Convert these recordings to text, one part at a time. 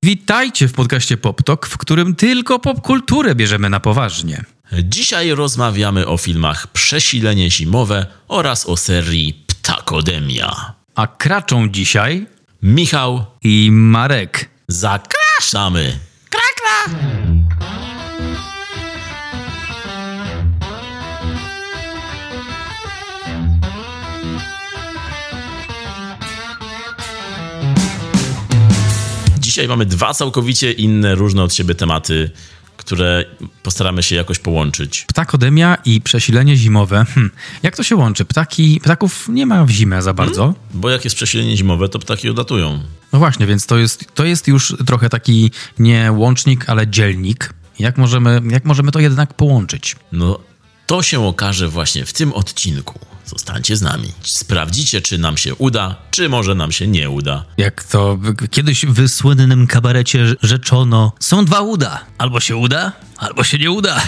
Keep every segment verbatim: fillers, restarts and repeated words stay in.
Witajcie w podcaście PopTok, w którym tylko popkulturę bierzemy na poważnie. Dzisiaj rozmawiamy o filmach Przesilenie zimowe oraz o serii Ptakodemia. A kraczą dzisiaj Michał i Marek. Zapraszamy! Krakra! Dzisiaj mamy dwa całkowicie inne, różne od siebie tematy, które postaramy się jakoś połączyć. Ptakodemia i przesilenie zimowe. Hm. Jak to się łączy? Ptaki, ptaków nie ma w zimę za bardzo. Hmm? Bo jak jest przesilenie zimowe, to ptaki odlatują. No właśnie, więc to jest, to jest już trochę taki nie łącznik, ale dzielnik. Jak możemy, jak możemy to jednak połączyć? No, to się okaże właśnie w tym odcinku. Zostańcie z nami. Sprawdzicie, czy nam się uda, czy może nam się nie uda. Jak to kiedyś w słynnym kabarecie rzeczono, są dwa uda. Albo się uda, albo się nie uda.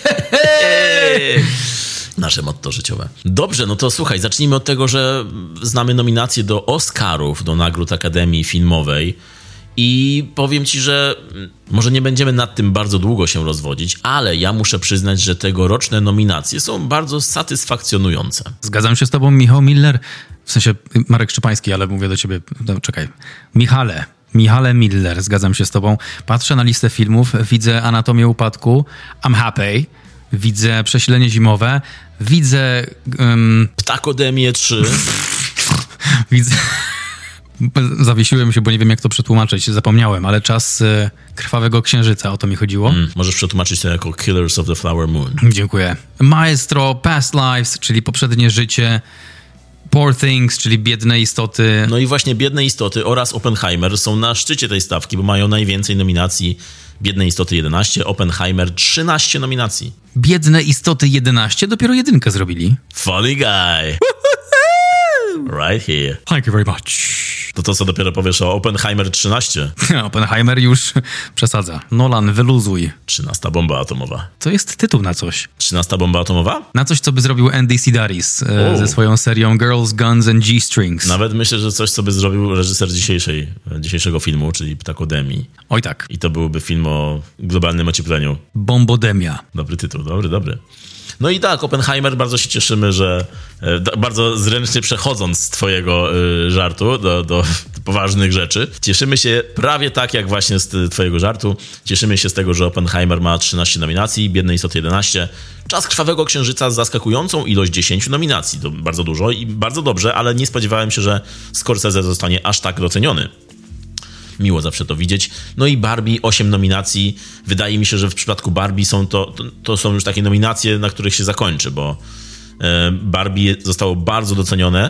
Nasze motto życiowe. Dobrze, no to słuchaj, zacznijmy od tego, że znamy nominacje do Oscarów, do nagród Akademii Filmowej. I powiem ci, że może nie będziemy nad tym bardzo długo się rozwodzić, ale ja muszę przyznać, że tegoroczne nominacje są bardzo satysfakcjonujące. Zgadzam się z tobą, Michał Miller. W sensie Marek Szczepański, ale mówię do ciebie, no, czekaj. Michale. Michale Miller, zgadzam się z tobą. Patrzę na listę filmów, widzę Anatomię upadku, I'm Happy, widzę Przesilenie zimowe, widzę... Um... Ptakodemię trzy. widzę... Zawiesiłem się, bo nie wiem, jak to przetłumaczyć. Zapomniałem, ale Czas y, Krwawego Księżyca, o to mi chodziło. Mm, możesz przetłumaczyć to jako Killers of the Flower Moon. Dziękuję. Maestro, Past Lives, czyli Poprzednie życie. Poor Things, czyli Biedne istoty. No i właśnie Biedne istoty oraz Oppenheimer są na szczycie tej stawki, bo mają najwięcej nominacji. Biedne istoty jedenaście, Oppenheimer trzynaście nominacji. Biedne istoty jedenaście, dopiero jedynkę zrobili. Funny guy. Right here. Thank you very much. To to, co dopiero powiesz o Oppenheimer trzynaście. Oppenheimer już przesadza. Nolan, wyluzuj. trzynasta bomba atomowa. To jest tytuł na coś. trzynasta bomba atomowa? Na coś, co by zrobił Andy Sidaris e, ze swoją serią Girls, Guns and G-Strings. Nawet myślę, że coś, co by zrobił reżyser dzisiejszej, dzisiejszego filmu, czyli Ptakodemii. Oj tak. I to byłby film o globalnym ociepleniu. Bombodemia. Dobry tytuł, dobry, dobry. No i tak, Oppenheimer, bardzo się cieszymy, że e, bardzo zręcznie przechodząc z twojego e, żartu do, do poważnych rzeczy, cieszymy się prawie tak jak właśnie z twojego żartu. Cieszymy się z tego, że Oppenheimer ma trzynaście nominacji, Biedne istoty jedenaście. Czas Krwawego Księżyca z zaskakującą ilość dziesięć nominacji. To bardzo dużo i bardzo dobrze, ale nie spodziewałem się, że Scorsese zostanie aż tak doceniony. Miło zawsze to widzieć. No i Barbie, osiem nominacji. Wydaje mi się, że w przypadku Barbie są to, to, to są już takie nominacje, na których się zakończy, bo e, Barbie zostało bardzo docenione.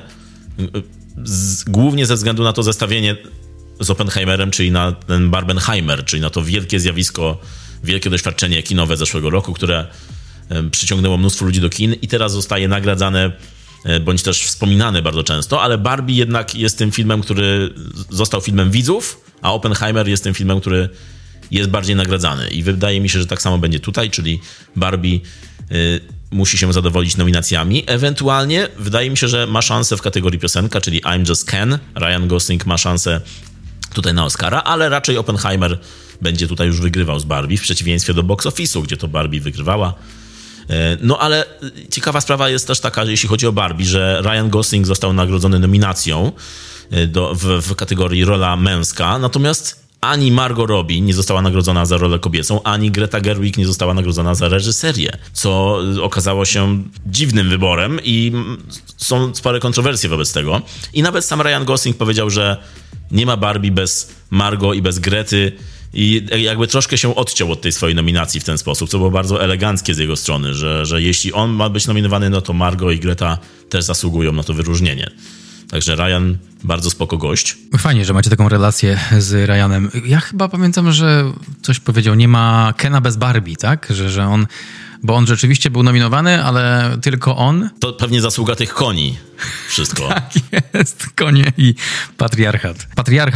Z, głównie ze względu na to zestawienie z Oppenheimerem, czyli na ten Barbenheimer, czyli na to wielkie zjawisko, wielkie doświadczenie kinowe zeszłego roku, które e, przyciągnęło mnóstwo ludzi do kin i teraz zostaje nagradzane bądź też wspominany bardzo często, ale Barbie jednak jest tym filmem, który został filmem widzów, a Oppenheimer jest tym filmem, który jest bardziej nagradzany. I wydaje mi się, że tak samo będzie tutaj, czyli Barbie y, musi się zadowolić nominacjami. Ewentualnie wydaje mi się, że ma szansę w kategorii piosenka, czyli I'm Just Ken. Ryan Gosling ma szansę tutaj na Oscara, ale raczej Oppenheimer będzie tutaj już wygrywał z Barbie, w przeciwieństwie do box office'u, gdzie to Barbie wygrywała. No ale ciekawa sprawa jest też taka, że jeśli chodzi o Barbie, że Ryan Gosling został nagrodzony nominacją do, w, w kategorii rola męska, natomiast ani Margot Robbie nie została nagrodzona za rolę kobiecą, ani Greta Gerwig nie została nagrodzona za reżyserię, co okazało się dziwnym wyborem i są spore kontrowersje wobec tego. I nawet sam Ryan Gosling powiedział, że nie ma Barbie bez Margot i bez Grety, i jakby troszkę się odciął od tej swojej nominacji w ten sposób, co było bardzo eleganckie z jego strony, że, że jeśli on ma być nominowany, no to Margot i Greta też zasługują na to wyróżnienie. Także Ryan, bardzo spoko gość. Fajnie, że macie taką relację z Ryanem. Ja chyba pamiętam, że coś powiedział, nie ma Kena bez Barbie, tak? Że, że on, bo on rzeczywiście był nominowany, ale tylko on. To pewnie zasługa tych koni. Wszystko. Tak jest, konie i patriarchat. Patriarchat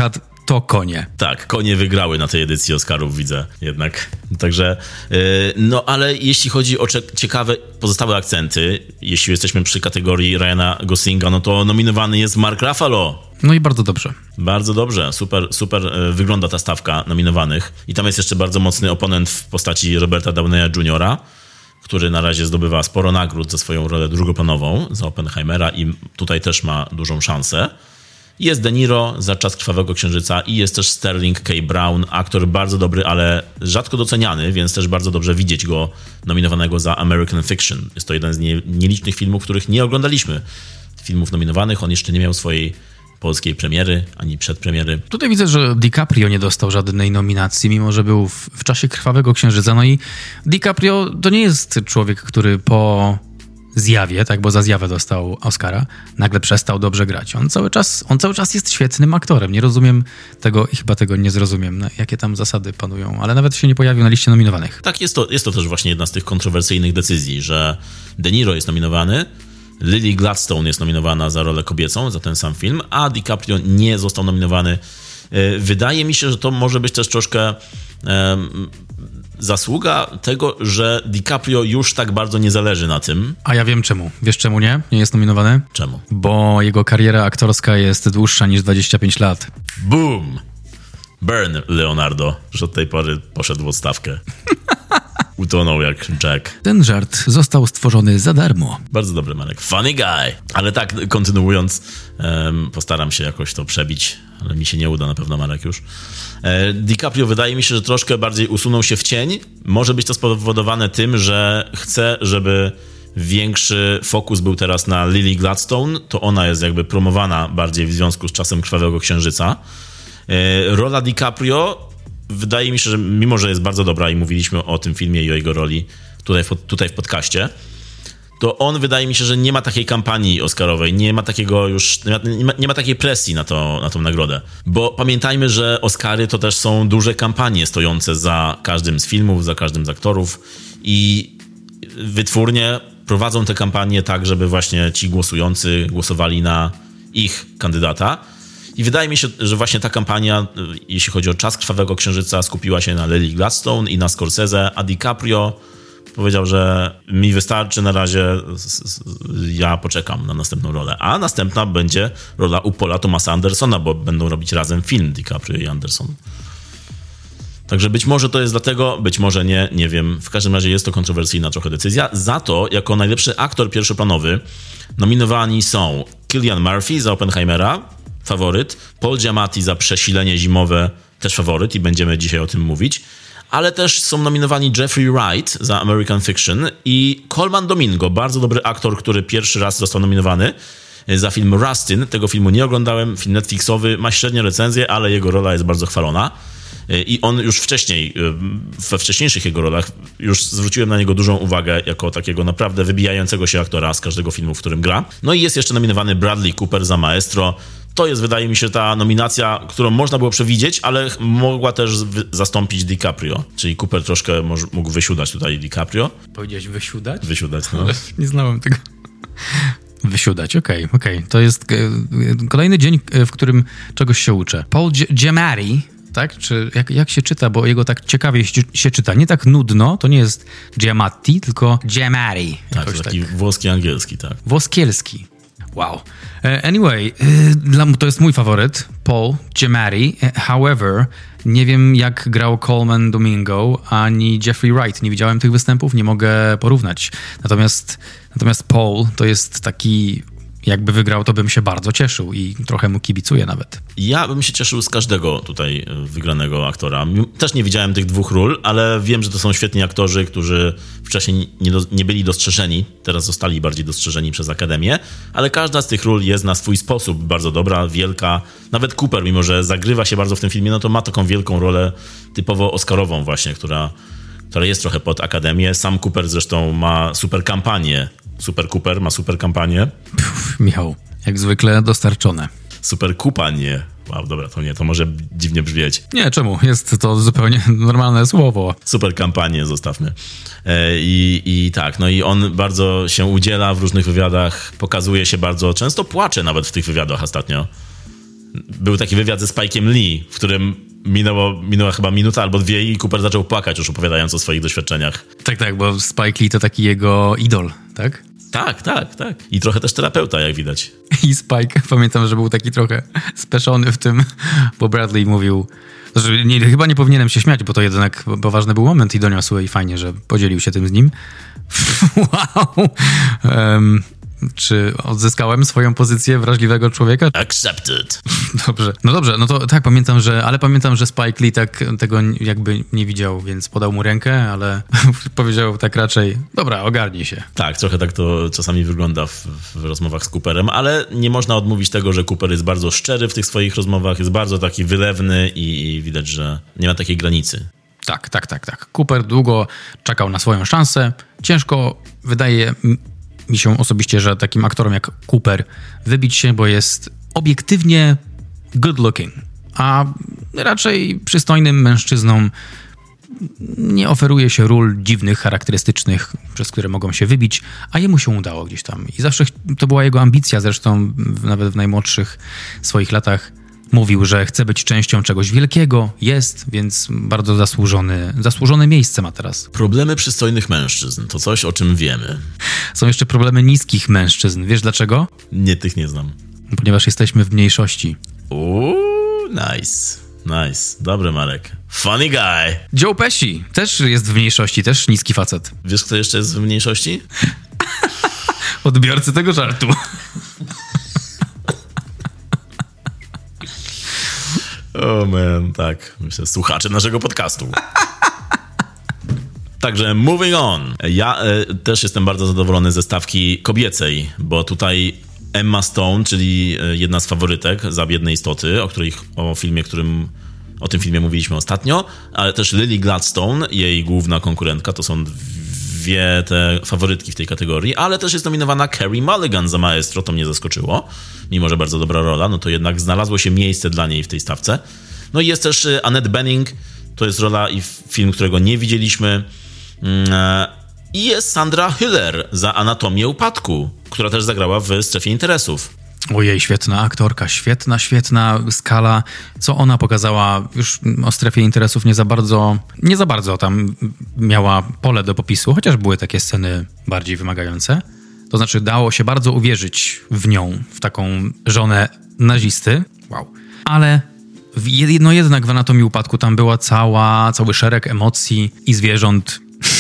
to konie. Tak, konie wygrały na tej edycji Oscarów, widzę jednak. Także, yy, no ale jeśli chodzi o cze- ciekawe pozostałe akcenty, jeśli jesteśmy przy kategorii Ryana Goslinga, no to nominowany jest Mark Ruffalo. No i bardzo dobrze. Bardzo dobrze, super, super yy, wygląda ta stawka nominowanych. I tam jest jeszcze bardzo mocny oponent w postaci Roberta Downeya juniora, który na razie zdobywa sporo nagród za swoją rolę drugoplanową, za Oppenheimera i tutaj też ma dużą szansę. Jest De Niro za Czas Krwawego Księżyca i jest też Sterling K. Brown, aktor bardzo dobry, ale rzadko doceniany, więc też bardzo dobrze widzieć go nominowanego za American Fiction. Jest to jeden z nie, nielicznych filmów, których nie oglądaliśmy. Filmów nominowanych, on jeszcze nie miał swojej polskiej premiery, ani przedpremiery. Tutaj widzę, że DiCaprio nie dostał żadnej nominacji, mimo że był w, w Czasie Krwawego Księżyca. No i DiCaprio to nie jest człowiek, który po zjawie, tak, bo za zjawę dostał Oscara, nagle przestał dobrze grać. On cały czas, on cały czas jest świetnym aktorem. Nie rozumiem tego i chyba tego nie zrozumiem, no, jakie tam zasady panują, ale nawet się nie pojawił na liście nominowanych. Tak, jest to, jest to też właśnie jedna z tych kontrowersyjnych decyzji, że De Niro jest nominowany, Lily Gladstone jest nominowana za rolę kobiecą, za ten sam film, a DiCaprio nie został nominowany. Wydaje mi się, że to może być też troszkę um, zasługa tego, że DiCaprio już tak bardzo nie zależy na tym. A ja wiem czemu. Wiesz czemu nie? Nie jest nominowany? Czemu? Bo jego kariera aktorska jest dłuższa niż dwadzieścia pięć lat. Boom! Burn, Leonardo, że od tej pory poszedł w odstawkę. Utonął jak Jack. Ten żart został stworzony za darmo. Bardzo dobry, Marek. Funny guy. Ale tak, kontynuując, um, postaram się jakoś to przebić, ale mi się nie uda na pewno, Marek, już. E, DiCaprio wydaje mi się, że troszkę bardziej usunął się w cień. Może być to spowodowane tym, że chce, żeby większy fokus był teraz na Lily Gladstone. To ona jest jakby promowana bardziej w związku z Czasem Krwawego Księżyca. E, rola DiCaprio wydaje mi się, że mimo, że jest bardzo dobra i mówiliśmy o tym filmie i o jego roli tutaj w, tutaj w podcaście, to on wydaje mi się, że nie ma takiej kampanii oscarowej, nie ma takiego już, nie ma, nie ma takiej presji na, to, na tą nagrodę. Bo pamiętajmy, że Oscary to też są duże kampanie stojące za każdym z filmów, za każdym z aktorów i wytwórnie prowadzą te kampanie tak, żeby właśnie ci głosujący głosowali na ich kandydata. I wydaje mi się, że właśnie ta kampania, jeśli chodzi o Czas Krwawego Księżyca, skupiła się na Lily Gladstone i na Scorsese, a DiCaprio powiedział, że mi wystarczy na razie, ja poczekam na następną rolę. A następna będzie rola u Paula Thomasa Andersona, bo będą robić razem film DiCaprio i Anderson. Także być może to jest dlatego, być może nie, nie wiem. W każdym razie jest to kontrowersyjna trochę decyzja. Za to, jako najlepszy aktor pierwszoplanowy, nominowani są Cillian Murphy za Oppenheimera, faworyt, Paul Giamatti za Przesilenie zimowe, też faworyt i będziemy dzisiaj o tym mówić, ale też są nominowani Jeffrey Wright za American Fiction i Colman Domingo, bardzo dobry aktor, który pierwszy raz został nominowany za film Rustin. Tego filmu nie oglądałem, film Netflixowy, ma średnie recenzje, ale jego rola jest bardzo chwalona. I on już wcześniej, we wcześniejszych jego rolach, już zwróciłem na niego dużą uwagę jako takiego naprawdę wybijającego się aktora z każdego filmu, w którym gra. No i jest jeszcze nominowany Bradley Cooper za Maestro. To jest, wydaje mi się, ta nominacja, którą można było przewidzieć, ale mogła też wy- zastąpić DiCaprio. Czyli Cooper troszkę moż- mógł wysiudać tutaj DiCaprio. Powiedziałeś wysiudać? Wysiudać, no. Nie znałem tego. Wysiudać, okej, okay, okej. Okay. To jest e, kolejny dzień, w którym czegoś się uczę. Paul G- Giamatti, tak? Czy jak, jak się czyta, bo jego tak ciekawie się, się czyta. Nie tak nudno, to nie jest Giamatti, tylko Giamatti. Tak, to taki tak. Włoski, angielski, tak. Włoskielski. Wow. Anyway, to jest mój faworyt, Paul Giamatti. However, nie wiem jak grał Colman Domingo ani Jeffrey Wright. Nie widziałem tych występów, nie mogę porównać. Natomiast, natomiast Paul to jest taki... Jakby wygrał, to bym się bardzo cieszył i trochę mu kibicuję nawet. Ja bym się cieszył z każdego tutaj wygranego aktora. Też nie widziałem tych dwóch ról, ale wiem, że to są świetni aktorzy, którzy wcześniej nie, do, nie byli dostrzeżeni. Teraz zostali bardziej dostrzeżeni przez Akademię, ale każda z tych ról jest na swój sposób bardzo dobra, wielka. Nawet Cooper, mimo że zagrywa się bardzo w tym filmie, no to ma taką wielką rolę typowo oscarową właśnie, która, która jest trochę pod Akademię. Sam Cooper zresztą ma super kampanię. Super Cooper ma super kampanię. Puf, Michał, jak zwykle dostarczone. Super kupanie. Wow, dobra, to nie, to może dziwnie brzmieć. Nie, czemu? Jest to zupełnie normalne słowo. Super kampanię zostawmy. E, i, I tak, no i on bardzo się udziela w różnych wywiadach, pokazuje się bardzo, często płacze nawet w tych wywiadach ostatnio. był taki wywiad ze Spike'em Lee, w którym minęło, minęła chyba minuta albo dwie i Cooper zaczął płakać już opowiadając o swoich doświadczeniach. Tak, tak, bo Spike Lee to taki jego idol, tak? Tak, tak, tak. I trochę też terapeuta, jak widać. I Spike, pamiętam, że był taki trochę speszony w tym, bo Bradley mówił, że nie, chyba nie powinienem się śmiać, bo to jednak poważny był moment i doniosły i fajnie, że podzielił się tym z nim. Wow! Um, czy odzyskałem swoją pozycję wrażliwego człowieka? Accepted. Dobrze. No dobrze, no to tak, pamiętam, że, ale pamiętam, że Spike Lee tak tego jakby nie widział, więc podał mu rękę, ale powiedział tak raczej, dobra, ogarnij się. Tak, trochę tak to czasami wygląda w, w rozmowach z Cooperem, ale nie można odmówić tego, że Cooper jest bardzo szczery w tych swoich rozmowach, jest bardzo taki wylewny i, i widać, że nie ma takiej granicy. Tak, tak, tak, tak. Cooper długo czekał na swoją szansę. Ciężko wydaje mi się osobiście, że takim aktorom jak Cooper wybić się, bo jest obiektywnie good looking, a raczej przystojnym mężczyznom nie oferuje się ról dziwnych, charakterystycznych, przez które mogą się wybić, a jemu się udało gdzieś tam. I zawsze to była jego ambicja, zresztą nawet w najmłodszych swoich latach mówił, że chce być częścią czegoś wielkiego, jest, więc bardzo zasłużony, zasłużone miejsce ma teraz. Problemy przystojnych mężczyzn to coś, o czym wiemy. Są jeszcze problemy niskich mężczyzn. Wiesz dlaczego? Nie, tych nie znam. Ponieważ jesteśmy w mniejszości. Uuu, nice, nice. Dobry, Marek. Funny guy. Joe Pesci też jest w mniejszości, też niski facet. Wiesz, kto jeszcze jest w mniejszości? Odbiorcy tego żartu. O oh man, tak. Myślę, słuchacze naszego podcastu. Także moving on. Ja e, też jestem bardzo zadowolony ze stawki kobiecej, bo tutaj Emma Stone, czyli jedna z faworytek za Biedne istoty, o, których, o filmie, którym o tym filmie mówiliśmy ostatnio, ale też Lily Gladstone, jej główna konkurentka, to są dwie te faworytki w tej kategorii, ale też jest nominowana Carey Mulligan za Maestro, to mnie zaskoczyło, mimo że bardzo dobra rola, no to jednak znalazło się miejsce dla niej w tej stawce. No i jest też Annette Bening, to jest rola i film, którego nie widzieliśmy, i jest Sandra Hüller za Anatomię upadku, która też zagrała w Strefie interesów. Ojej, świetna aktorka, świetna, świetna skala. Co ona pokazała już o Strefie interesów nie za bardzo, nie za bardzo tam miała pole do popisu, chociaż były takie sceny bardziej wymagające. To znaczy dało się bardzo uwierzyć w nią, w taką żonę nazisty. Wow. Ale no jednak w Anatomii upadku tam była cała, cały szereg emocji i zwierząt.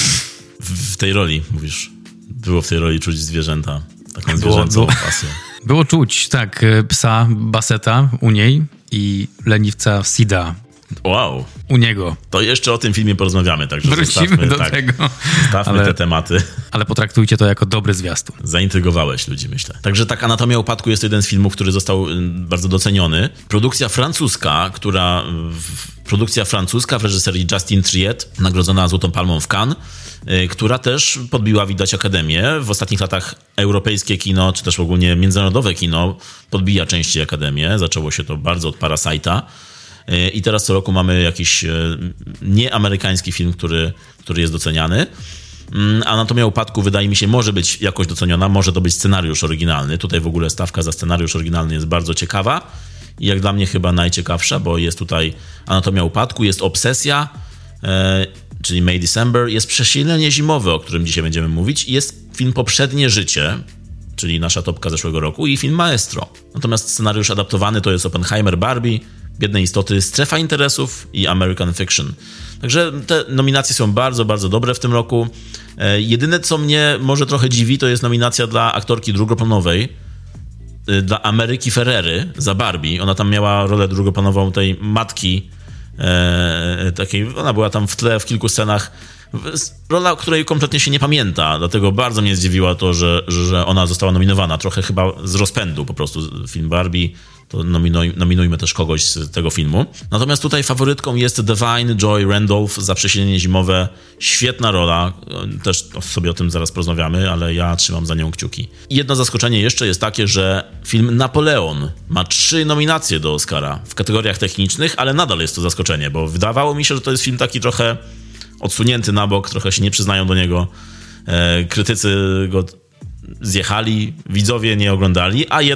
W, w tej roli, mówisz, było w tej roli czuć zwierzęta, taką zwierzęcą pasję. Było czuć, tak, psa Basseta u niej i leniwca Sida. Wow. U niego. To jeszcze o tym filmie porozmawiamy, także wrócimy zostawmy, do tak, tego. Zostawmy ale, te tematy. Ale potraktujcie to jako dobry zwiastun. Zaintrygowałeś ludzi, myślę. Także tak, Anatomia upadku jest to jeden z filmów, który został bardzo doceniony. Produkcja francuska, która... Produkcja francuska w reżyserii Justine Triet, nagrodzona Złotą Palmą w Cannes, która też podbiła, widać, Akademię. W ostatnich latach europejskie kino, czy też ogólnie międzynarodowe kino podbija częściej Akademię. Zaczęło się to bardzo od Parasite'a. I teraz co roku mamy jakiś nieamerykański film, który, który jest doceniany. Anatomia upadku, wydaje mi się, może być jakoś doceniona, może to być scenariusz oryginalny. Tutaj w ogóle stawka za scenariusz oryginalny jest bardzo ciekawa i jak dla mnie chyba najciekawsza, bo jest tutaj Anatomia upadku, jest Obsesja, e, czyli May December, jest Przesilenie zimowe, o którym dzisiaj będziemy mówić, i jest film Poprzednie życie, czyli nasza topka zeszłego roku, i film Maestro. Natomiast scenariusz adaptowany to jest Oppenheimer, Barbie, Biedne istoty, Strefa interesów i American Fiction. Także te nominacje są bardzo, bardzo dobre w tym roku. E, jedyne, co mnie może trochę dziwi, to jest nominacja dla aktorki drugoplanowej, e, dla Ameryki Ferrery za Barbie. Ona tam miała rolę drugoplanową tej matki, e, takiej, ona była tam w tle w kilku scenach. Rola, której kompletnie się nie pamięta, dlatego bardzo mnie zdziwiło to, że, że ona została nominowana. Trochę chyba z rozpędu po prostu film Barbie, to nominuj, nominujmy też kogoś z tego filmu. Natomiast tutaj faworytką jest Divine Joy Randolph za Przesilenie zimowe. Świetna rola, też sobie o tym zaraz porozmawiamy, ale ja trzymam za nią kciuki. I jedno zaskoczenie jeszcze jest takie, że film Napoleon ma trzy nominacje do Oscara w kategoriach technicznych, ale nadal jest to zaskoczenie, bo wydawało mi się, że to jest film taki trochę odsunięty na bok, trochę się nie przyznają do niego. E, krytycy go zjechali, widzowie nie oglądali, a jednak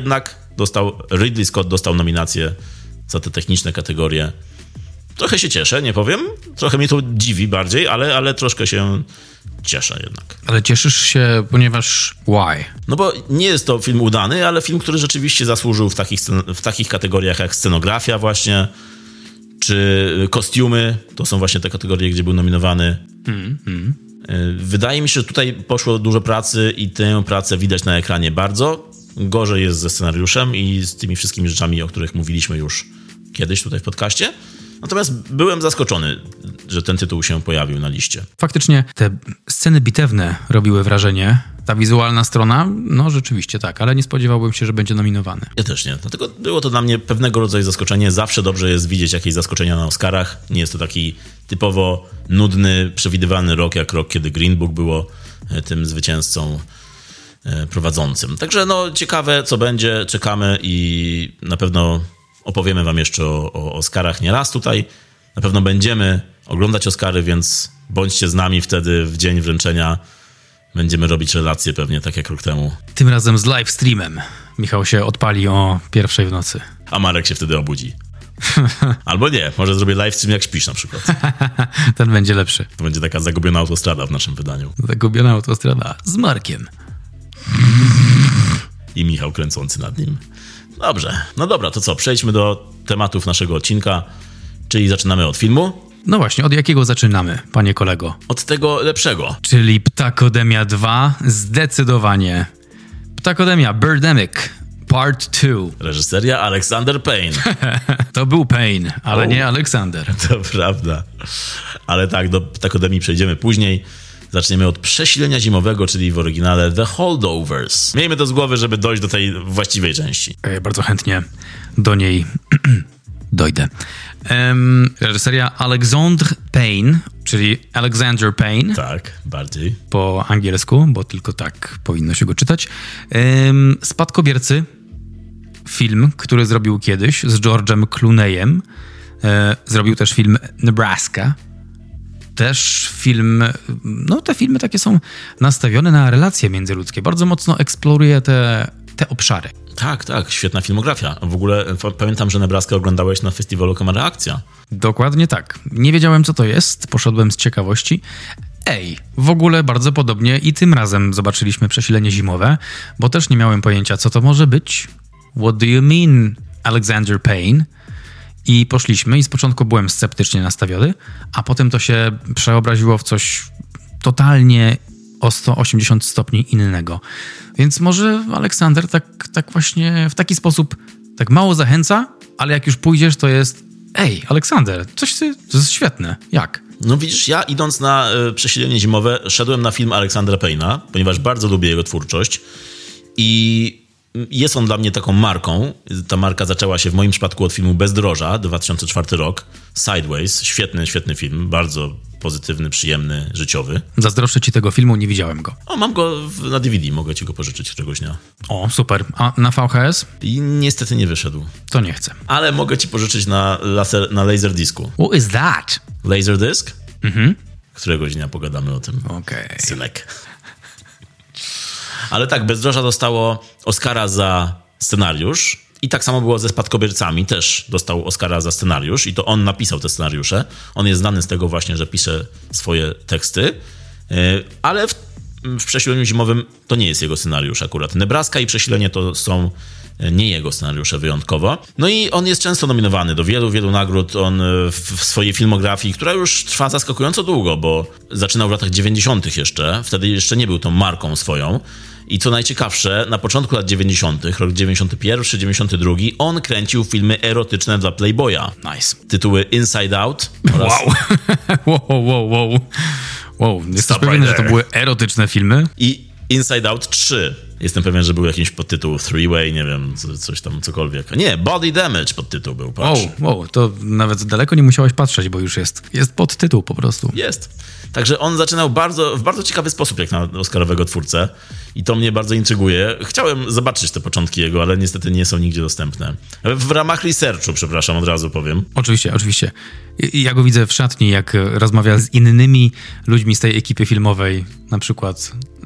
dostał, Ridley Scott dostał nominację za te techniczne kategorie. Trochę się cieszę, nie powiem. Trochę mnie to dziwi bardziej, ale, ale troszkę się cieszę jednak. Ale cieszysz się, ponieważ why? No bo nie jest to film udany, ale film, który rzeczywiście zasłużył w takich, w takich kategoriach jak scenografia właśnie, czy kostiumy. To są właśnie te kategorie, gdzie był nominowany. Mm, mm. Wydaje mi się, że tutaj poszło dużo pracy i tę pracę widać na ekranie bardzo. Gorzej jest ze scenariuszem i z tymi wszystkimi rzeczami, o których mówiliśmy już kiedyś tutaj w podcaście. Natomiast byłem zaskoczony, że ten tytuł się pojawił na liście. Faktycznie te sceny bitewne robiły wrażenie. Ta wizualna strona, no rzeczywiście tak, ale nie spodziewałbym się, że będzie nominowany. Ja też nie. Dlatego było to dla mnie pewnego rodzaju zaskoczenie. Zawsze dobrze jest widzieć jakieś zaskoczenia na Oscarach. Nie jest to taki typowo nudny, przewidywalny rok, jak rok, kiedy Green Book było tym zwycięzcą prowadzącym. Także no ciekawe, co będzie. Czekamy i na pewno opowiemy wam jeszcze o, o Oscarach nie raz tutaj. Na pewno będziemy oglądać Oscary, więc bądźcie z nami wtedy w dzień wręczenia. Będziemy robić relacje pewnie tak jak rok temu. Tym razem z live streamem. Michał się odpali o pierwszej w nocy. A Marek się wtedy obudzi. Albo nie, może zrobię live stream jak śpisz na przykład. Ten będzie lepszy. To będzie taka zagubiona autostrada w naszym wydaniu. Zagubiona autostrada z Markiem. I Michał kręcący nad nim. Dobrze, no dobra, to co? Przejdźmy do tematów naszego odcinka, czyli zaczynamy od filmu. No właśnie, od jakiego zaczynamy, panie kolego? Od tego lepszego. Czyli Ptakodemia dwa, zdecydowanie. Ptakodemia, Birdemic, Part dwa. Reżyseria Alexander Payne. To był Payne, ale o, nie Aleksander. To prawda. Ale tak, do Ptakodemii przejdziemy później. Zaczniemy od Przesilenia zimowego, czyli w oryginale The Holdovers. Miejmy to z głowy, żeby dojść do tej właściwej części. Ja bardzo chętnie do niej dojdę. Um, reżyseria Alexandre Payne, czyli Alexander Payne. Tak, bardziej. Po angielsku, bo tylko tak powinno się go czytać. Um, Spadkobiercy. Film, który zrobił kiedyś z George'em Clooneyem. E, zrobił też film Nebraska. Też film, no te filmy takie są nastawione na relacje międzyludzkie. Bardzo mocno eksploruje te, te obszary. Tak, tak, świetna filmografia. W ogóle f- pamiętam, że Nebraskę oglądałeś na festiwalu Kamera Akcja. Dokładnie tak. Nie wiedziałem, co to jest, poszedłem z ciekawości. Ej, w ogóle bardzo podobnie i tym razem zobaczyliśmy Przesilenie zimowe, bo też nie miałem pojęcia, co to może być. What do you mean, Alexander Payne? I poszliśmy i z początku byłem sceptycznie nastawiony, a potem to się przeobraziło w coś totalnie o sto osiemdziesiąt stopni innego. Więc może Aleksander tak, tak właśnie w taki sposób tak mało zachęca, ale jak już pójdziesz, to jest ej, Aleksander, coś ty, to jest świetne. Jak? No widzisz, ja idąc na y, Przesilenie zimowe szedłem na film Alexandra Payne'a, ponieważ bardzo lubię jego twórczość i jest on dla mnie taką marką. Ta marka zaczęła się w moim przypadku od filmu Bezdroża, dwa tysiące czwarty rok. Sideways, świetny, świetny film, bardzo pozytywny, przyjemny, życiowy. Zazdroszczę ci tego filmu, nie widziałem go. O, mam go w, na D V D, mogę ci go pożyczyć któregoś dnia. O, super. A na V H S? I niestety nie wyszedł. To nie chcę. Ale mogę ci pożyczyć na, laser, na Laserdiscu. What is that? Laserdisc? Mhm. Któregoś dnia pogadamy o tym. Okej. Okay. Synek. Ale tak, Bezdroża dostało Oscara za scenariusz i tak samo było ze Spadkobiercami, też dostał Oscara za scenariusz i to on napisał te scenariusze. On jest znany z tego właśnie, że pisze swoje teksty, ale w, w Przesileniu zimowym to nie jest jego scenariusz akurat. Nebraska i Przesilenie to są nie jego scenariusze wyjątkowo. No i on jest często nominowany do wielu, wielu nagród. On w, w swojej filmografii, która już trwa zaskakująco długo, bo zaczynał w latach dziewięćdziesiątych jeszcze, wtedy jeszcze nie był tą marką swoją. I co najciekawsze, na początku lat dziewięćdziesiątych, rok dziewięćdziesiąty pierwszy, dziewięćdziesiąty drugi, on kręcił filmy erotyczne dla Playboya. Nice. Tytuły Inside Out oraz... Wow. wow, wow, wow. Wow, jesteś Stop pewien, right że to były erotyczne filmy? I Inside Out trzy. Jestem pewien, że był jakiś podtytuł Three-Way, nie wiem, co, coś tam, cokolwiek. Nie, Body Damage podtytuł był, patrz. Wow, wow, to nawet daleko nie musiałeś patrzeć, bo już jest, jest podtytuł po prostu. Jest. Także on zaczynał bardzo, w bardzo ciekawy sposób, jak na oscarowego twórcę. I to mnie bardzo intryguje. Chciałem zobaczyć te początki jego, ale niestety nie są nigdzie dostępne. W ramach researchu, przepraszam, od razu powiem. Oczywiście, oczywiście. Ja go widzę w szatni, jak rozmawia z innymi ludźmi z tej ekipy filmowej, na przykład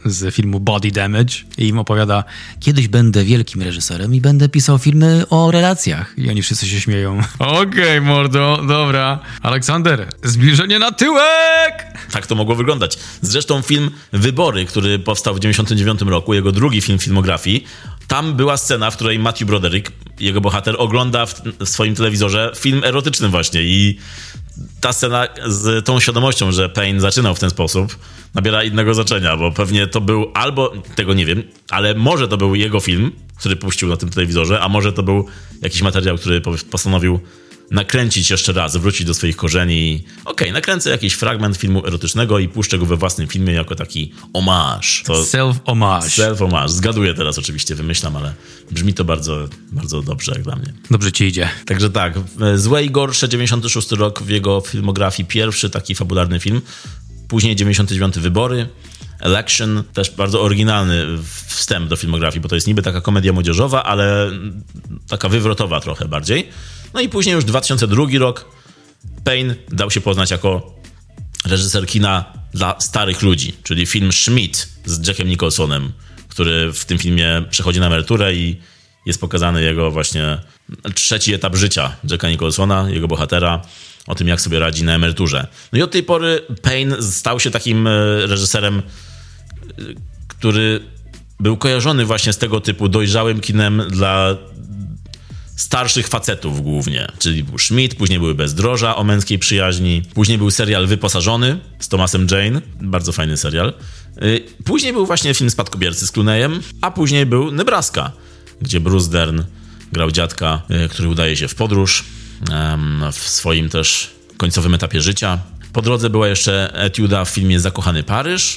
z filmu Body Damage i im opowiada, kiedyś będę wielkim reżyserem i będę pisał filmy o relacjach. I oni wszyscy się śmieją. Okej, okay, mordo, dobra. Aleksander, zbliżenie na tyłek! Tak to mogło wyglądać. Zresztą film Wybory, który powstał w dziewięćdziesiątym dziewiątym roku, jego drugi film filmografii, tam była scena, w której Matthew Broderick, jego bohater, ogląda w, w swoim telewizorze film erotyczny właśnie i ta scena z tą świadomością, że Payne zaczynał w ten sposób, nabiera innego znaczenia, bo pewnie to był albo, tego nie wiem, ale może to był jego film, który puścił na tym telewizorze, a może to był jakiś materiał, który postanowił nakręcić jeszcze raz, wrócić do swoich korzeni. Okej, okay, nakręcę jakiś fragment filmu erotycznego i puszczę go we własnym filmie jako taki hommage. Self-hommage. Self-hommage. Zgaduję teraz oczywiście, wymyślam, ale brzmi to bardzo, bardzo dobrze jak dla mnie. Dobrze ci idzie. Także tak, Złe i gorsze, dziewięćdziesiąty szósty rok w jego filmografii, pierwszy taki fabularny film. Później dziewięćdziesiąty dziewiąty Wybory. Election, też bardzo oryginalny wstęp do filmografii, bo to jest niby taka komedia młodzieżowa, ale taka wywrotowa trochę bardziej. No i później już dwa tysiące drugi rok Payne dał się poznać jako reżyser kina dla starych ludzi, czyli film Schmidt z Jackiem Nicholsonem, który w tym filmie przechodzi na emeryturę i jest pokazany jego właśnie trzeci etap życia Jacka Nicholsona, jego bohatera, o tym, jak sobie radzi na emeryturze. No i od tej pory Payne stał się takim reżyserem, który był kojarzony właśnie z tego typu dojrzałym kinem dla starszych facetów głównie, czyli był Schmidt, później były Bezdroża o męskiej przyjaźni, później był serial Wyposażony z Thomasem Jane, bardzo fajny serial. Później był właśnie film Spadkobiercy z Clooneyem, a później był Nebraska, gdzie Bruce Dern grał dziadka, który udaje się w podróż w swoim też końcowym etapie życia. Po drodze była jeszcze etiuda w filmie Zakochany Paryż,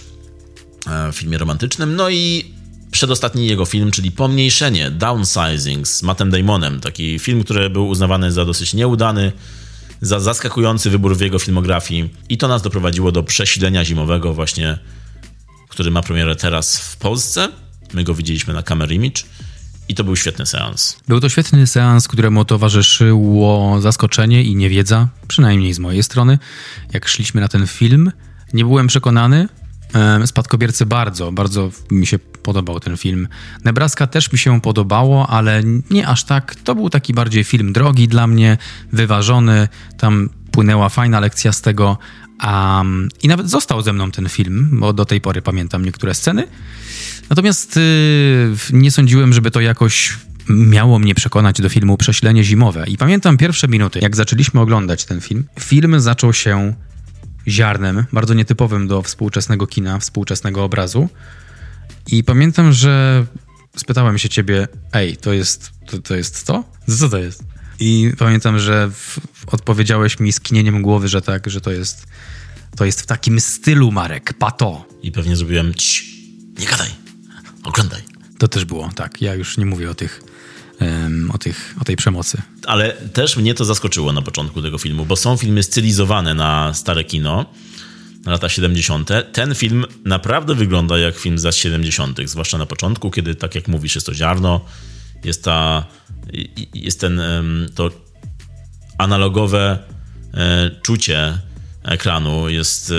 w filmie romantycznym, no i przedostatni jego film, czyli Pomniejszenie, Downsizing z Mattem Damonem. Taki film, który był uznawany za dosyć nieudany, za zaskakujący wybór w jego filmografii. I to nas doprowadziło do Przesilenia zimowego właśnie, który ma premierę teraz w Polsce. My go widzieliśmy na Camera Image i to był świetny seans. Był to świetny seans, któremu towarzyszyło zaskoczenie i niewiedza, przynajmniej z mojej strony. Jak szliśmy na ten film, nie byłem przekonany. Spadkobiercy bardzo, bardzo mi się podobał ten film. Nebraska też mi się podobało, ale nie aż tak. To był taki bardziej film drogi dla mnie, wyważony. Tam płynęła fajna lekcja z tego. Um, I nawet został ze mną ten film, bo do tej pory pamiętam niektóre sceny. Natomiast yy, nie sądziłem, żeby to jakoś miało mnie przekonać do filmu Przesilenie zimowe. I pamiętam pierwsze minuty, jak zaczęliśmy oglądać ten film. Film zaczął się ziarnem, bardzo nietypowym do współczesnego kina, współczesnego obrazu. I pamiętam, że spytałem się ciebie, ej, to jest to, to jest to? Co to jest? I pamiętam, że w, odpowiedziałeś mi skinieniem głowy, że tak, że to jest to jest w takim stylu, Marek, pato. I pewnie zrobiłem cii, nie gadaj, oglądaj. To też było, tak. Ja już nie mówię o tych um, o tych, o tej przemocy. Ale też mnie to zaskoczyło na początku tego filmu, bo są filmy stylizowane na stare kino, na lata siedemdziesiąte. Ten film naprawdę wygląda jak film z lat siedemdziesiątych, zwłaszcza na początku, kiedy, tak jak mówisz, jest to ziarno, jest ta, jest ten, to analogowe czucie ekranu, jest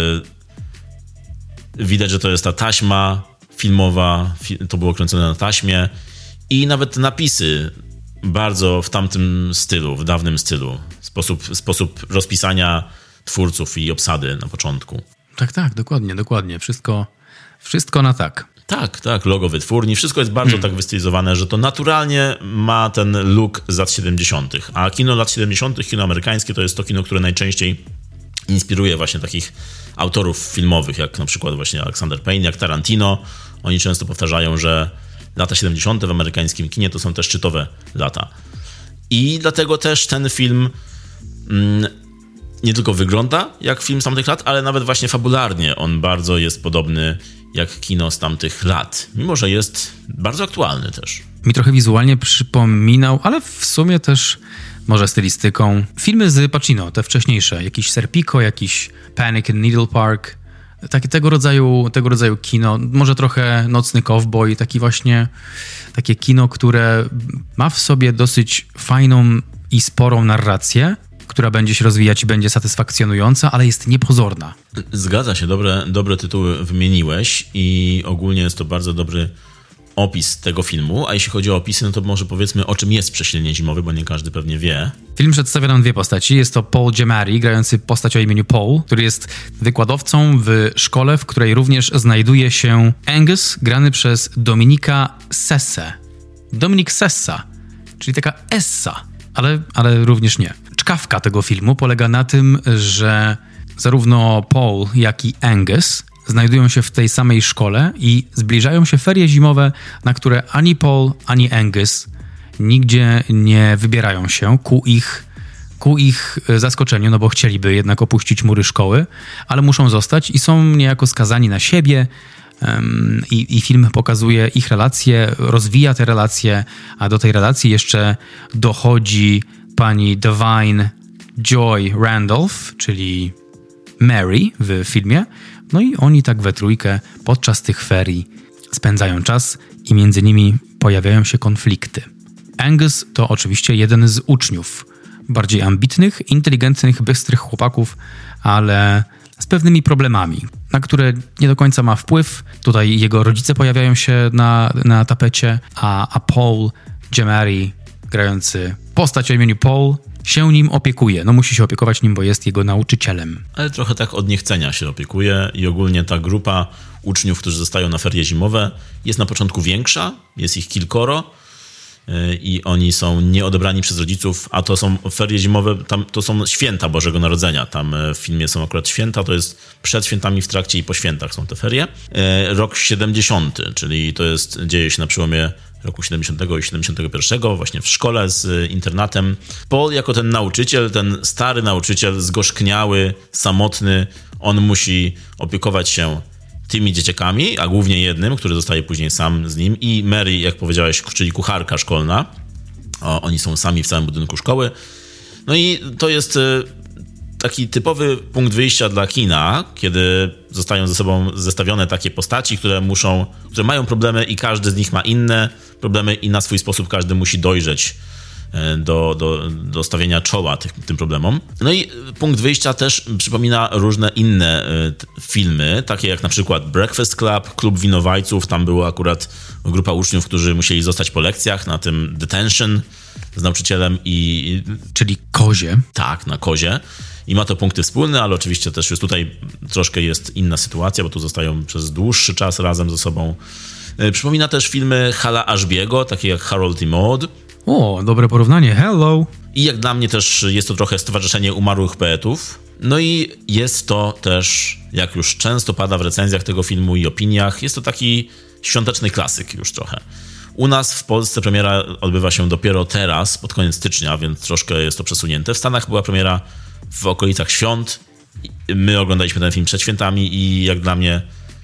widać, że to jest ta taśma filmowa, to było kręcone na taśmie i nawet napisy bardzo w tamtym stylu, w dawnym stylu, sposób, sposób rozpisania twórców i obsady na początku. Tak, tak, dokładnie, dokładnie. Wszystko, wszystko na tak. Tak, tak, logo wytwórni, wszystko jest bardzo hmm. tak wystylizowane, że to naturalnie ma ten look z lat siedemdziesiątych. A kino lat siedemdziesiątych, kino amerykańskie, to jest to kino, które najczęściej inspiruje właśnie takich autorów filmowych, jak na przykład właśnie Alexander Payne, jak Tarantino. Oni często powtarzają, że lata siedemdziesiąte w amerykańskim kinie to są te szczytowe lata. I dlatego też ten film mm, nie tylko wygląda jak film z tamtych lat, ale nawet właśnie fabularnie on bardzo jest podobny jak kino z tamtych lat. Mimo że jest bardzo aktualny też. Mi trochę wizualnie przypominał, ale w sumie też może stylistyką, filmy z Pacino, te wcześniejsze. Jakiś Serpico, jakiś Panic in Needle Park. Taki, tego rodzaju, tego rodzaju kino. Może trochę Nocny Cowboy. Taki właśnie, takie kino, które ma w sobie dosyć fajną i sporą narrację, która będzie się rozwijać i będzie satysfakcjonująca, ale jest niepozorna. Zgadza się, dobre, dobre tytuły wymieniłeś i ogólnie jest to bardzo dobry opis tego filmu, a jeśli chodzi o opisy, no to może powiedzmy, o czym jest Przesilenie zimowe, bo nie każdy pewnie wie. Film przedstawia nam dwie postaci. Jest to Paul Giamatti, grający postać o imieniu Paul, który jest wykładowcą w szkole, w której również znajduje się Angus, grany przez Dominika Sessę. Dominik Sessa, czyli taka Essa, ale, ale również nie. Czkawka tego filmu polega na tym, że zarówno Paul, jak i Angus znajdują się w tej samej szkole i zbliżają się ferie zimowe, na które ani Paul, ani Angus nigdzie nie wybierają się ku ich, ku ich zaskoczeniu, no bo chcieliby jednak opuścić mury szkoły, ale muszą zostać i są niejako skazani na siebie. Um, i, i film pokazuje ich relacje, rozwija te relacje, a do tej relacji jeszcze dochodzi pani Divine Joy Randolph, czyli Mary w filmie. No i oni tak we trójkę podczas tych ferii spędzają czas i między nimi pojawiają się konflikty. Angus to oczywiście jeden z uczniów, bardziej ambitnych, inteligentnych, bystrych chłopaków, ale z pewnymi problemami, na które nie do końca ma wpływ. Tutaj jego rodzice pojawiają się na, na tapecie, a, a Paul Giamatti, grający postać o imieniu Paul, się nim opiekuje. No musi się opiekować nim, bo jest jego nauczycielem. Ale trochę tak od niechcenia się opiekuje i ogólnie ta grupa uczniów, którzy zostają na ferie zimowe, jest na początku większa, jest ich kilkoro i oni są nieodebrani przez rodziców, a to są ferie zimowe, tam to są święta Bożego Narodzenia. Tam w filmie są akurat święta, to jest przed świętami, w trakcie i po świętach są te ferie. Rok siedemdziesiąty, czyli to jest, dzieje się na przełomie roku siedemdziesiątego i siedemdziesiątego pierwszego, właśnie w szkole z internatem. Paul jako ten nauczyciel, ten stary nauczyciel, zgorzkniały, samotny, on musi opiekować się tymi dzieciakami, a głównie jednym, który zostaje później sam z nim, i Mary, jak powiedziałeś, czyli kucharka szkolna. O, oni są sami w całym budynku szkoły. No i to jest taki typowy punkt wyjścia dla kina, kiedy zostają ze sobą zestawione takie postaci, które muszą, które mają problemy i każdy z nich ma inne problemy i na swój sposób każdy musi dojrzeć do, do, do stawienia czoła tych, tym problemom. No i punkt wyjścia też przypomina różne inne filmy, takie jak na przykład Breakfast Club, Klub Winowajców. Tam była akurat grupa uczniów, którzy musieli zostać po lekcjach na tym detention z nauczycielem i... Czyli kozie. Tak, na kozie. I ma to punkty wspólne, ale oczywiście też już tutaj troszkę jest inna sytuacja, bo tu zostają przez dłuższy czas razem ze sobą. Przypomina też filmy Hala Ashby'ego, takie jak Harold i Maude. O, dobre porównanie, hello! I jak dla mnie też jest to trochę Stowarzyszenie Umarłych Poetów. No i jest to też, jak już często pada w recenzjach tego filmu i opiniach, jest to taki świąteczny klasyk już trochę. U nas w Polsce premiera odbywa się dopiero teraz, pod koniec stycznia, więc troszkę jest to przesunięte. W Stanach była premiera w okolicach świąt. My oglądaliśmy ten film przed świętami i jak dla mnie,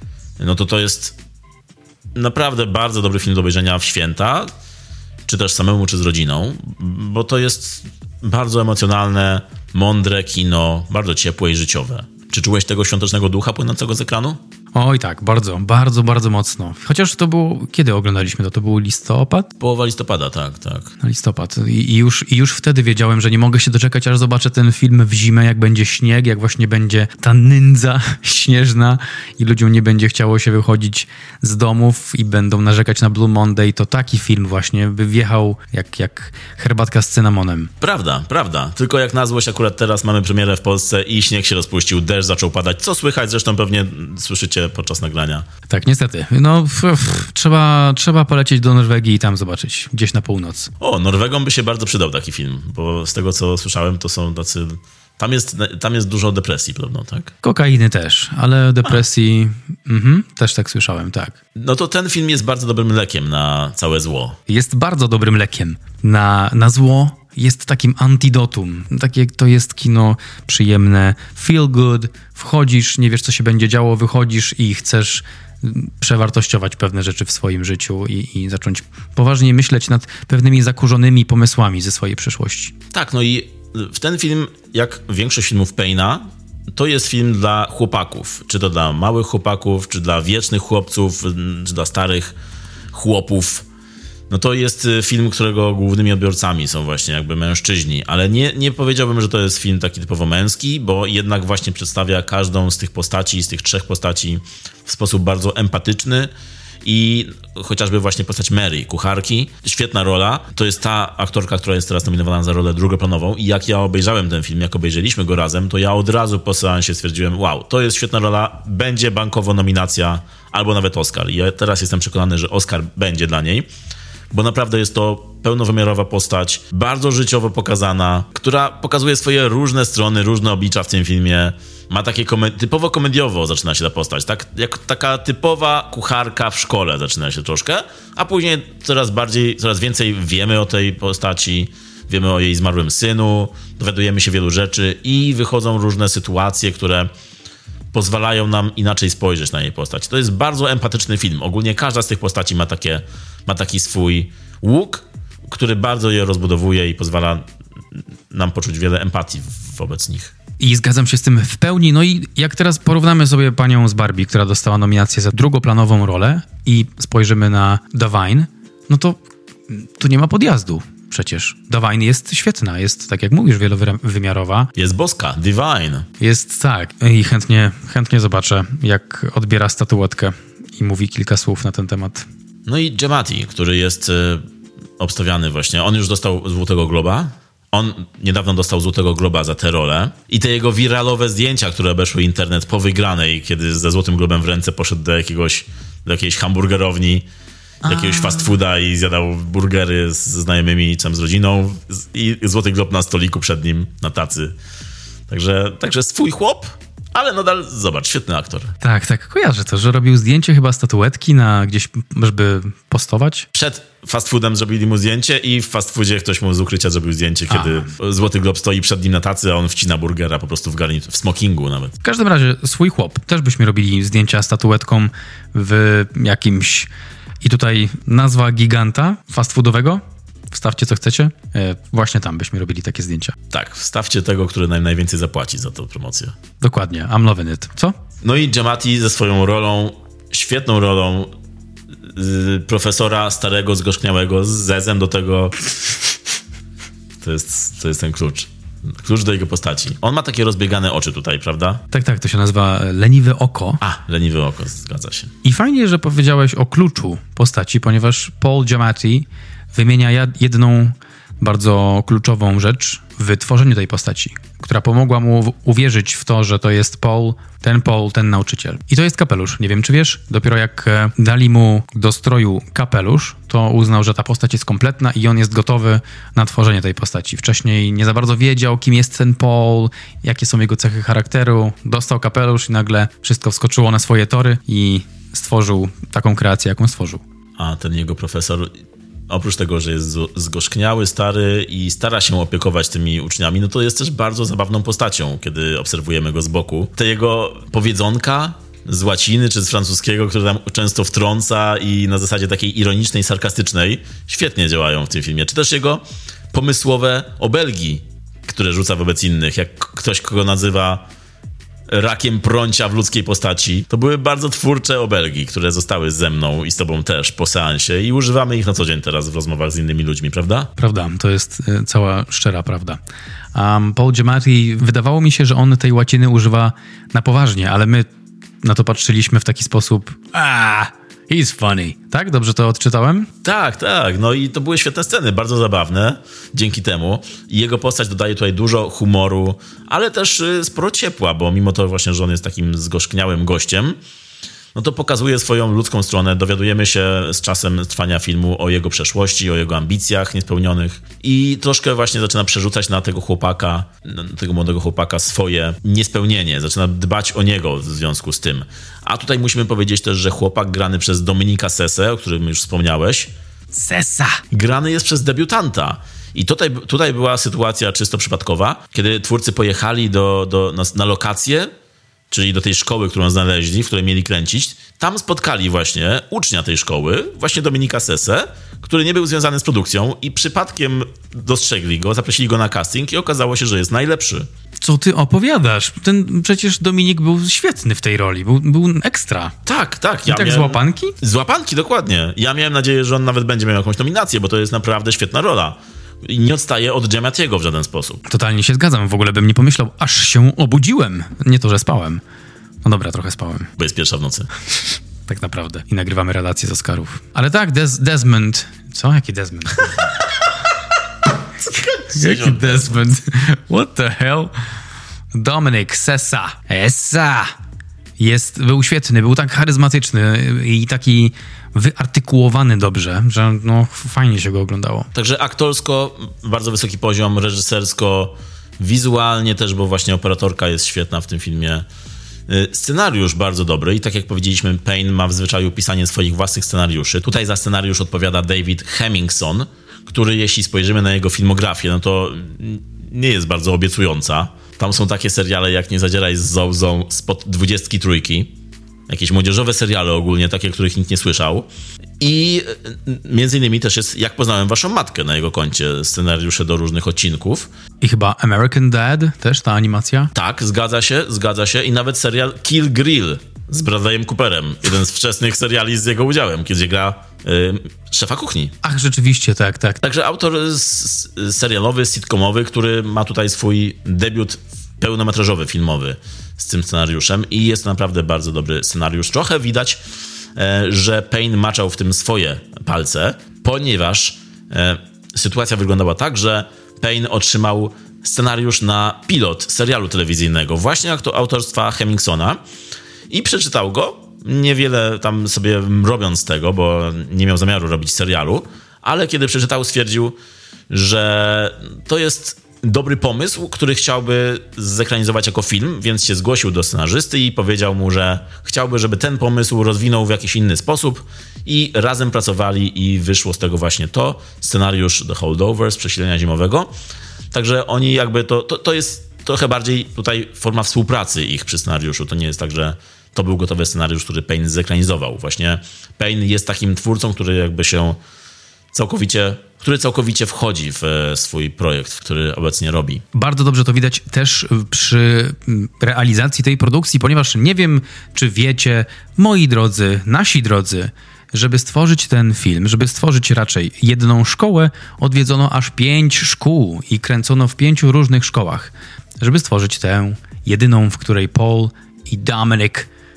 no to to jest naprawdę bardzo dobry film do obejrzenia w święta, czy też samemu, czy z rodziną, bo to jest bardzo emocjonalne, mądre kino, bardzo ciepłe i życiowe. Czy czułeś tego świątecznego ducha płynącego z ekranu? Oj tak, bardzo, bardzo, bardzo mocno. Chociaż to było, kiedy oglądaliśmy to? To był listopad? Połowa listopada, tak, tak. Listopad. I, i, już, I już wtedy wiedziałem, że nie mogę się doczekać, aż zobaczę ten film w zimę, jak będzie śnieg, jak właśnie będzie ta nędza śnieżna i ludziom nie będzie chciało się wychodzić z domów i będą narzekać na Blue Monday. To taki film właśnie by wjechał jak, jak herbatka z cynamonem. Prawda, prawda. Tylko jak na złość akurat teraz mamy premierę w Polsce i śnieg się rozpuścił, deszcz zaczął padać. Co słychać? Zresztą pewnie słyszycie podczas nagrania. Tak, niestety. No, f, f, trzeba, trzeba polecieć do Norwegii i tam zobaczyć, gdzieś na północ. O, Norwegom by się bardzo przydał taki film, bo z tego, co słyszałem, to są tacy... Tam jest, tam jest dużo depresji podobno, tak? Kokainy też, ale depresji mhm, też tak słyszałem, tak. No to ten film jest bardzo dobrym lekiem na całe zło. Jest bardzo dobrym lekiem na, na zło. Jest takim antidotum. Takie to jest kino przyjemne, feel good, wchodzisz, nie wiesz co się będzie działo, wychodzisz i chcesz przewartościować pewne rzeczy w swoim życiu i, i zacząć poważnie myśleć nad pewnymi zakurzonymi pomysłami ze swojej przeszłości. Tak, no i w ten film, jak większość filmów Payna, to jest film dla chłopaków. Czy to dla małych chłopaków, czy dla wiecznych chłopców, czy dla starych chłopów. no to jest film, którego głównymi odbiorcami są właśnie jakby mężczyźni, ale nie, nie powiedziałbym, że to jest film taki typowo męski, bo jednak właśnie przedstawia każdą z tych postaci, z tych trzech postaci w sposób bardzo empatyczny i chociażby właśnie postać Mary, kucharki, świetna rola. To jest ta aktorka, która jest teraz nominowana za rolę drugoplanową i jak ja obejrzałem ten film, jak obejrzeliśmy go razem, to ja od razu po seansie stwierdziłem, wow, to jest świetna rola, będzie bankowo nominacja albo nawet Oscar. I ja teraz jestem przekonany, że Oscar będzie dla niej, bo naprawdę jest to pełnowymiarowa postać, bardzo życiowo pokazana, która pokazuje swoje różne strony, różne oblicza w tym filmie. Ma takie komedi- typowo komediowo zaczyna się ta postać, tak jak taka typowa kucharka w szkole zaczyna się troszkę, a później coraz bardziej, coraz więcej wiemy o tej postaci, wiemy o jej zmarłym synu, dowiadujemy się wielu rzeczy i wychodzą różne sytuacje, które pozwalają nam inaczej spojrzeć na jej postać. To jest bardzo empatyczny film. Ogólnie każda z tych postaci ma, takie, ma taki swój łuk, który bardzo je rozbudowuje i pozwala nam poczuć wiele empatii wobec nich. I zgadzam się z tym w pełni. No i jak teraz porównamy sobie panią z Barbie, która dostała nominację za drugoplanową rolę i spojrzymy na Da'Vine, no to tu nie ma podjazdu. Przecież Da'Vine jest świetna, jest, tak jak mówisz, wielowymiarowa. Jest boska, divine. Jest tak. I chętnie, chętnie zobaczę, jak odbiera statuetkę i mówi kilka słów na ten temat. No i Giamatti, który jest y, obstawiany właśnie. On już dostał Złotego Globa. On niedawno dostał Złotego Globa za tę rolę. I te jego wiralowe zdjęcia, które obeszły internet po wygranej, kiedy ze Złotym Globem w ręce poszedł do jakiegoś, do jakiejś hamburgerowni, jakiegoś fast fooda i zjadał burgery z znajomymi, czym z rodziną i Złoty Glob na stoliku przed nim, na tacy. Także, także swój chłop, ale nadal, zobacz, świetny aktor. Tak, tak, kojarzę to, że robił zdjęcie chyba statuetki na gdzieś, żeby postować. Przed fast foodem zrobili mu zdjęcie i w fast foodzie ktoś mu z ukrycia zrobił zdjęcie, kiedy a. Złoty Glob stoi przed nim na tacy, a on wcina burgera po prostu w garnitur, w smokingu nawet. W każdym razie swój chłop. Też byśmy robili zdjęcia statuetką w jakimś... I tutaj nazwa giganta fast foodowego. Wstawcie co chcecie. E, właśnie tam byśmy robili takie zdjęcia. Tak, wstawcie tego, który nam najwięcej zapłaci za tę promocję. Dokładnie, I'm loving it. Co? No i Giamatti ze swoją rolą, świetną rolą y, profesora starego, zgorzkniałego, z zezem do tego. To jest, to jest ten klucz. Klucz do jego postaci. On ma takie rozbiegane oczy tutaj, prawda? Tak, tak, to się nazywa leniwe oko. A, leniwe oko, zgadza się. I fajnie, że powiedziałeś o kluczu postaci, ponieważ Paul Giamatti wymienia jedną bardzo kluczową rzecz w tworzeniu tej postaci, która pomogła mu uwierzyć w to, że to jest Paul, ten Paul, ten nauczyciel. I to jest kapelusz. Nie wiem, czy wiesz, dopiero jak dali mu do stroju kapelusz, to uznał, że ta postać jest kompletna i on jest gotowy na tworzenie tej postaci. Wcześniej nie za bardzo wiedział, kim jest ten Paul, jakie są jego cechy charakteru. Dostał kapelusz i nagle wszystko wskoczyło na swoje tory i stworzył taką kreację, jaką stworzył. A ten jego profesor... Oprócz tego, że jest zgorzkniały, stary i stara się opiekować tymi uczniami, no to jest też bardzo zabawną postacią, kiedy obserwujemy go z boku. Te jego powiedzonka z łaciny czy z francuskiego, które tam często wtrąca i na zasadzie takiej ironicznej, sarkastycznej, świetnie działają w tym filmie. Czy też jego pomysłowe obelgi, które rzuca wobec innych, jak ktoś, kogo nazywa rakiem prącia w ludzkiej postaci. To były bardzo twórcze obelgi, które zostały ze mną i z tobą też po seansie i używamy ich na co dzień teraz w rozmowach z innymi ludźmi, prawda? Prawda, to jest cała szczera prawda. Um, Paul Giamatti, wydawało mi się, że on tej łaciny używa na poważnie, ale my na to patrzyliśmy w taki sposób ah, he's funny. Tak? Dobrze to odczytałem? Tak, tak. No i to były świetne sceny, bardzo zabawne dzięki temu. I jego postać dodaje tutaj dużo humoru, ale też sporo ciepła, bo mimo to właśnie, że on jest takim zgorzkniałym gościem, no to pokazuje swoją ludzką stronę. Dowiadujemy się z czasem trwania filmu o jego przeszłości, o jego ambicjach niespełnionych i troszkę właśnie zaczyna przerzucać na tego chłopaka, na tego młodego chłopaka swoje niespełnienie. Zaczyna dbać o niego w związku z tym. A tutaj musimy powiedzieć też, że chłopak grany przez Dominika Sessę, o którym już wspomniałeś, Sessa! grany jest przez debiutanta. I tutaj, tutaj była sytuacja czysto przypadkowa, kiedy twórcy pojechali do, do, na, na lokację, czyli do tej szkoły, którą znaleźli, w której mieli kręcić, tam spotkali właśnie ucznia tej szkoły, właśnie Dominika Sessę, który nie był związany z produkcją i przypadkiem dostrzegli go, zaprosili go na casting i okazało się, że jest najlepszy. Co ty opowiadasz? Ten przecież Dominik był świetny w tej roli, był, był ekstra. Tak, tak. I ja tak miałem... z łapanki? Z łapanki, dokładnie. Ja miałem nadzieję, że on nawet będzie miał jakąś nominację, bo to jest naprawdę świetna rola. I nie odstaje od Giamattiego w żaden sposób. Totalnie się zgadzam. W ogóle bym nie pomyślał, aż się obudziłem. Nie to, że spałem. No dobra, trochę spałem. Bo jest pierwsza w nocy. Tak naprawdę. I nagrywamy relacje z Oscarów. Ale tak, Des- Desmond... Co? Jaki Desmond? Jaki Desmond? What the hell? Dominic Sessa. Essa! Jest, był świetny, był tak charyzmatyczny i taki wyartykułowany dobrze, że no fajnie się go oglądało. Także aktorsko bardzo wysoki poziom, reżysersko, wizualnie też, bo właśnie operatorka jest świetna w tym filmie. Scenariusz bardzo dobry i tak jak powiedzieliśmy, Payne ma w zwyczaju pisanie swoich własnych scenariuszy. Tutaj za scenariusz odpowiada David Hemmingson, który jeśli spojrzymy na jego filmografię, no to nie jest bardzo obiecująca. Tam są takie seriale jak Nie zadzieraj z Zołzą spod dwudziestki trójki. Jakieś młodzieżowe seriale ogólnie, takie, których nikt nie słyszał. I między innymi też jest Jak poznałem waszą matkę na jego koncie, scenariusze do różnych odcinków. I chyba American Dad też, ta animacja? Tak, zgadza się, zgadza się. I nawet serial Kill Grill z Bradleyem Cooperem. Jeden z wczesnych seriali z jego udziałem, kiedy gra y, szefa kuchni. Ach, rzeczywiście, tak, tak. Także autor s- serialowy, sitcomowy, który ma tutaj swój debiut pełnometrażowy, filmowy z tym scenariuszem i jest to naprawdę bardzo dobry scenariusz. Trochę widać, e, że Payne maczał w tym swoje palce, ponieważ e, sytuacja wyglądała tak, że Payne otrzymał scenariusz na pilot serialu telewizyjnego, właśnie autorstwa Hemmingsona i przeczytał go, niewiele tam sobie robiąc z tego, bo nie miał zamiaru robić serialu, ale kiedy przeczytał, stwierdził, że to jest dobry pomysł, który chciałby zekranizować jako film, więc się zgłosił do scenarzysty i powiedział mu, że chciałby, żeby ten pomysł rozwinął w jakiś inny sposób i razem pracowali i wyszło z tego właśnie to, scenariusz The Holdovers, Przesilenia zimowego. Także oni jakby, to, to, to jest trochę bardziej tutaj forma współpracy ich przy scenariuszu. To nie jest tak, że to był gotowy scenariusz, który Payne zekranizował. Właśnie Payne jest takim twórcą, który jakby się całkowicie, który całkowicie wchodzi w swój projekt, który obecnie robi. Bardzo dobrze to widać też przy realizacji tej produkcji, ponieważ nie wiem, czy wiecie, moi drodzy, nasi drodzy, żeby stworzyć ten film, żeby stworzyć raczej jedną szkołę, odwiedzono aż pięć szkół i kręcono w pięciu różnych szkołach, żeby stworzyć tę jedyną, w której Paul i Dominic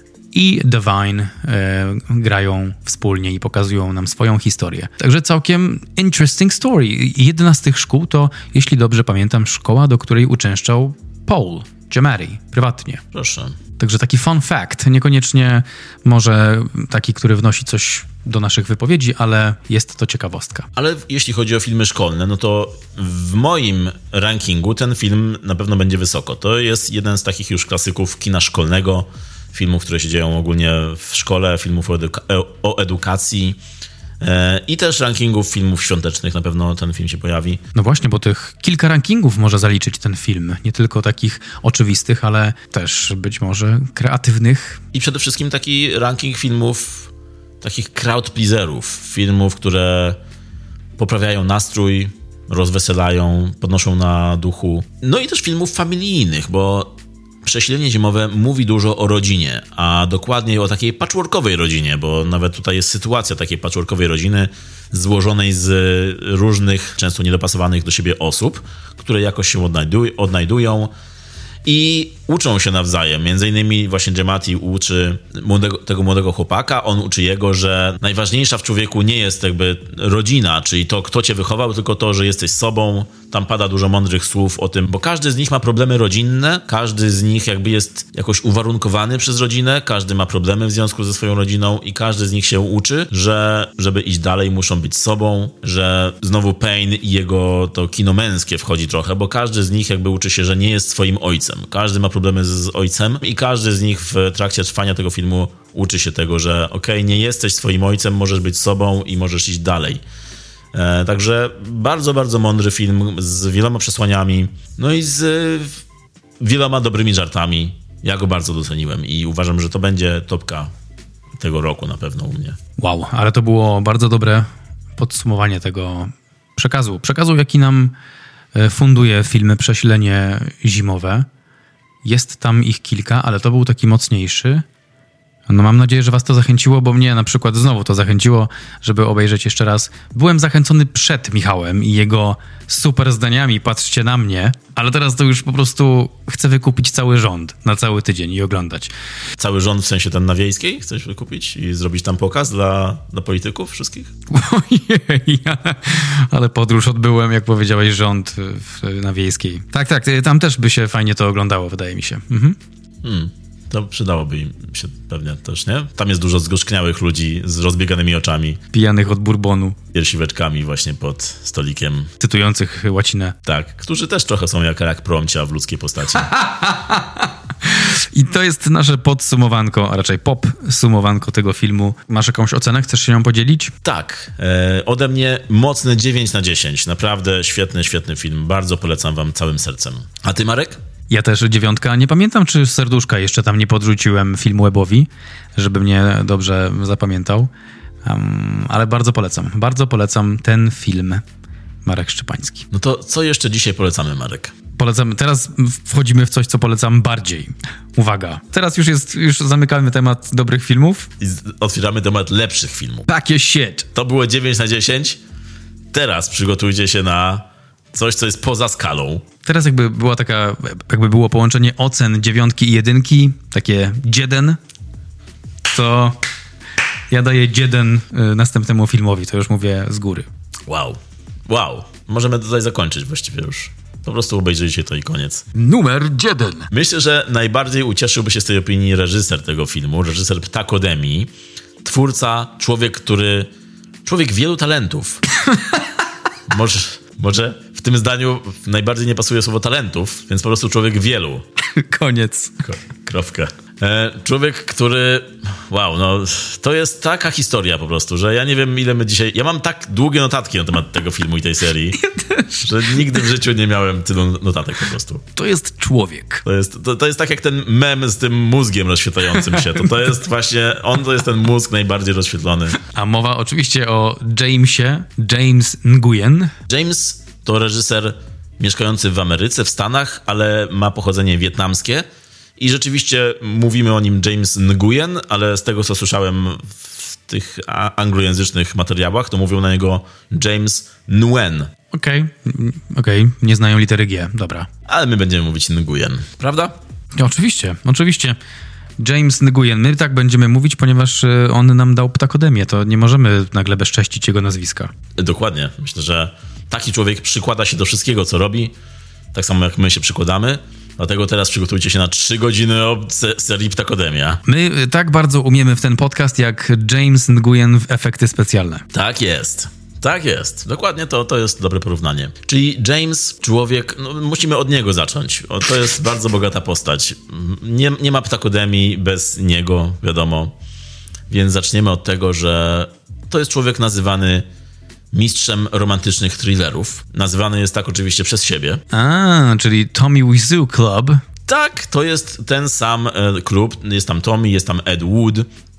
i Divine e, grają wspólnie i pokazują nam swoją historię. Także całkiem interesting story. Jedna z tych szkół to, jeśli dobrze pamiętam, szkoła, do której uczęszczał Paul Giamatti prywatnie. Proszę. Także taki fun fact, niekoniecznie może taki, który wnosi coś do naszych wypowiedzi, ale jest to ciekawostka. Ale jeśli chodzi o filmy szkolne, no to w moim rankingu ten film na pewno będzie wysoko. To jest jeden z takich już klasyków kina szkolnego, filmów, które się dzieją ogólnie w szkole, filmów o, eduka- o edukacji e, i też rankingów filmów świątecznych. Na pewno ten film się pojawi. No właśnie, bo tych kilka rankingów może zaliczyć ten film. Nie tylko takich oczywistych, ale też być może kreatywnych. I przede wszystkim taki ranking filmów, takich crowd pleaserów. Filmów, które poprawiają nastrój, rozweselają, podnoszą na duchu. No i też filmów familijnych, bo Przesilenie zimowe mówi dużo o rodzinie, a dokładniej o takiej patchworkowej rodzinie, bo nawet tutaj jest sytuacja takiej patchworkowej rodziny złożonej z różnych, często niedopasowanych do siebie osób, które jakoś się odnajduj- odnajdują i uczą się nawzajem. Między innymi właśnie Giamatti uczy młodego, tego młodego chłopaka, on uczy jego, że najważniejsza w człowieku nie jest jakby rodzina, czyli to, kto cię wychował, tylko to, że jesteś sobą. Tam pada dużo mądrych słów o tym, bo każdy z nich ma problemy rodzinne, każdy z nich jakby jest jakoś uwarunkowany przez rodzinę, każdy ma problemy w związku ze swoją rodziną i każdy z nich się uczy, że żeby iść dalej muszą być sobą, że znowu Payne i jego to kino męskie wchodzi trochę, bo każdy z nich jakby uczy się, że nie jest swoim ojcem. Każdy ma problemy z ojcem i każdy z nich w trakcie trwania tego filmu uczy się tego, że okej, okay, nie jesteś swoim ojcem, możesz być sobą i możesz iść dalej. E, także bardzo, bardzo mądry film z wieloma przesłaniami, no i z e, wieloma dobrymi żartami. Ja go bardzo doceniłem i uważam, że to będzie topka tego roku na pewno u mnie. Wow, ale to było bardzo dobre podsumowanie tego przekazu. Przekazu, jaki nam funduje filmy Przesilenie zimowe. Jest tam ich kilka, ale to był taki mocniejszy. No mam nadzieję, że was to zachęciło, bo mnie na przykład znowu to zachęciło, żeby obejrzeć jeszcze raz. Byłem zachęcony przed Michałem i jego super zdaniami, patrzcie na mnie, ale teraz to już po prostu chcę wykupić cały rząd na cały tydzień i oglądać. Cały rząd w sensie ten na Wiejskiej chcesz wykupić i zrobić tam pokaz dla, dla polityków wszystkich? Ojej, ale, ale podróż odbyłem, jak powiedziałeś, rząd w, na Wiejskiej. Tak, tak, tam też by się fajnie to oglądało, wydaje mi się. Mhm. Hmm. To przydałoby im się pewnie też, nie? Tam jest dużo zgorzkniałych ludzi z rozbieganymi oczami. Pijanych od bourbonu. Piersiweczkami właśnie pod stolikiem. Cytujących łacinę. Tak, którzy też trochę są jak rak promcia w ludzkiej postaci. I to jest nasze podsumowanko, a raczej pop-sumowanko tego filmu. Masz jakąś ocenę? Chcesz się nią podzielić? Tak. E, ode mnie mocny dziewięć na dziesięć. Naprawdę świetny, świetny film. Bardzo polecam wam całym sercem. A ty, Marek? Ja też dziewiątka. Nie pamiętam, czy serduszka jeszcze tam nie podrzuciłem Filmwebowi, żeby mnie dobrze zapamiętał. Um, ale bardzo polecam. Bardzo polecam ten film. Marek Szczepański. No to co jeszcze dzisiaj polecamy, Marek? Polecam. Teraz wchodzimy w coś, co polecam bardziej. Uwaga. Teraz już jest, już zamykamy temat dobrych filmów. I otwieramy temat lepszych filmów. Takie shit. To było dziewięć na dziesięć. Teraz przygotujcie się na coś, co jest poza skalą. Teraz jakby była taka, jakby było połączenie ocen dziewiątki i jedynki, takie dzieden, to ja daję dzieden następnemu filmowi, to już mówię z góry. Wow. Wow. Możemy tutaj zakończyć właściwie już. Po prostu obejrzyjcie to i koniec. Numer jeden. Myślę, że najbardziej ucieszyłby się z tej opinii reżyser tego filmu, reżyser Ptakodemii, twórca, człowiek, który... Człowiek wielu talentów. Może... Może w tym zdaniu najbardziej nie pasuje słowo talentów, więc po prostu człowiek wielu. Koniec. Kropka. E, człowiek, który... Wow, no to jest taka historia po prostu, że ja nie wiem, ile my dzisiaj... Ja mam tak długie notatki na temat tego filmu i tej serii, ja też. Że nigdy w życiu nie miałem tylu notatek po prostu. To jest człowiek. To jest, to, to jest tak jak ten mem z tym mózgiem rozświetlającym się. To, to jest właśnie... On to jest ten mózg najbardziej rozświetlony. A mowa oczywiście o Jamesie, James Nguyen. James to reżyser mieszkający w Ameryce, w Stanach, ale ma pochodzenie wietnamskie. I rzeczywiście mówimy o nim James Nguyen, ale z tego, co słyszałem w tych anglojęzycznych materiałach, to mówią na niego James Nguyen. Okej, okay. okej, okay. Nie znają litery G, dobra. Ale my będziemy mówić Nguyen, prawda? Ja, oczywiście, oczywiście. James Nguyen. My tak będziemy mówić, ponieważ on nam dał Ptakodemię. To nie możemy nagle bezcześcić jego nazwiska. Dokładnie. Myślę, że taki człowiek przykłada się do wszystkiego, co robi. Tak samo jak my się przykładamy. Dlatego teraz przygotujcie się na trzy godziny o se- serii Ptakodemia. My tak bardzo umiemy w ten podcast, jak James Nguyen w efekty specjalne. Tak jest. Tak jest. Dokładnie to, to jest dobre porównanie. Czyli James, człowiek, no, musimy od niego zacząć. O, to jest bardzo bogata postać. Nie, nie ma Ptakodemii bez niego, wiadomo. Więc zaczniemy od tego, że to jest człowiek nazywany mistrzem romantycznych thrillerów. Nazywany jest tak oczywiście przez siebie. A, czyli Tommy Wiseau Club. Tak, to jest ten sam e, klub. Jest tam Tommy, jest tam Ed Wood.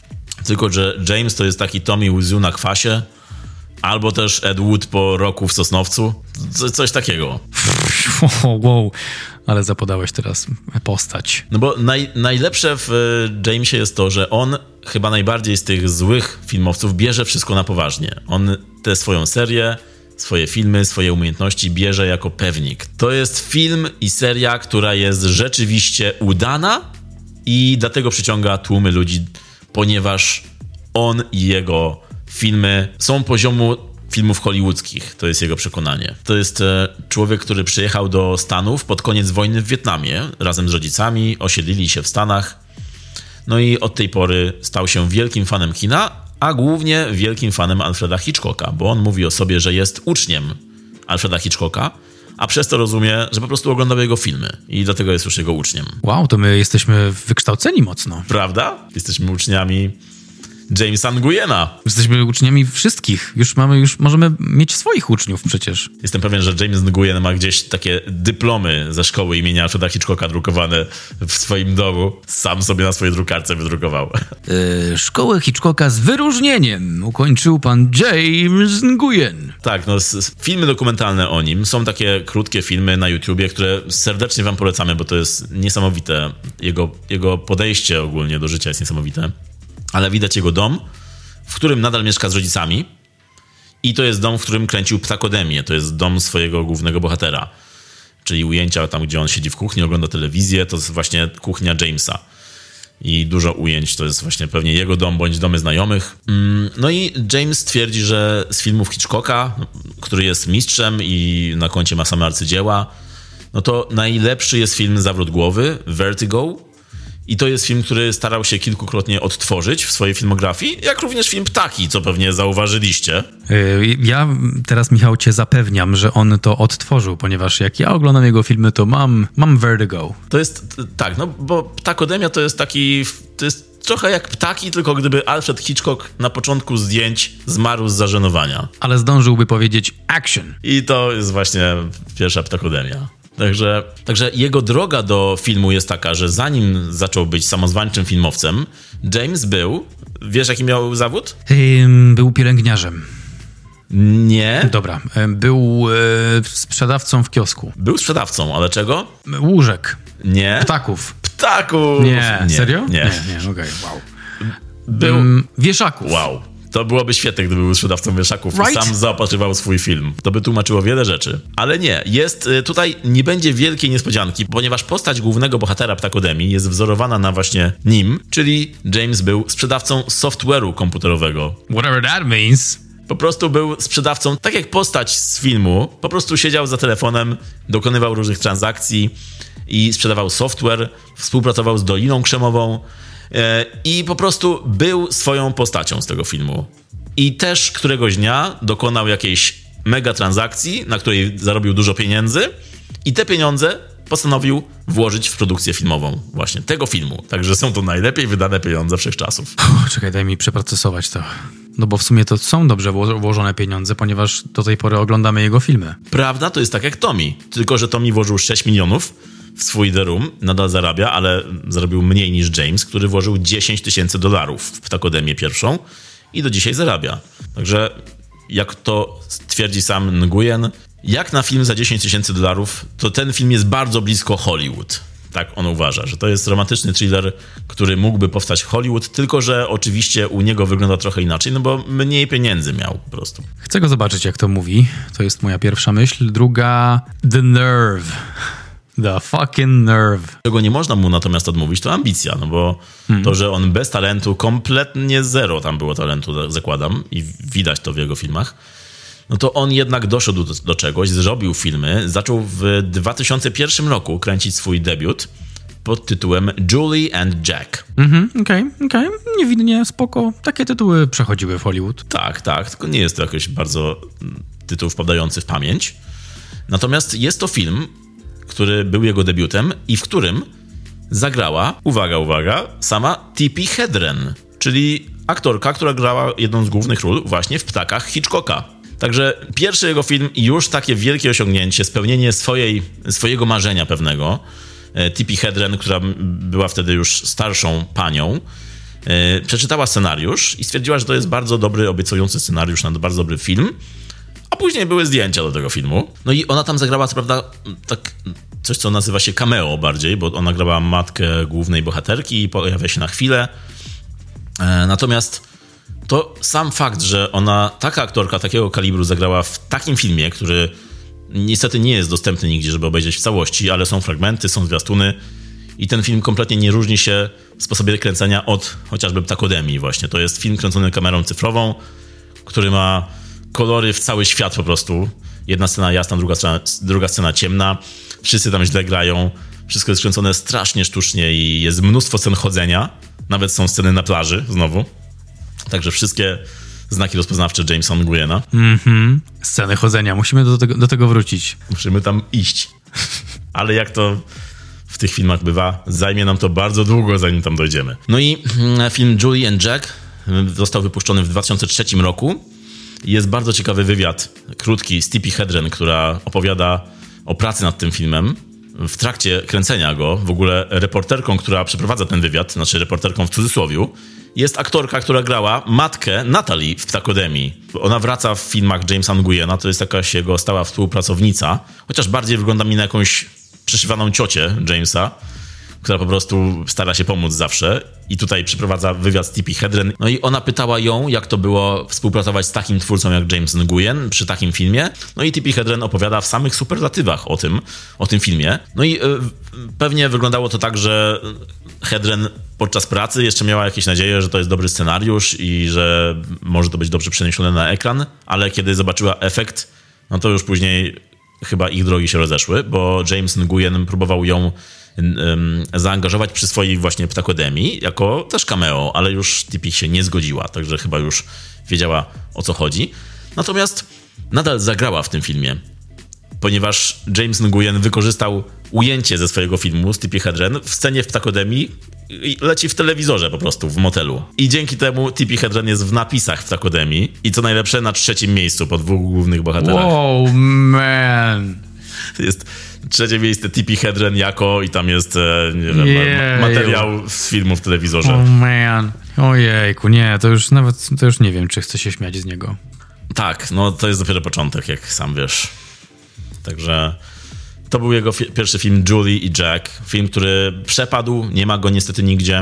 Tylko że James to jest taki Tommy Wiseau na kwasie. Albo też Ed Wood po roku w Sosnowcu. Co, coś takiego. Wow, wow, ale zapodałeś teraz postać. No bo naj, najlepsze w Jamesie jest to, że on chyba najbardziej z tych złych filmowców bierze wszystko na poważnie. On tę swoją serię, swoje filmy, swoje umiejętności bierze jako pewnik. To jest film i seria, która jest rzeczywiście udana i dlatego przyciąga tłumy ludzi, ponieważ on i jego filmy są poziomu filmów hollywoodzkich, to jest jego przekonanie. To jest e, człowiek, który przyjechał do Stanów pod koniec wojny w Wietnamie, razem z rodzicami, osiedlili się w Stanach. No i od tej pory stał się wielkim fanem kina, a głównie wielkim fanem Alfreda Hitchcocka, bo on mówi o sobie, że jest uczniem Alfreda Hitchcocka, a przez to rozumie, że po prostu oglądał jego filmy i dlatego jest już jego uczniem. Wow, to my jesteśmy wykształceni mocno. Prawda? Jesteśmy uczniami Jamesa Nguyena. Jesteśmy uczniami wszystkich. Już mamy, już możemy mieć swoich uczniów przecież. Jestem pewien, że James Nguyen ma gdzieś takie dyplomy ze szkoły imienia Alfreda Hitchcocka drukowane w swoim domu. Sam sobie na swojej drukarce wydrukował. Yy, szkołę Hitchcocka z wyróżnieniem ukończył pan James Nguyen. Tak, no filmy dokumentalne o nim. Są takie krótkie filmy na YouTubie, które serdecznie wam polecamy, bo to jest niesamowite. Jego, jego podejście ogólnie do życia jest niesamowite. Ale widać jego dom, w którym nadal mieszka z rodzicami i to jest dom, w którym kręcił Ptakodemię. To jest dom swojego głównego bohatera. Czyli ujęcia tam, gdzie on siedzi w kuchni, ogląda telewizję, to jest właśnie kuchnia Jamesa. I dużo ujęć to jest właśnie pewnie jego dom bądź domy znajomych. No i James twierdzi, że z filmów Hitchcocka, który jest mistrzem i na koncie ma same arcydzieła, no to najlepszy jest film Zawrót głowy, Vertigo. I to jest film, który starał się kilkukrotnie odtworzyć w swojej filmografii, jak również film Ptaki, co pewnie zauważyliście. Yy, ja teraz, Michał, cię zapewniam, że on to odtworzył, ponieważ jak ja oglądam jego filmy, to mam, mam Vertigo. To jest, tak, no bo Ptakodemia to jest taki, to jest trochę jak Ptaki, tylko gdyby Alfred Hitchcock na początku zdjęć zmarł z zażenowania. Ale zdążyłby powiedzieć action. I to jest właśnie pierwsza Ptakodemia. Także, także jego droga do filmu jest taka, że zanim zaczął być samozwańczym filmowcem, James był... Wiesz, jaki miał zawód? Yy, był pielęgniarzem. Nie. Dobra. Był yy, sprzedawcą w kiosku. Był sprzedawcą, ale czego? Łóżek. Nie. Ptaków. Ptaków! Nie. nie. Serio? Nie. Nie, nie. Okej, okay. Wow. Był... Mm, wieszaków. Wow. To byłoby świetne, gdyby był sprzedawcą wieszaków right? i sam zaopatrywał swój film. To by tłumaczyło wiele rzeczy. Ale nie, jest tutaj nie będzie wielkiej niespodzianki, ponieważ postać głównego bohatera Ptakodemii jest wzorowana na właśnie nim, czyli James był sprzedawcą software'u komputerowego. Whatever that means. Po prostu był sprzedawcą, tak jak postać z filmu, po prostu siedział za telefonem, dokonywał różnych transakcji i sprzedawał software, współpracował z Doliną Krzemową, i po prostu był swoją postacią z tego filmu. I też któregoś dnia dokonał jakiejś mega transakcji, na której zarobił dużo pieniędzy i te pieniądze postanowił włożyć w produkcję filmową właśnie tego filmu. Także są to najlepiej wydane pieniądze wszechczasów. Uff, czekaj, daj mi przeprocesować to. No bo w sumie to są dobrze włożone pieniądze, ponieważ do tej pory oglądamy jego filmy. Prawda? To jest tak jak Tommy. Tylko że Tommy włożył sześć milionów w swój The Room, nadal zarabia, ale zarobił mniej niż James, który włożył dziesięć tysięcy dolarów w Ptakodemię pierwszą i do dzisiaj zarabia. Także jak to twierdzi sam Nguyen, jak na film za dziesięć tysięcy dolarów, to ten film jest bardzo blisko Hollywood. Tak on uważa, że to jest romantyczny thriller, który mógłby powstać w Hollywood, tylko że oczywiście u niego wygląda trochę inaczej, no bo mniej pieniędzy miał po prostu. Chcę go zobaczyć, jak to mówi. To jest moja pierwsza myśl. Druga, The Nerve. The fucking nerve. Czego nie można mu natomiast odmówić, to ambicja, no bo hmm. to, że on bez talentu, kompletnie zero tam było talentu, zakładam, i widać to w jego filmach, no to on jednak doszedł do, do czegoś, zrobił filmy, zaczął w dwa tysiące pierwszym roku kręcić swój debiut pod tytułem Julie and Jack. Mhm, okej, okay, okej, okay. Niewinnie, spoko. Takie tytuły przechodziły w Hollywood. Tak, tak, tylko nie jest to jakiś bardzo tytuł wpadający w pamięć. Natomiast jest to film, który był jego debiutem i w którym zagrała, uwaga, uwaga, sama Tippi Hedren, czyli aktorka, która grała jedną z głównych ról właśnie w Ptakach Hitchcocka. Także pierwszy jego film i już takie wielkie osiągnięcie, spełnienie swojej, swojego marzenia pewnego. Tippi Hedren, która była wtedy już starszą panią, przeczytała scenariusz i stwierdziła, że to jest bardzo dobry, obiecujący scenariusz na bardzo dobry film. A później były zdjęcia do tego filmu. No i ona tam zagrała, co prawda, tak coś, co nazywa się cameo bardziej, bo ona grała matkę głównej bohaterki i pojawia się na chwilę. E, natomiast to sam fakt, że ona, taka aktorka takiego kalibru zagrała w takim filmie, który niestety nie jest dostępny nigdzie, żeby obejrzeć w całości, ale są fragmenty, są zwiastuny i ten film kompletnie nie różni się w sposobie kręcenia od chociażby Ptakodemii właśnie. To jest film kręcony kamerą cyfrową, który ma kolory w cały świat po prostu. Jedna scena jasna, druga scena, druga scena ciemna. Wszyscy tam źle grają. Wszystko jest kręcone strasznie sztucznie i jest mnóstwo scen chodzenia. Nawet są sceny na plaży znowu. Także wszystkie znaki rozpoznawcze Jamesa Nguyena. Mhm. Sceny chodzenia. Musimy do tego, do tego wrócić. Musimy tam iść. Ale jak to w tych filmach bywa, zajmie nam to bardzo długo, zanim tam dojdziemy. No i film Julie and Jack został wypuszczony w dwa tysiące trzecim roku. Jest bardzo ciekawy wywiad, krótki, z Tippi Hedren, która opowiada o pracy nad tym filmem. W trakcie kręcenia go, w ogóle reporterką, która przeprowadza ten wywiad, znaczy reporterką w cudzysłowiu, jest aktorka, która grała matkę Natalie w Ptakodemii. Ona wraca w filmach Jamesa Nguyena, to jest jakaś jego stała współpracownica, chociaż bardziej wygląda mi na jakąś przyszywaną ciocię Jamesa, która po prostu stara się pomóc zawsze. I tutaj przeprowadza wywiad z Tippi Hedren. No i ona pytała ją, jak to było współpracować z takim twórcą jak James Nguyen przy takim filmie. No i Tippi Hedren opowiada w samych superlatywach o tym, o tym filmie. No i y, pewnie wyglądało to tak, że Hedren podczas pracy jeszcze miała jakieś nadzieję, że to jest dobry scenariusz i że może to być dobrze przeniesione na ekran, ale kiedy zobaczyła efekt, no to już później chyba ich drogi się rozeszły, bo James Nguyen próbował ją zaangażować przy swojej właśnie Ptakodemii jako też cameo, ale już Tippi się nie zgodziła, także chyba już wiedziała, o co chodzi. Natomiast nadal zagrała w tym filmie, ponieważ James Nguyen wykorzystał ujęcie ze swojego filmu z Tippi Hedren w scenie w Ptakodemii i leci w telewizorze po prostu w motelu. I dzięki temu Tippi Hedren jest w napisach w Ptakodemii i co najlepsze na trzecim miejscu po dwóch głównych bohaterach. Wow, man! Jest trzecie miejsce Tippi Hedren jako i tam jest e, nie wiem, yeah, materiał z filmu w telewizorze. Oh man, ojejku, nie, to już nawet, to już nie wiem, czy chcę się śmiać z niego. Tak, no to jest dopiero początek, jak sam wiesz. Także to był jego fi- pierwszy film Julie i Jack. Film, który przepadł, nie ma go niestety nigdzie,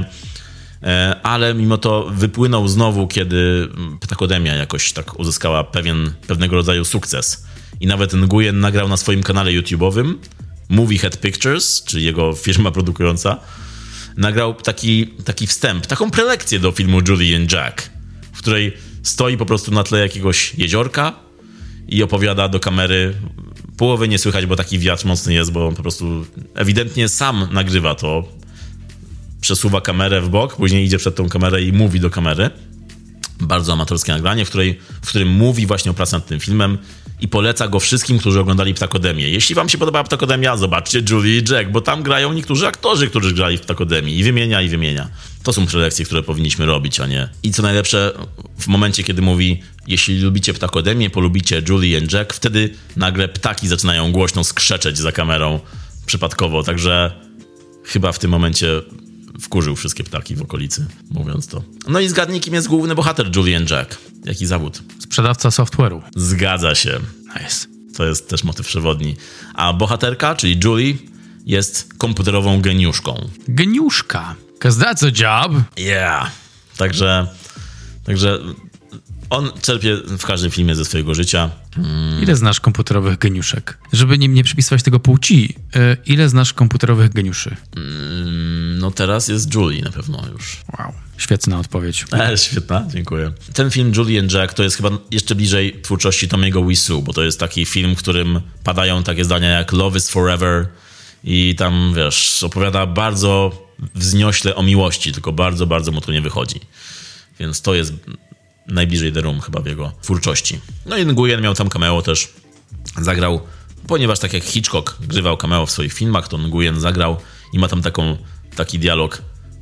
e, ale mimo to wypłynął znowu, kiedy Ptakodemia jakoś tak uzyskała pewien, pewnego rodzaju sukces. I nawet Nguyen nagrał na swoim kanale YouTube'owym Movie Head Pictures, czyli jego firma produkująca, nagrał taki, taki wstęp, taką prelekcję do filmu Julie and Jack, w której stoi po prostu na tle jakiegoś jeziorka i opowiada do kamery. Połowy nie słychać, bo taki wiatr mocny jest, bo on po prostu ewidentnie sam nagrywa to. Przesuwa kamerę w bok, później idzie przed tą kamerę i mówi do kamery. Bardzo amatorskie nagranie, w, której, w którym mówi właśnie o pracy nad tym filmem i poleca go wszystkim, którzy oglądali Ptakodemię. Jeśli wam się podobała Ptakodemia, zobaczcie Julie i Jack, bo tam grają niektórzy aktorzy, którzy grali w Ptakodemii i wymienia, i wymienia. To są prelekcje, które powinniśmy robić, a nie... I co najlepsze, w momencie, kiedy mówi, jeśli lubicie Ptakodemię, polubicie Julie and Jack, wtedy nagle ptaki zaczynają głośno skrzeczeć za kamerą przypadkowo, także chyba w tym momencie wkurzył wszystkie ptaki w okolicy, mówiąc to. No i zgadnij, kim jest główny bohater Julie and Jack. Jaki zawód? Sprzedawca software'u. Zgadza się. Nice. To jest też motyw przewodni. A bohaterka, czyli Julie, jest komputerową geniuszką. Geniuszka. 'Cause that's a job. Yeah. Także, także on czerpie w każdym filmie ze swojego życia. Hmm. Ile znasz komputerowych geniuszek? Żeby nie, nie przypisywać tego płci, yy, ile znasz komputerowych geniuszy? Mm, no teraz jest Julie na pewno już. Wow. Świetna odpowiedź. E, świetna, dziękuję. Ten film Julie and Jack to jest chyba jeszcze bliżej twórczości Tomiego Wiseau, bo to jest taki film, w którym padają takie zdania jak Love is forever i tam, wiesz, opowiada bardzo wzniośle o miłości, tylko bardzo, bardzo mu to nie wychodzi. Więc to jest najbliżej The Room chyba w jego twórczości. No i Nguyen miał tam cameo też. Zagrał, ponieważ tak jak Hitchcock grywał cameo w swoich filmach, to Nguyen zagrał i ma tam taką, taki dialog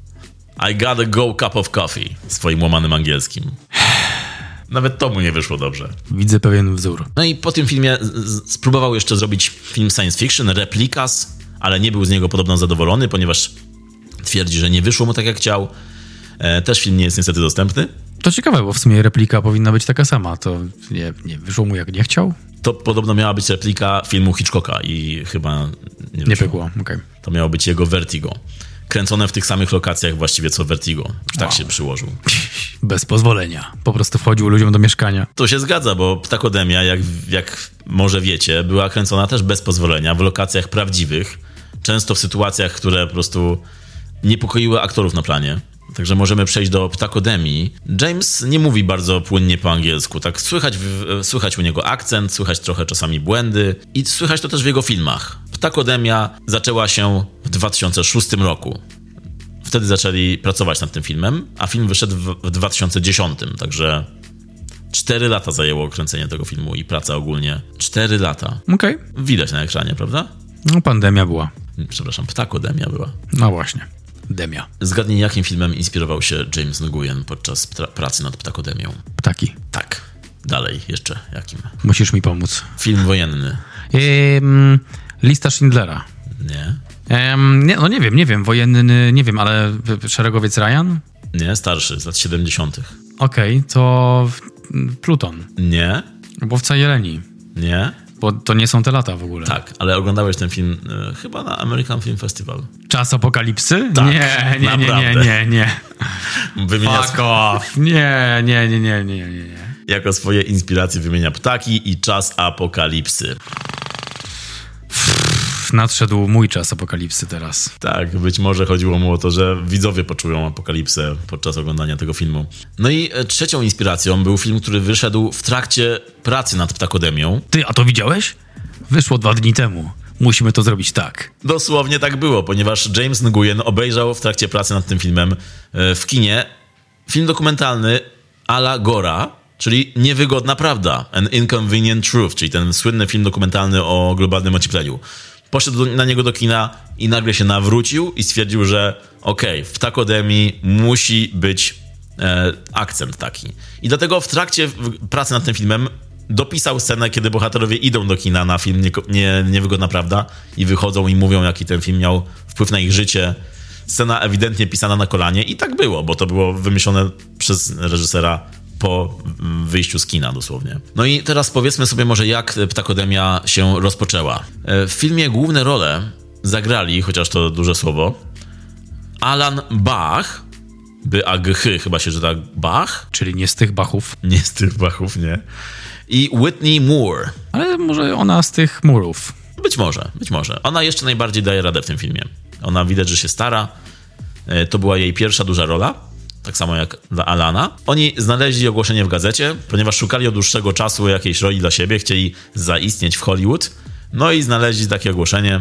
I got a go cup of coffee swoim łamanym angielskim. Nawet to mu nie wyszło dobrze. Widzę pewien wzór. No i po tym filmie z- spróbował jeszcze zrobić film science fiction, Replicas, ale nie był z niego podobno zadowolony, ponieważ twierdzi, że nie wyszło mu tak jak chciał. E, też film nie jest niestety dostępny. To ciekawe, bo w sumie replika powinna być taka sama. To nie, nie wyszło mu jak nie chciał? To podobno miała być replika filmu Hitchcocka i chyba nie, nie pykło. Okay. To miało być jego Vertigo. Kręcone w tych samych lokacjach właściwie co Vertigo. Tak wow. się przyłożył. Bez pozwolenia. Po prostu wchodził ludziom do mieszkania. To się zgadza, bo Ptakodemia, jak, jak może wiecie, była kręcona też bez pozwolenia, w lokacjach prawdziwych. Często w sytuacjach, które po prostu niepokoiły aktorów na planie. Także możemy przejść do Ptakodemii. James nie mówi bardzo płynnie po angielsku. Tak słychać, słychać u niego akcent, słychać trochę czasami błędy i słychać to też w jego filmach. Ptakodemia zaczęła się w dwa tysiące szóstym roku. Wtedy zaczęli pracować nad tym filmem, a film wyszedł w dwa tysiące dziesiątym. Także cztery lata zajęło kręcenie tego filmu i praca ogólnie. Cztery lata. Okej. Okay. Widać na ekranie, prawda? No pandemia była. Przepraszam, Ptakodemia była. No właśnie. Ptakodemia. Zgadnij, jakim filmem inspirował się James Nguyen podczas pra- pracy nad Ptakodemią? Ptaki. Tak. Dalej, jeszcze jakim? Musisz mi pomóc. Film wojenny. Ehm, lista Schindlera. Nie. Ehm, nie. No nie wiem, nie wiem. Wojenny, nie wiem, ale Szeregowiec Ryan? Nie, starszy, z lat siedemdziesiątych. Okej, okay, to Pluton. Nie. Łowca Jeleni. Nie. Bo to nie są te lata w ogóle. Tak, ale oglądałeś ten film y, chyba na American Film Festival. Czas apokalipsy? Tak, nie, nie, nie, nie, nie, nie. Wymienia Fuck off. Nie, nie, nie, nie, nie, nie, nie. Jako swoje inspiracje wymienia Ptaki i Czas apokalipsy. Nadszedł mój czas apokalipsy teraz. Tak, być może chodziło mu o to, że widzowie poczują apokalipsę podczas oglądania tego filmu. No i trzecią inspiracją był film, który wyszedł w trakcie pracy nad Ptakodemią. Ty, a to widziałeś? Wyszło dwa dni temu. Musimy to zrobić tak. Dosłownie tak było, ponieważ James Nguyen obejrzał w trakcie pracy nad tym filmem w kinie film dokumentalny a la Gora, czyli Niewygodna Prawda, An Inconvenient Truth, czyli ten słynny film dokumentalny o globalnym ociepleniu. Poszedł na niego do kina i nagle się nawrócił i stwierdził, że okej, okay, w Ptakodemii musi być e, akcent taki. I dlatego w trakcie pracy nad tym filmem dopisał scenę, kiedy bohaterowie idą do kina na film nie, nie, Niewygodna Prawda i wychodzą i mówią, jaki ten film miał wpływ na ich życie. Scena ewidentnie pisana na kolanie i tak było, bo to było wymyślone przez reżysera po wyjściu z kina dosłownie. No i teraz powiedzmy sobie może, jak Ptakodemia się rozpoczęła. W filmie główne role zagrali, chociaż to duże słowo, Alan Bach, by A G H chyba się czyta Bach. Czyli nie z tych Bachów. Nie z tych Bachów, nie. I Whitney Moore. Ale może ona z tych murów. Być może, być może. Ona jeszcze najbardziej daje radę w tym filmie. Ona widać, że się stara. To była jej pierwsza duża rola. Tak samo jak dla Alana. Oni znaleźli ogłoszenie w gazecie, ponieważ szukali od dłuższego czasu jakiejś roli dla siebie, chcieli zaistnieć w Hollywood. No i znaleźli takie ogłoszenie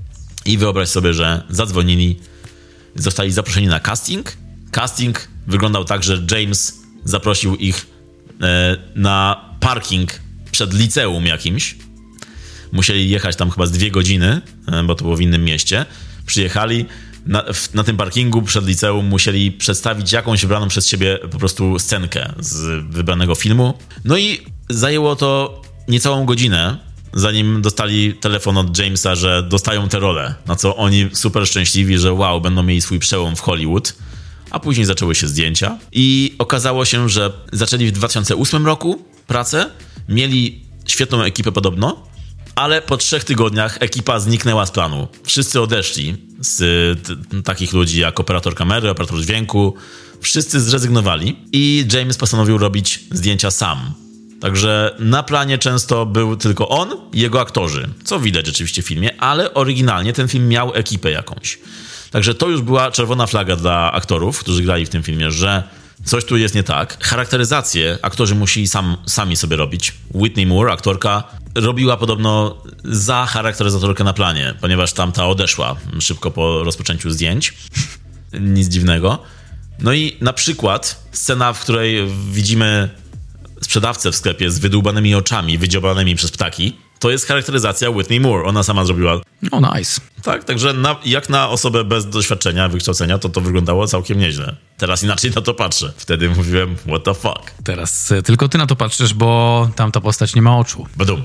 i wyobraź sobie, że zadzwonili, zostali zaproszeni na casting. Casting wyglądał tak, że James zaprosił ich e, na parking przed liceum jakimś. Musieli jechać tam chyba z dwie godziny, e, bo to było w innym mieście. Przyjechali. Na, w, na tym parkingu przed liceum musieli przedstawić jakąś wybraną przez siebie po prostu scenkę z wybranego filmu. No i zajęło to niecałą godzinę, zanim dostali telefon od Jamesa, że dostają tę rolę. Na co oni super szczęśliwi, że wow, będą mieli swój przełom w Hollywood. A później zaczęły się zdjęcia i okazało się, że zaczęli w dwa tysiące ósmym roku pracę, mieli świetną ekipę podobno, ale po trzech tygodniach ekipa zniknęła z planu. Wszyscy odeszli z t- takich ludzi jak operator kamery, operator dźwięku. Wszyscy zrezygnowali i James postanowił robić zdjęcia sam. Także na planie często był tylko on i jego aktorzy, co widać oczywiście w filmie, ale oryginalnie ten film miał ekipę jakąś. Także to już była czerwona flaga dla aktorów, którzy grali w tym filmie, że coś tu jest nie tak. Charakteryzację aktorzy musieli sam, sami sobie robić. Whitney Moore, aktorka, robiła podobno za charakteryzatorkę na planie, ponieważ tamta odeszła szybko po rozpoczęciu zdjęć. Nic dziwnego. No i na przykład scena, w której widzimy sprzedawcę w sklepie z wydłubanymi oczami, wydziobanymi przez ptaki, to jest charakteryzacja Whitney Moore. Ona sama zrobiła. O, nice. Tak, także na, jak na osobę bez doświadczenia, wykształcenia, to to wyglądało całkiem nieźle. Teraz inaczej na to patrzę. Wtedy mówiłem, what the fuck. Teraz y, tylko ty na to patrzysz, bo tamta postać nie ma oczu. Badum.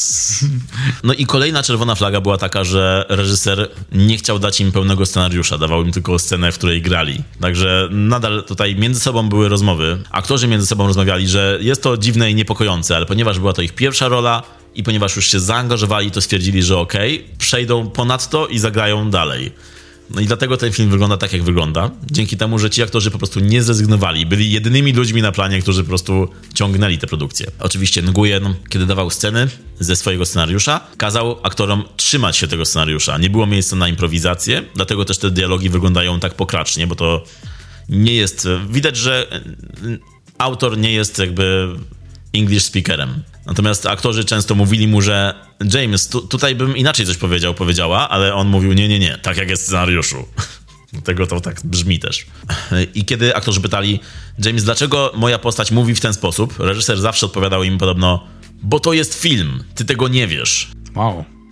No i kolejna czerwona flaga była taka, że reżyser nie chciał dać im pełnego scenariusza, dawał im tylko scenę, w której grali. Także nadal tutaj między sobą były rozmowy. Aktorzy między sobą rozmawiali, że jest to dziwne i niepokojące, ale ponieważ była to ich pierwsza rola i ponieważ już się zaangażowali, to stwierdzili, że okej, okay, przejdą ponad to i zagrają dalej. No i dlatego ten film wygląda tak, jak wygląda. Dzięki temu, że ci aktorzy po prostu nie zrezygnowali. Byli jedynymi ludźmi na planie, którzy po prostu ciągnęli tę produkcję. Oczywiście Nguyen, kiedy dawał sceny ze swojego scenariusza, kazał aktorom trzymać się tego scenariusza. Nie było miejsca na improwizację, dlatego też te dialogi wyglądają tak pokracznie, bo to nie jest... Widać, że autor nie jest jakby English speakerem. Natomiast aktorzy często mówili mu, że James, tu, tutaj bym inaczej coś powiedział, powiedziała, ale on mówił nie, nie, nie, tak jak jest w scenariuszu. Dlatego to tak brzmi też. I kiedy aktorzy pytali, James, dlaczego moja postać mówi w ten sposób? Reżyser zawsze odpowiadał im podobno, bo to jest film, ty tego nie wiesz. Wow.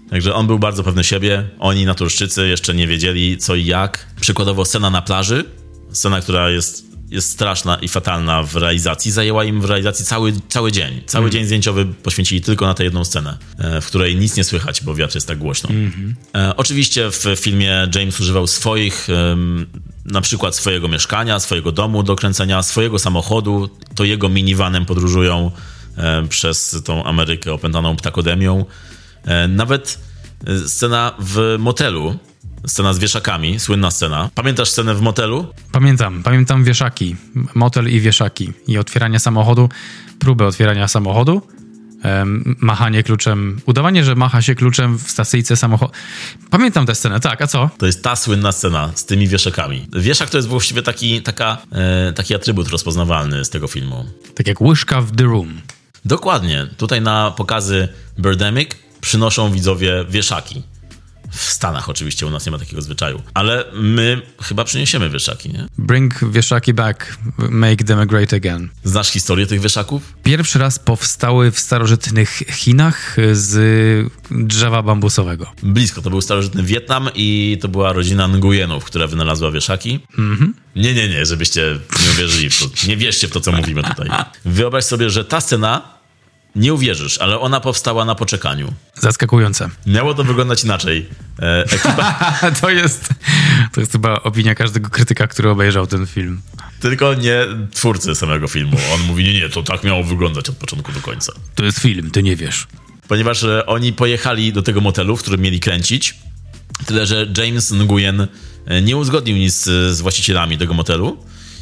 Także on był bardzo pewny siebie, oni naturszczycy jeszcze nie wiedzieli co i jak. Przykładowo scena na plaży, scena, która jest, jest straszna i fatalna w realizacji, zajęła im w realizacji cały, cały dzień. Cały mm. dzień zdjęciowy poświęcili tylko na tę jedną scenę, w której nic nie słychać, bo wiatr jest tak głośno. Mm-hmm. E, oczywiście w filmie James używał swoich, um, na przykład swojego mieszkania, swojego domu do kręcenia, swojego samochodu, to jego minivanem podróżują e, przez tą Amerykę opętaną ptakodemią. E, nawet scena w motelu, scena z wieszakami, słynna scena. Pamiętasz scenę w motelu? Pamiętam, pamiętam wieszaki, motel i wieszaki i otwieranie samochodu, próbę otwierania samochodu, um, machanie kluczem, udawanie, że macha się kluczem w stacyjce samochodu. Pamiętam tę scenę, tak, a co? To jest ta słynna scena z tymi wieszakami. Wieszak to jest właściwie taki, taka, e, taki atrybut rozpoznawalny z tego filmu. Tak jak łyżka w The Room. Dokładnie. Tutaj na pokazy Birdemic przynoszą widzowie wieszaki. W Stanach oczywiście, u nas nie ma takiego zwyczaju. Ale my chyba przyniesiemy wieszaki, nie? Bring wieszaki back, make them great again. Znasz historię tych wieszaków? Pierwszy raz powstały w starożytnych Chinach z drzewa bambusowego. Blisko, to był starożytny Wietnam i to była rodzina Nguyenów, która wynalazła wieszaki. Mhm. Nie, nie, nie, żebyście nie uwierzyli w to. Nie wierzcie w to, co mówimy tutaj. Wyobraź sobie, że ta scena, nie uwierzysz, ale ona powstała na poczekaniu. Zaskakujące. Miało to wyglądać inaczej. E, ekipa... to jest to jest chyba opinia każdego krytyka, który obejrzał ten film. Tylko nie twórcy samego filmu. On mówi, nie, nie, to tak miało wyglądać od początku do końca. To jest film, ty nie wiesz. Ponieważ e, oni pojechali do tego motelu, w którym mieli kręcić, tyle że James Nguyen nie uzgodnił nic z właścicielami tego motelu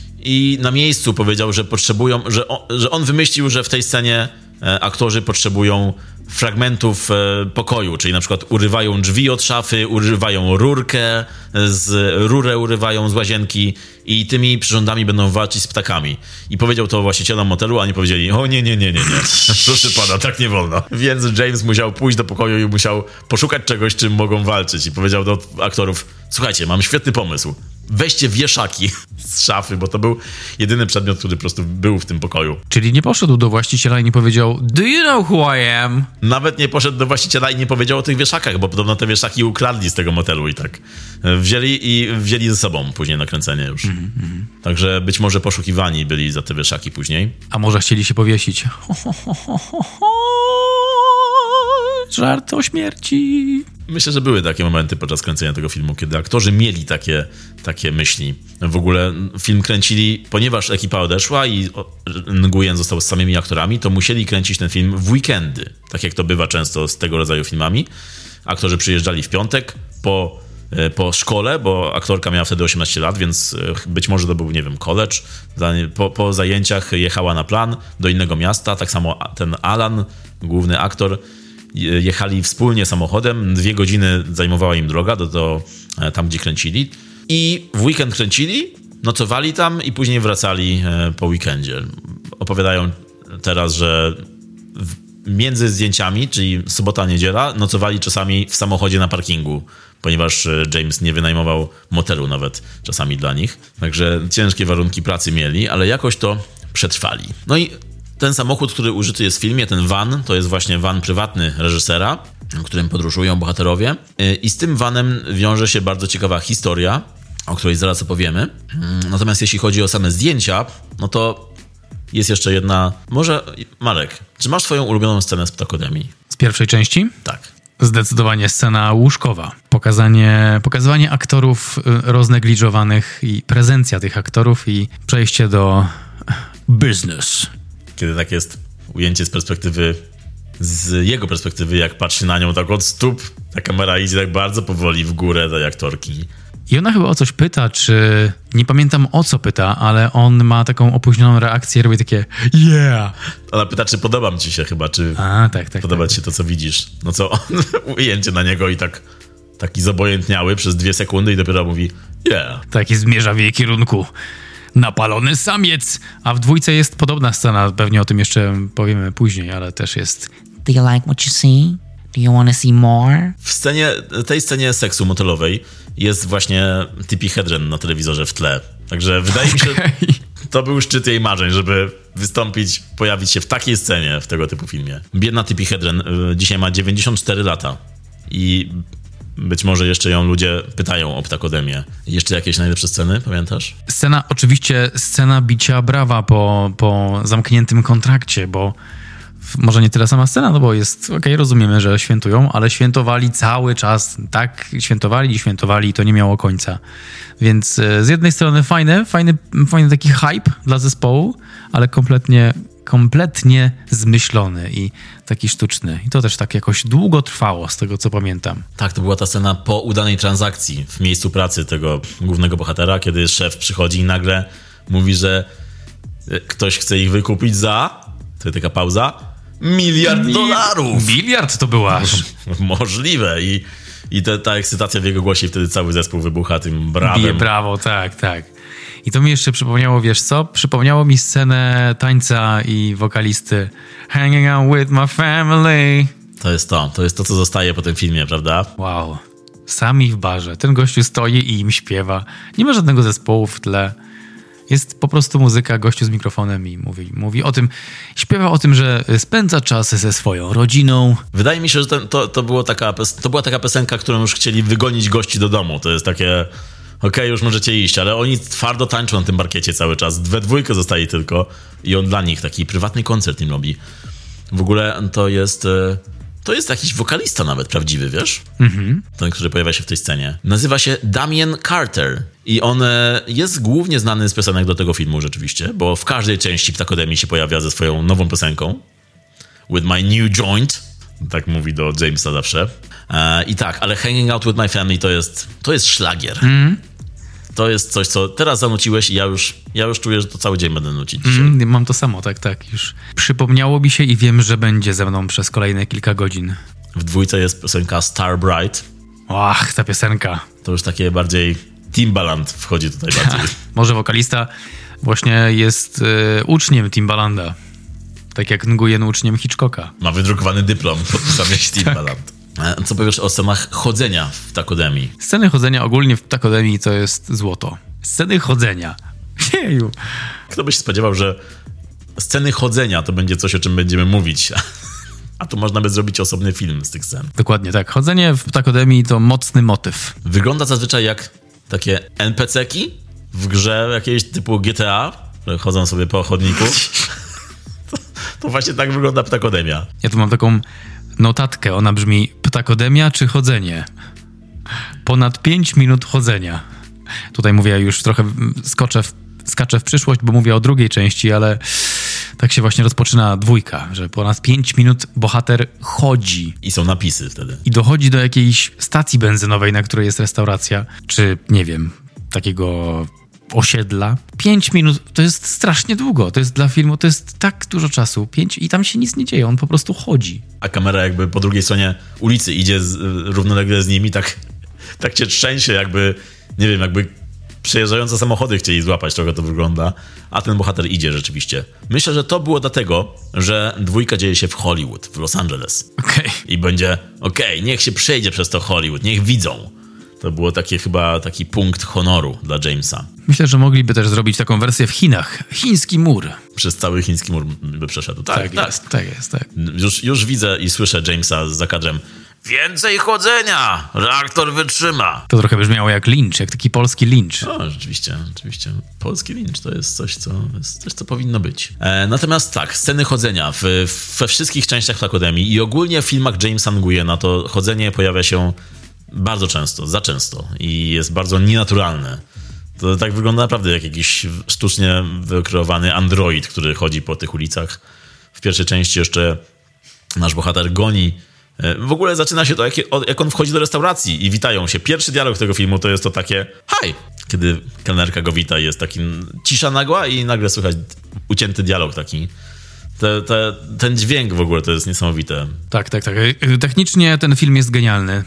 i na miejscu powiedział, że potrzebują, że on, że on wymyślił, że w tej scenie aktorzy potrzebują fragmentów pokoju, czyli na przykład urywają drzwi od szafy, urywają rurkę, z, rurę urywają z łazienki i tymi przyrządami będą walczyć z ptakami. I powiedział to właścicielom motelu, a oni powiedzieli, o nie, nie, nie, nie, nie, proszę pana, tak nie wolno. Więc James musiał pójść do pokoju i musiał poszukać czegoś, czym mogą walczyć. I powiedział do aktorów, słuchajcie, mam świetny pomysł. Weźcie wieszaki z szafy, bo to był jedyny przedmiot, który po prostu był w tym pokoju. Czyli nie poszedł do właściciela i nie powiedział, do you know who I am? Nawet nie poszedł do właściciela i nie powiedział o tych wieszakach, bo podobno te wieszaki ukradli z tego motelu i tak. Wzięli i wzięli ze sobą później na kręcenie już. Mm-hmm. Także być może poszukiwani byli za te wieszaki później. A może chcieli się powiesić? Żart o śmierci. Myślę, że były takie momenty podczas kręcenia tego filmu, kiedy aktorzy mieli takie, takie myśli. W ogóle film kręcili, ponieważ ekipa odeszła i Nguyen został z samymi aktorami, to musieli kręcić ten film w weekendy. Tak jak to bywa często z tego rodzaju filmami. Aktorzy przyjeżdżali w piątek po, po szkole, bo aktorka miała wtedy osiemnaście lat, więc być może to był, nie wiem, college. Po, po zajęciach jechała na plan do innego miasta. Tak samo ten Alan, główny aktor, jechali wspólnie samochodem, dwie godziny zajmowała im droga do, do tam, gdzie kręcili i w weekend kręcili, nocowali tam i później wracali po weekendzie. Opowiadają teraz, że między zdjęciami, czyli sobota, niedziela, nocowali czasami w samochodzie na parkingu, ponieważ James nie wynajmował motelu nawet czasami dla nich. Także ciężkie warunki pracy mieli, ale jakoś to przetrwali. No i ten samochód, który użyty jest w filmie, ten van, to jest właśnie van prywatny reżysera, którym podróżują bohaterowie. I z tym vanem wiąże się bardzo ciekawa historia, o której zaraz opowiemy. Natomiast jeśli chodzi o same zdjęcia, no to jest jeszcze jedna... Może, Marek, czy masz swoją ulubioną scenę z ptakodemii? Z pierwszej części? Tak. Zdecydowanie scena łóżkowa. Pokazanie, pokazywanie aktorów roznegliżowanych i prezencja tych aktorów i przejście do business. Kiedy tak jest ujęcie z perspektywy, z jego perspektywy, jak patrzy na nią tak od stóp, ta kamera idzie tak bardzo powoli w górę tej aktorki. I ona chyba o coś pyta, czy... Nie pamiętam o co pyta, ale on ma taką opóźnioną reakcję i robi takie yeah! Ona pyta, czy podoba ci się chyba, czy A, tak, tak, podoba tak. ci się to, co widzisz. No co, on, ujęcie na niego i tak taki zobojętniały przez dwie sekundy i dopiero mówi yeah. Tak, i zmierza w jej kierunku. Napalony samiec! A w dwójce jest podobna scena, pewnie o tym jeszcze powiemy później, ale też jest... Do you like what you see? Do you want to see more? W scenie, tej scenie seksu motelowej jest właśnie Tippi Hedren na telewizorze w tle. Także wydaje mi się, okay. To był szczyt jej marzeń, żeby wystąpić, pojawić się w takiej scenie w tego typu filmie. Biedna Tippi Hedren dzisiaj ma dziewięćdziesiąt cztery lata. i być może jeszcze ją ludzie pytają o Ptakodemię. Jeszcze jakieś najlepsze sceny, pamiętasz? Scena, oczywiście scena bicia brawa po, po zamkniętym kontrakcie, bo może nie tyle sama scena, no bo jest, okej, okay, rozumiemy, że świętują, ale świętowali cały czas, tak, świętowali i świętowali i to nie miało końca. Więc z jednej strony fajne, fajny, fajny taki hype dla zespołu, ale kompletnie, kompletnie zmyślony i taki sztuczny. I to też tak jakoś długo trwało, z tego co pamiętam. Tak, to była ta scena po udanej transakcji w miejscu pracy tego głównego bohatera, kiedy szef przychodzi i nagle mówi, że ktoś chce ich wykupić za, to taka pauza, miliard dolarów! Miliard to było aż. Możliwe. I, i te, ta ekscytacja w jego głosie i wtedy cały zespół wybucha tym brawem. Bije brawo, tak, tak. I to mi jeszcze przypomniało, wiesz co? Przypomniało mi scenę tańca i wokalisty Hanging out with my family. To jest to. To jest to, co zostaje po tym filmie, prawda? Wow. Sami w barze. Ten gościu stoi i im śpiewa. Nie ma żadnego zespołu w tle. Jest po prostu muzyka, gościu z mikrofonem i mówi, mówi o tym, śpiewa o tym, że spędza czas ze swoją rodziną. Wydaje mi się, że ten, to, to, było taka, to była taka piosenka, którą już chcieli wygonić gości do domu. To jest takie, okej, okay, już możecie iść, ale oni twardo tańczą na tym parkiecie cały czas. We dwójkę zostaje tylko i on dla nich taki prywatny koncert im robi. W ogóle to jest... To jest jakiś wokalista nawet prawdziwy, wiesz? Mhm. Ten, który pojawia się w tej scenie. Nazywa się Damien Carter. I on jest głównie znany z piosenek do tego filmu rzeczywiście, bo w każdej części Ptakodemii się pojawia ze swoją nową piosenką. With my new joint. Tak mówi do Jamesa zawsze. E, I tak, ale Hanging Out With My Family to jest, to jest szlagier. Mhm. To jest coś, co teraz zanuciłeś i ja już, ja już czuję, że to cały dzień będę nucić dzisiaj. Mm, mam to samo, tak, tak. Już przypomniało mi się i wiem, że będzie ze mną przez kolejne kilka godzin. W dwójce jest piosenka Star Bright. Ach, ta piosenka. To już takie bardziej Timbaland wchodzi tutaj bardziej. Może wokalista właśnie jest y, uczniem Timbalanda. Tak jak Nguyen uczniem Hitchcocka. Ma wydrukowany dyplom podpisany Timbaland. Co powiesz o scenach chodzenia w Ptakodemii? Sceny chodzenia ogólnie w Ptakodemii to jest złoto. Sceny chodzenia. Jeju. Kto by się spodziewał, że sceny chodzenia to będzie coś, o czym będziemy mówić. A tu można by zrobić osobny film z tych scen. Dokładnie tak. Chodzenie w Ptakodemii to mocny motyw. Wygląda zazwyczaj jak takie en pe ce ki w grze jakiejś typu G T A, które chodzą sobie po chodniku. to, to właśnie tak wygląda Ptakodemia. Ja tu mam taką notatkę, ona brzmi: Ptakodemia czy chodzenie? Ponad pięć minut chodzenia. Tutaj mówię, już trochę skoczę w, skaczę w przyszłość, bo mówię o drugiej części, ale tak się właśnie rozpoczyna dwójka, że ponad pięć minut bohater chodzi. I są napisy wtedy. I dochodzi do jakiejś stacji benzynowej, na której jest restauracja, czy nie wiem, takiego osiedla. Pięć minut to jest strasznie długo. To jest dla filmu, to jest tak dużo czasu. Pięć i tam się nic nie dzieje, on po prostu chodzi. A kamera jakby po drugiej stronie ulicy idzie z, równolegle z nimi, tak, tak cię trzęsie, jakby, nie wiem, jakby przejeżdżające samochody chcieli złapać, trochę to wygląda, a ten bohater idzie rzeczywiście. Myślę, że to było dlatego, że dwójka dzieje się w Hollywood, w Los Angeles. Okay. I będzie, okej, okay, niech się przejdzie przez to Hollywood, niech widzą. To było takie chyba taki punkt honoru dla Jamesa. Myślę, że mogliby też zrobić taką wersję w Chinach. Chiński mur. Przez cały chiński mur by przeszedł. Tak, tak, tak. Jest, tak jest, tak. Już, już widzę i słyszę Jamesa za kadrem. Więcej chodzenia! Reaktor wytrzyma! To trochę brzmiało jak lincz, jak taki polski lincz. O, rzeczywiście, rzeczywiście. Polski lincz to jest coś, co, jest coś, co powinno być. E, natomiast tak, sceny chodzenia w, we wszystkich częściach Ptakodemii i ogólnie w filmach Jamesa Nguyena to chodzenie pojawia się bardzo często, za często i jest bardzo nienaturalne. To tak wygląda naprawdę jak jakiś sztucznie wykreowany android, który chodzi po tych ulicach. W pierwszej części jeszcze nasz bohater goni. W ogóle zaczyna się to, jak, jak on wchodzi do restauracji i witają się. Pierwszy dialog tego filmu to jest to takie hi, kiedy kelnerka go wita i jest taki cisza nagła i nagle słychać ucięty dialog taki. Te, te, ten dźwięk w ogóle to jest niesamowite. Tak, tak, tak. Technicznie ten film jest genialny,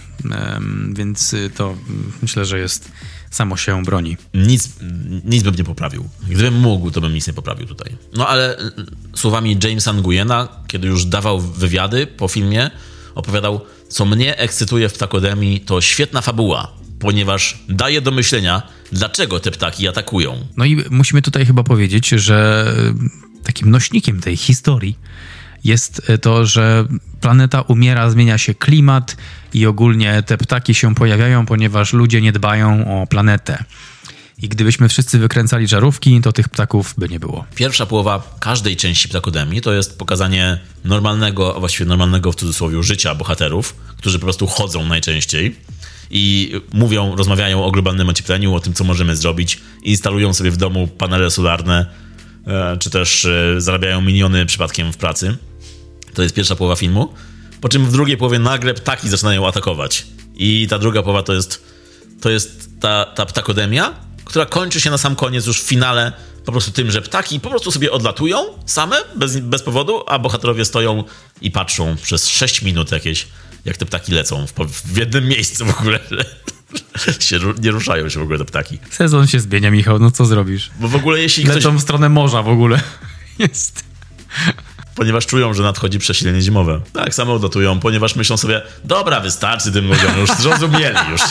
więc to myślę, że jest samo się broni. Nic, nic bym nie poprawił. Gdybym mógł, to bym nic nie poprawił tutaj. No ale słowami Jamesa Nguyena, kiedy już dawał wywiady po filmie, opowiadał, co mnie ekscytuje w Ptakodemii, to świetna fabuła, ponieważ daje do myślenia, dlaczego te ptaki atakują. No i musimy tutaj chyba powiedzieć, że takim nośnikiem tej historii jest to, że planeta umiera, zmienia się klimat i ogólnie te ptaki się pojawiają, ponieważ ludzie nie dbają o planetę. I gdybyśmy wszyscy wykręcali żarówki, to tych ptaków by nie było. Pierwsza połowa każdej części Ptakodemii to jest pokazanie normalnego, a właściwie normalnego w cudzysłowie życia bohaterów, którzy po prostu chodzą najczęściej i mówią, rozmawiają o globalnym ociepleniu, o tym, co możemy zrobić, instalują sobie w domu panele solarne, czy też zarabiają miliony przypadkiem w pracy. To jest pierwsza połowa filmu. Po czym w drugiej połowie nagle ptaki zaczynają atakować. I ta druga połowa to jest, to jest ta, ta Ptakodemia, która kończy się na sam koniec już w finale po prostu tym, że ptaki po prostu sobie odlatują same, bez, bez powodu, a bohaterowie stoją i patrzą przez sześć minut jakieś, jak te ptaki lecą w, w jednym miejscu w ogóle. się, nie ruszają się w ogóle te ptaki. Sezon się zmienia, Michał, no co zrobisz? Bo w ogóle jeśli Lecą ktoś... w stronę morza w ogóle. Jest... Ponieważ czują, że nadchodzi przesilenie zimowe. Tak, same odlatują, ponieważ myślą sobie, dobra, wystarczy tym ludziom, już zrozumieli już.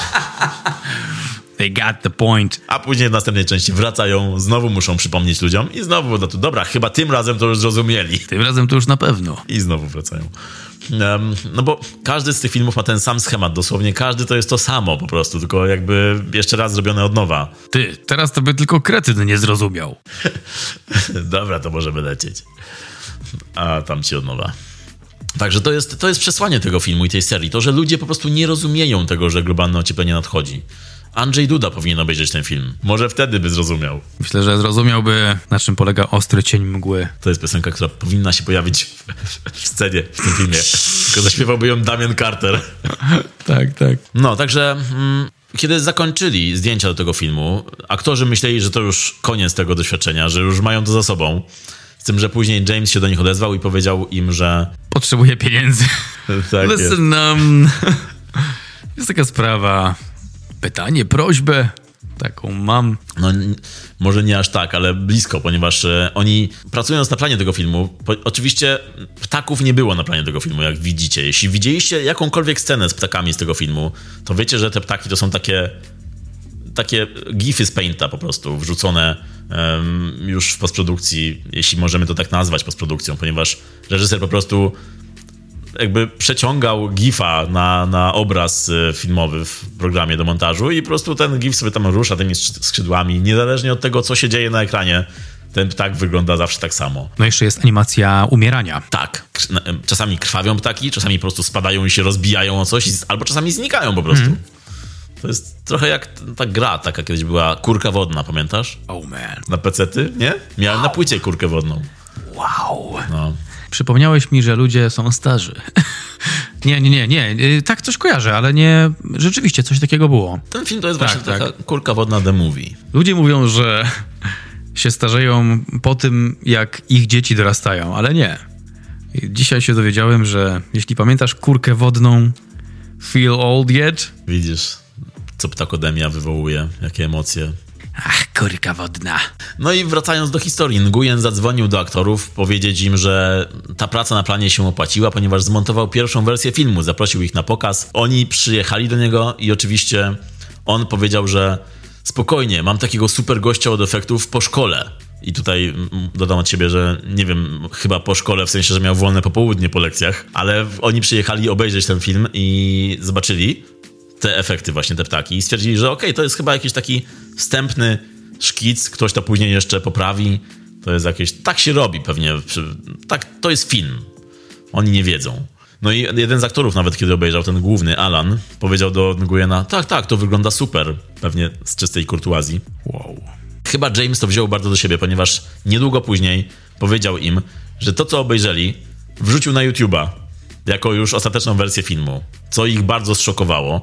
They got the point. A później w następnej części wracają, znowu muszą przypomnieć ludziom i znowu odlatują. Dobra, chyba tym razem to już zrozumieli. Tym razem to już na pewno. I znowu wracają. Um, no bo każdy z tych filmów ma ten sam schemat, dosłownie każdy to jest to samo po prostu, tylko jakby jeszcze raz zrobione od nowa. Ty, teraz to by tylko kretyn nie zrozumiał. Dobra, to możemy lecieć. A tam ci od nowa. Także to jest, to jest przesłanie tego filmu i tej serii. To, że ludzie po prostu nie rozumieją tego, że globalne ocieplenie nadchodzi. Andrzej Duda powinien obejrzeć ten film. Może wtedy by zrozumiał. Myślę, że zrozumiałby, na czym polega ostry cień mgły. To jest piosenka, która powinna się pojawić w, w scenie, w tym filmie. Tylko zaśpiewałby ją Damian Carter. Tak, tak. No, także... Mm, kiedy zakończyli zdjęcia do tego filmu, aktorzy myśleli, że to już koniec tego doświadczenia, że już mają to za sobą. Z tym, że później James się do nich odezwał i powiedział im, że... Potrzebuje pieniędzy. Tak Listen, um, jest taka sprawa. Pytanie, prośbę. Taką mam. No, n- może nie aż tak, ale blisko, ponieważ e, oni, pracując na planie tego filmu, po, oczywiście ptaków nie było na planie tego filmu, jak widzicie. Jeśli widzieliście jakąkolwiek scenę z ptakami z tego filmu, to wiecie, że te ptaki to są takie takie gify z Painta po prostu, wrzucone um, już w postprodukcji, jeśli możemy to tak nazwać postprodukcją, ponieważ reżyser po prostu jakby przeciągał gifa na, na obraz filmowy w programie do montażu i po prostu ten gif sobie tam rusza tymi skrzydłami, niezależnie od tego, co się dzieje na ekranie. Ten ptak wygląda zawsze tak samo. No jeszcze jest animacja umierania. Tak. Czasami krwawią ptaki, czasami po prostu spadają i się rozbijają o coś, albo czasami znikają po prostu. Mm. To jest trochę jak ta gra, taka kiedyś była Kurka Wodna, pamiętasz? Oh man. Na pecety, nie? Miałem wow. na płycie Kurkę Wodną. Wow. No. Przypomniałeś mi, że ludzie są starzy. nie, nie, nie, nie. Tak coś kojarzę, ale nie... Rzeczywiście coś takiego było. Ten film to jest tak, właśnie tak. taka Kurka Wodna the movie. Ludzie mówią, że się starzeją po tym, jak ich dzieci dorastają, ale nie. Dzisiaj się dowiedziałem, że jeśli pamiętasz Kurkę Wodną, Feel Old Yet? Widzisz, co Ptakodemia wywołuje, jakie emocje. Ach, Kurka Wodna. No i wracając do historii, Nguyen zadzwonił do aktorów powiedzieć im, że ta praca na planie się opłaciła, ponieważ zmontował pierwszą wersję filmu, zaprosił ich na pokaz. Oni przyjechali do niego i oczywiście on powiedział, że spokojnie, mam takiego super gościa od efektów po szkole. I tutaj dodam od siebie, że nie wiem, chyba po szkole, w sensie, że miał wolne popołudnie po lekcjach, ale oni przyjechali obejrzeć ten film i zobaczyli te efekty, właśnie te ptaki i stwierdzili, że okej, okay, to jest chyba jakiś taki wstępny szkic, ktoś to później jeszcze poprawi, to jest jakieś, tak się robi pewnie, tak, to jest film, oni nie wiedzą. No i jeden z aktorów nawet, kiedy obejrzał, ten główny, Alan, powiedział do Nguyena, tak, tak, to wygląda super, pewnie z czystej kurtuazji. Wow. Chyba James to wziął bardzo do siebie, ponieważ niedługo później powiedział im, że to, co obejrzeli, wrzucił na YouTube'a jako już ostateczną wersję filmu, co ich bardzo zszokowało.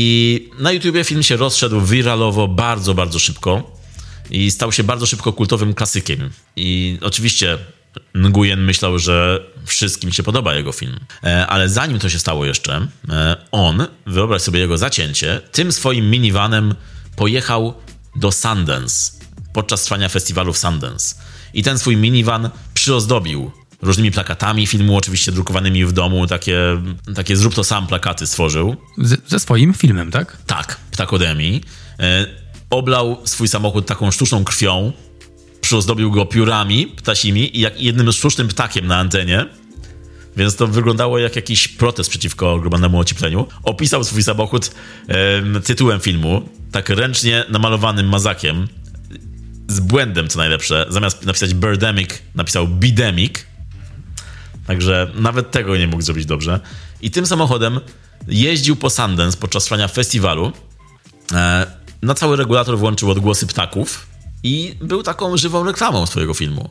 I na YouTubie film się rozszedł wiralowo bardzo, bardzo szybko i stał się bardzo szybko kultowym klasykiem. I oczywiście Nguyen myślał, że wszystkim się podoba jego film. Ale zanim to się stało jeszcze, on, wyobraź sobie jego zacięcie, tym swoim minivanem pojechał do Sundance podczas trwania festiwalu w Sundance. I ten swój minivan przyozdobił różnymi plakatami filmu, oczywiście drukowanymi w domu, takie, takie zrób to sam plakaty stworzył. Z, ze swoim filmem, tak? Tak, Ptakodemii. E, oblał swój samochód taką sztuczną krwią, przyozdobił go piórami ptasimi i jak jednym sztucznym ptakiem na antenie więc to wyglądało jak jakiś protest przeciwko globalnemu ociepleniu. Opisał swój samochód e, tytułem filmu, tak ręcznie namalowanym mazakiem, z błędem, co najlepsze. Zamiast napisać Birdemic, napisał Bidemic. Także nawet tego nie mógł zrobić dobrze. I tym samochodem jeździł po Sundance podczas trwania festiwalu. E, na cały regulator włączył odgłosy ptaków i był taką żywą reklamą swojego filmu.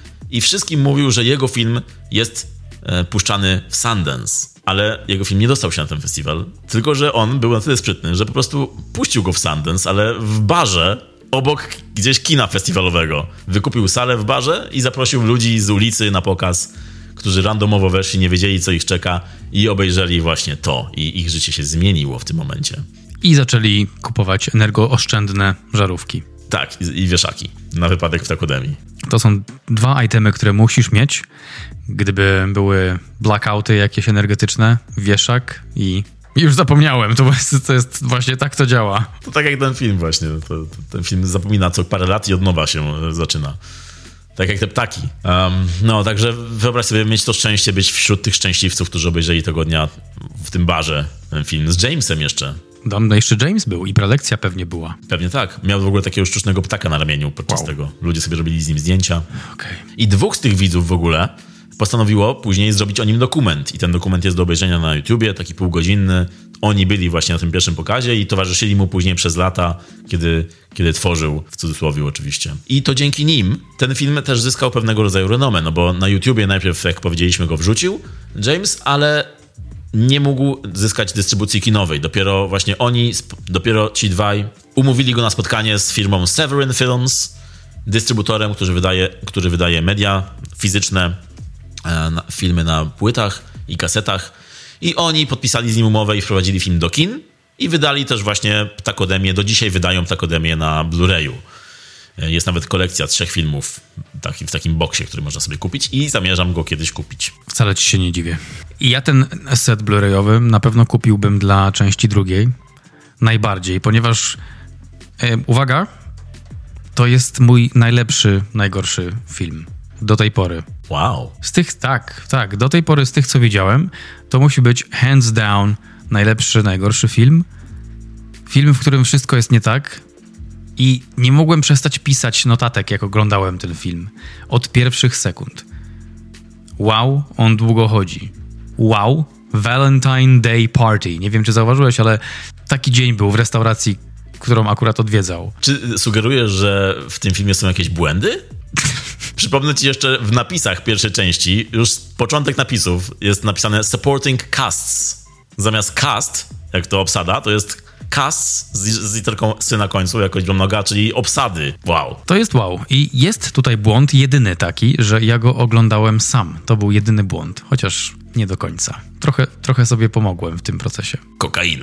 I wszystkim mówił, że jego film jest e, puszczany w Sundance. Ale jego film nie dostał się na ten festiwal. Tylko że on był na tyle sprytny, że po prostu puścił go w Sundance, ale w barze obok gdzieś kina festiwalowego. Wykupił salę w barze i zaprosił ludzi z ulicy na pokaz, którzy randomowo weszli, nie wiedzieli, co ich czeka i obejrzeli właśnie to. I ich życie się zmieniło w tym momencie. I zaczęli kupować energooszczędne żarówki. Tak, i, i wieszaki. Na wypadek ptakodemii. To są dwa itemy, które musisz mieć. Gdyby były blackouty jakieś energetyczne, wieszak i... Już zapomniałem, to jest, to jest właśnie tak to działa. To tak jak ten film właśnie. To, to, ten film zapomina co parę lat i od nowa się zaczyna. Tak jak te ptaki. Um, no, także wyobraź sobie mieć to szczęście, być wśród tych szczęśliwców, którzy obejrzeli tego dnia w tym barze ten film. Z Jamesem jeszcze. Tam jeszcze James był i prelekcja pewnie była. Pewnie tak. Miał w ogóle takiego sztucznego ptaka na ramieniu podczas wow. tego. Ludzie sobie robili z nim zdjęcia. Okay. I dwóch z tych widzów w ogóle postanowiło później zrobić o nim dokument. I ten dokument jest do obejrzenia na YouTubie, taki półgodzinny. Oni byli właśnie na tym pierwszym pokazie i towarzyszyli mu później przez lata, kiedy, kiedy tworzył, w cudzysłowie oczywiście. I to dzięki nim ten film też zyskał pewnego rodzaju renomę, no bo na YouTubie najpierw, jak powiedzieliśmy, go wrzucił James, ale nie mógł zyskać dystrybucji kinowej. Dopiero właśnie oni, dopiero ci dwaj umówili go na spotkanie z firmą Severin Films, dystrybutorem, który wydaje, który wydaje media fizyczne, na, filmy na płytach i kasetach. I oni podpisali z nim umowę i wprowadzili film do kin i wydali też właśnie Ptakodemię. Do dzisiaj wydają Ptakodemię na Blu-rayu. Jest nawet kolekcja trzech filmów taki, w takim boksie, który można sobie kupić i zamierzam go kiedyś kupić. Wcale ci się nie dziwię. I ja ten set Blu-rayowy na pewno kupiłbym dla części drugiej. Najbardziej, ponieważ e, uwaga, to jest mój najlepszy, najgorszy film do tej pory. Wow. Z tych, tak, tak, do tej pory z tych, co widziałem, to musi być hands down najlepszy, najgorszy film. Film, w którym wszystko jest nie tak i nie mogłem przestać pisać notatek, jak oglądałem ten film. Od pierwszych sekund. Wow, on długo chodzi. Wow, Valentine Day Party. Nie wiem, czy zauważyłeś, ale taki dzień był w restauracji, którą akurat odwiedzał. Czy sugerujesz, że w tym filmie są jakieś błędy? Przypomnę ci jeszcze w napisach pierwszej części, już początek napisów jest napisane supporting casts. Zamiast cast, jak to obsada, to jest cast z, z literką sy na końcu, jako liczbą noga, czyli obsady. Wow. To jest wow. I jest tutaj błąd jedyny taki, że ja go oglądałem sam. To był jedyny błąd, chociaż nie do końca. Trochę, trochę sobie pomogłem w tym procesie. Kokaina.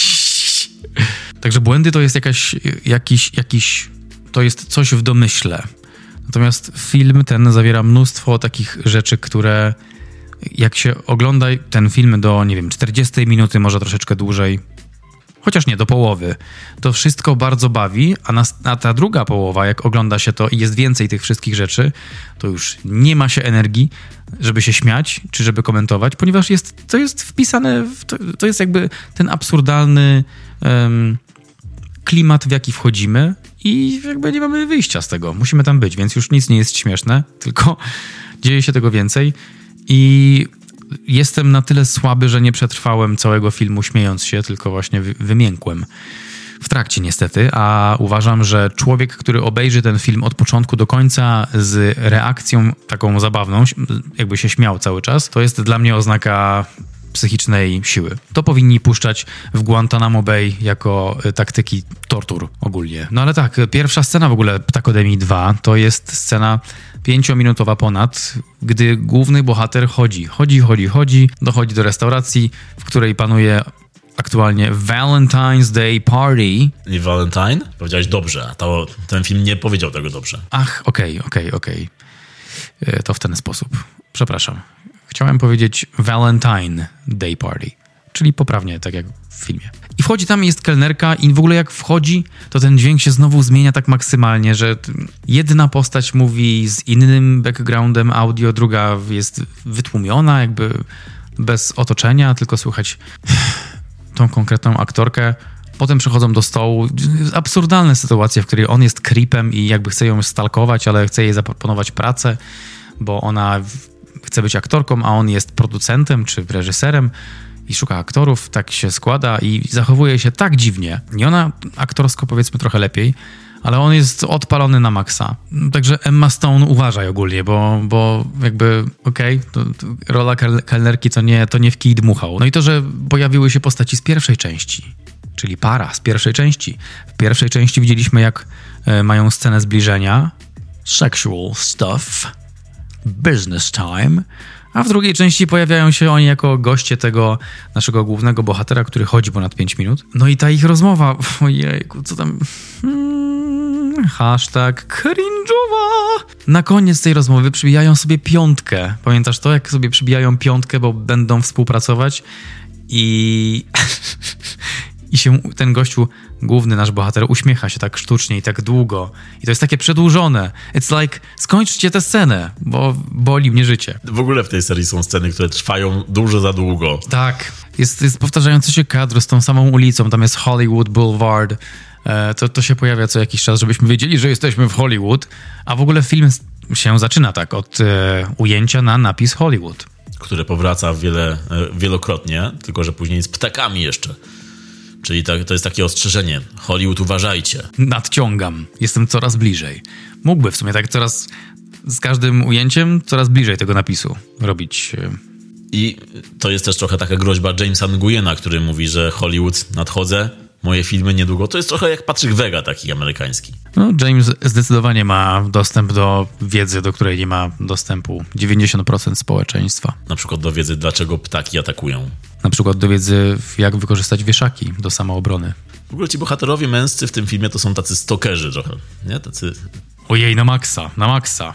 Także błędy to jest jakaś, jakiś, jakiś, to jest coś w domyśle. Natomiast film ten zawiera mnóstwo takich rzeczy, które jak się ogląda ten film do, nie wiem, czterdziestej minuty, może troszeczkę dłużej, chociaż nie, do połowy, to wszystko bardzo bawi, a, na, a ta druga połowa, jak ogląda się to i jest więcej tych wszystkich rzeczy, to już nie ma się energii, żeby się śmiać, czy żeby komentować, ponieważ jest, to jest wpisane, w, to, to jest jakby ten absurdalny um, klimat, w jaki wchodzimy i jakby nie mamy wyjścia z tego. Musimy tam być, więc już nic nie jest śmieszne, tylko dzieje się tego więcej i jestem na tyle słaby, że nie przetrwałem całego filmu śmiejąc się, tylko właśnie wymiękłem. W trakcie niestety, a uważam, że człowiek, który obejrzy ten film od początku do końca z reakcją taką zabawną, jakby się śmiał cały czas, to jest dla mnie oznaka psychicznej siły. To powinni puszczać w Guantanamo Bay jako taktyki tortur ogólnie. No ale tak, pierwsza scena w ogóle Ptakodemii dwa to jest scena pięciominutowa ponad, gdy główny bohater chodzi, chodzi, chodzi, chodzi, dochodzi do restauracji, w której panuje aktualnie Valentine's Day Party. Nie Valentine? Powiedziałeś dobrze, to ten film nie powiedział tego dobrze. Ach, okej, okay, okej, okay, okej. Okay. To w ten sposób. Przepraszam. Chciałem powiedzieć Valentine Day Party, czyli poprawnie, tak jak w filmie. I wchodzi tam, jest kelnerka i w ogóle jak wchodzi, to ten dźwięk się znowu zmienia tak maksymalnie, że jedna postać mówi z innym backgroundem audio, druga jest wytłumiona, jakby bez otoczenia, tylko słychać tą konkretną aktorkę. Potem przechodzą do stołu. Absurdalne sytuacje, w której on jest creepem i jakby chce ją stalkować, ale chce jej zaproponować pracę, bo ona chce być aktorką, a on jest producentem czy reżyserem i szuka aktorów. Tak się składa i zachowuje się tak dziwnie. I ona aktorsko powiedzmy trochę lepiej, ale on jest odpalony na maksa. Także Emma Stone uważaj ogólnie, bo, bo jakby okej, okay, to, to rola kelnerki to nie, to nie w kij dmuchał. No i to, że pojawiły się postaci z pierwszej części, czyli para z pierwszej części. W pierwszej części widzieliśmy, jak e, mają scenę zbliżenia, sexual stuff, business time, a w drugiej części pojawiają się oni jako goście tego naszego głównego bohatera, który chodzi ponad pięć minut. No i ta ich rozmowa, ojejku, co tam... Hmm, hashtag cringe'owa. Na koniec tej rozmowy przybijają sobie piątkę. Pamiętasz to, jak sobie przybijają piątkę, bo będą współpracować i... I się ten gościu, główny nasz bohater, uśmiecha się tak sztucznie i tak długo. I to jest takie przedłużone. It's like, skończcie tę scenę, bo boli mnie życie. W ogóle w tej serii są sceny, które trwają dużo za długo. Tak. Jest, jest powtarzający się kadr z tą samą ulicą. Tam jest Hollywood Boulevard. E, to, to się pojawia co jakiś czas, żebyśmy wiedzieli, że jesteśmy w Hollywood. A w ogóle film się zaczyna tak od e, ujęcia na napis Hollywood. Które powraca wiele, e, wielokrotnie, tylko że później z ptakami jeszcze. Czyli tak, to jest takie ostrzeżenie. Hollywood, uważajcie. Nadciągam. Jestem coraz bliżej. Mógłby w sumie tak coraz... Z każdym ujęciem coraz bliżej tego napisu robić. I to jest też trochę taka groźba Jamesa Nguyena, który mówi, że Hollywood, nadchodzę, moje filmy niedługo. To jest trochę jak Patryk Wega, taki amerykański. No, James zdecydowanie ma dostęp do wiedzy, do której nie ma dostępu dziewięćdziesiąt procent społeczeństwa. Na przykład do wiedzy, dlaczego ptaki atakują. Na przykład do wiedzy, jak wykorzystać wieszaki do samoobrony. W ogóle ci bohaterowie męscy w tym filmie to są tacy stalkerzy trochę, nie? Tacy... Ojej, na maksa, na maksa.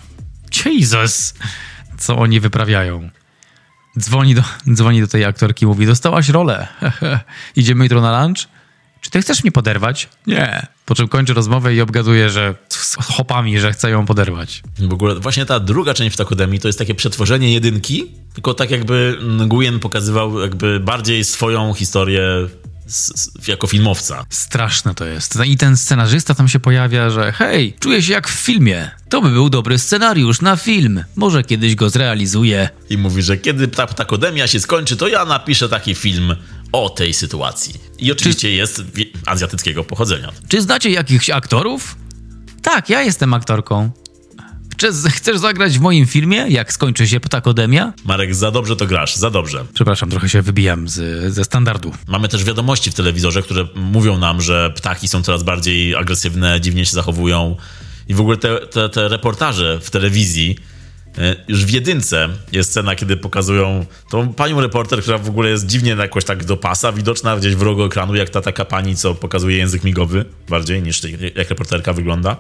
Jesus! Co oni wyprawiają? Dzwoni do, dzwoni do tej aktorki i mówi, dostałaś rolę. Idziemy jutro na lunch? Czy ty chcesz mnie poderwać? Nie. Po czym kończy rozmowę i obgaduje, że z chłopami, że chce ją poderwać. W ogóle właśnie ta druga część Ptakodemii to jest takie przetworzenie jedynki, tylko tak jakby Nguyen pokazywał jakby bardziej swoją historię z, z, jako filmowca. Straszne to jest. I ten scenarzysta tam się pojawia, że hej, czuję się jak w filmie. To by był dobry scenariusz na film. Może kiedyś go zrealizuję. I mówi, że kiedy ta Ptakodemia się skończy, to ja napiszę taki film o tej sytuacji. I oczywiście Czy... jest azjatyckiego pochodzenia. Czy znacie jakichś aktorów? Tak, ja jestem aktorką. Czy chcesz zagrać w moim filmie, jak skończy się Ptakodemia? Marek, za dobrze to grasz, za dobrze. Przepraszam, trochę się wybijam z, ze standardu. Mamy też wiadomości w telewizorze, które mówią nam, że ptaki są coraz bardziej agresywne, dziwnie się zachowują. I w ogóle te, te, te reportaże w telewizji, już w jedynce jest scena, kiedy pokazują tą panią reporter, która w ogóle jest dziwnie jakoś tak do pasa, widoczna gdzieś w rogu ekranu, jak ta taka pani, co pokazuje język migowy bardziej niż jak reporterka wygląda.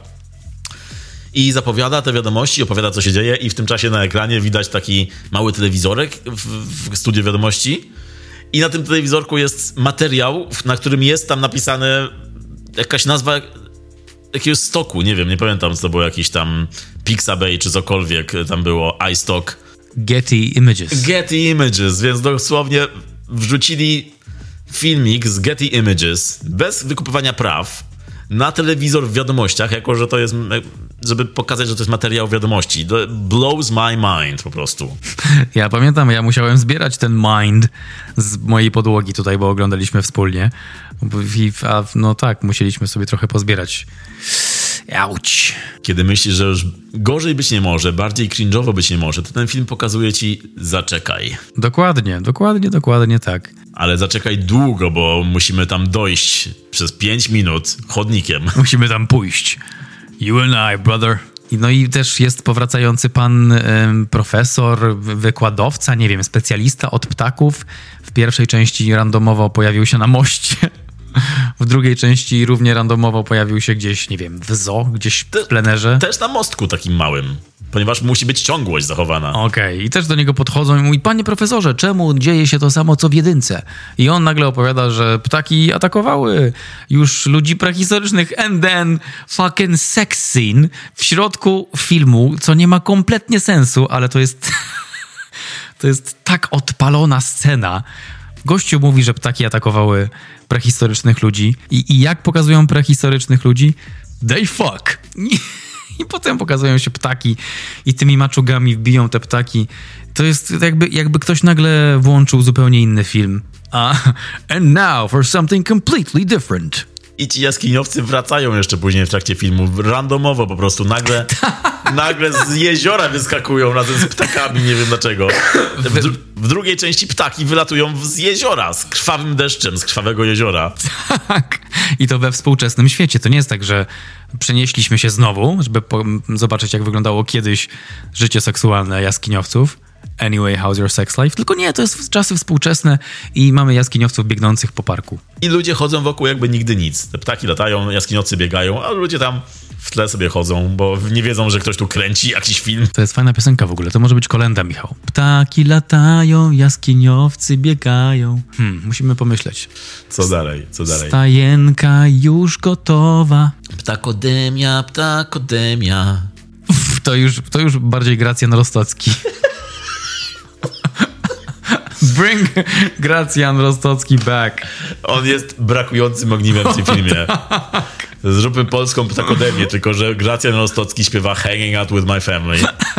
I zapowiada te wiadomości, opowiada, co się dzieje i w tym czasie na ekranie widać taki mały telewizorek w, w studiu wiadomości i na tym telewizorku jest materiał, na którym jest tam napisane jakaś nazwa jakiegoś stoku, nie wiem, nie pamiętam, co to było, jakiś tam Pixabay czy cokolwiek tam było, iStock. Getty Images. Getty Images, więc dosłownie wrzucili filmik z Getty Images bez wykupywania praw na telewizor w wiadomościach, jako że to jest, żeby pokazać, że to jest materiał wiadomości. To blows my mind po prostu. Ja pamiętam, ja musiałem zbierać ten mind z mojej podłogi tutaj, bo oglądaliśmy wspólnie. I, a, no tak, musieliśmy sobie trochę pozbierać. Auć. Kiedy myślisz, że już gorzej być nie może, bardziej cringe'owo być nie może, to ten film pokazuje ci zaczekaj. Dokładnie, dokładnie, dokładnie tak. Ale zaczekaj długo, bo musimy tam dojść przez pięć minut chodnikiem. Musimy tam pójść. You and I, brother. No i też jest powracający pan ym, profesor, wykładowca, nie wiem, specjalista od ptaków. W pierwszej części randomowo pojawił się na moście. W drugiej części równie randomowo pojawił się gdzieś, nie wiem, w zoo, gdzieś w plenerze. Też na mostku takim małym, ponieważ musi być ciągłość zachowana. Okej, okay. I też do niego podchodzą i mówi, panie profesorze, czemu dzieje się to samo, co w jedynce? I on nagle opowiada, że ptaki atakowały już ludzi prehistorycznych and then fucking sex scene w środku filmu, co nie ma kompletnie sensu, ale to jest... to jest tak odpalona scena. Gościu mówi, że ptaki atakowały prehistorycznych ludzi i, i jak pokazują prehistorycznych ludzi? They fuck. I potem pokazują się ptaki i tymi maczugami wbiją te ptaki. To jest jakby, jakby ktoś nagle włączył zupełnie inny film. A, and now for something completely different. I ci jaskiniowcy wracają jeszcze później w trakcie filmu. Randomowo po prostu. Nagle, nagle z jeziora wyskakują razem z ptakami. Nie wiem dlaczego. W, dru- w drugiej części ptaki wylatują z jeziora. Z krwawym deszczem, z krwawego jeziora. Tak. I to we współczesnym świecie. To nie jest tak, że przenieśliśmy się znowu, żeby po- zobaczyć, jak wyglądało kiedyś życie seksualne jaskiniowców. Anyway, how's your sex life? Tylko nie, to jest czasy współczesne i mamy jaskiniowców biegnących po parku. I ludzie chodzą wokół jakby nigdy nic. Te ptaki latają, jaskiniowcy biegają, a ludzie tam w tle sobie chodzą, bo nie wiedzą, że ktoś tu kręci jakiś film. To jest fajna piosenka w ogóle, to może być kolenda, Michał. Ptaki latają, jaskiniowcy biegają. Hmm, musimy pomyśleć. Co dalej, co dalej? Stajenka już gotowa. Ptakodemia, ptakodemia. Uf, to już, to już bardziej Gracjan Rostocki. Bring Gracjan Rostocki back. On jest brakującym ogniwem w tym filmie. Zróbmy polską ptakodemię, tylko że Gracjan Rostocki śpiewa Hanging Out With My Family.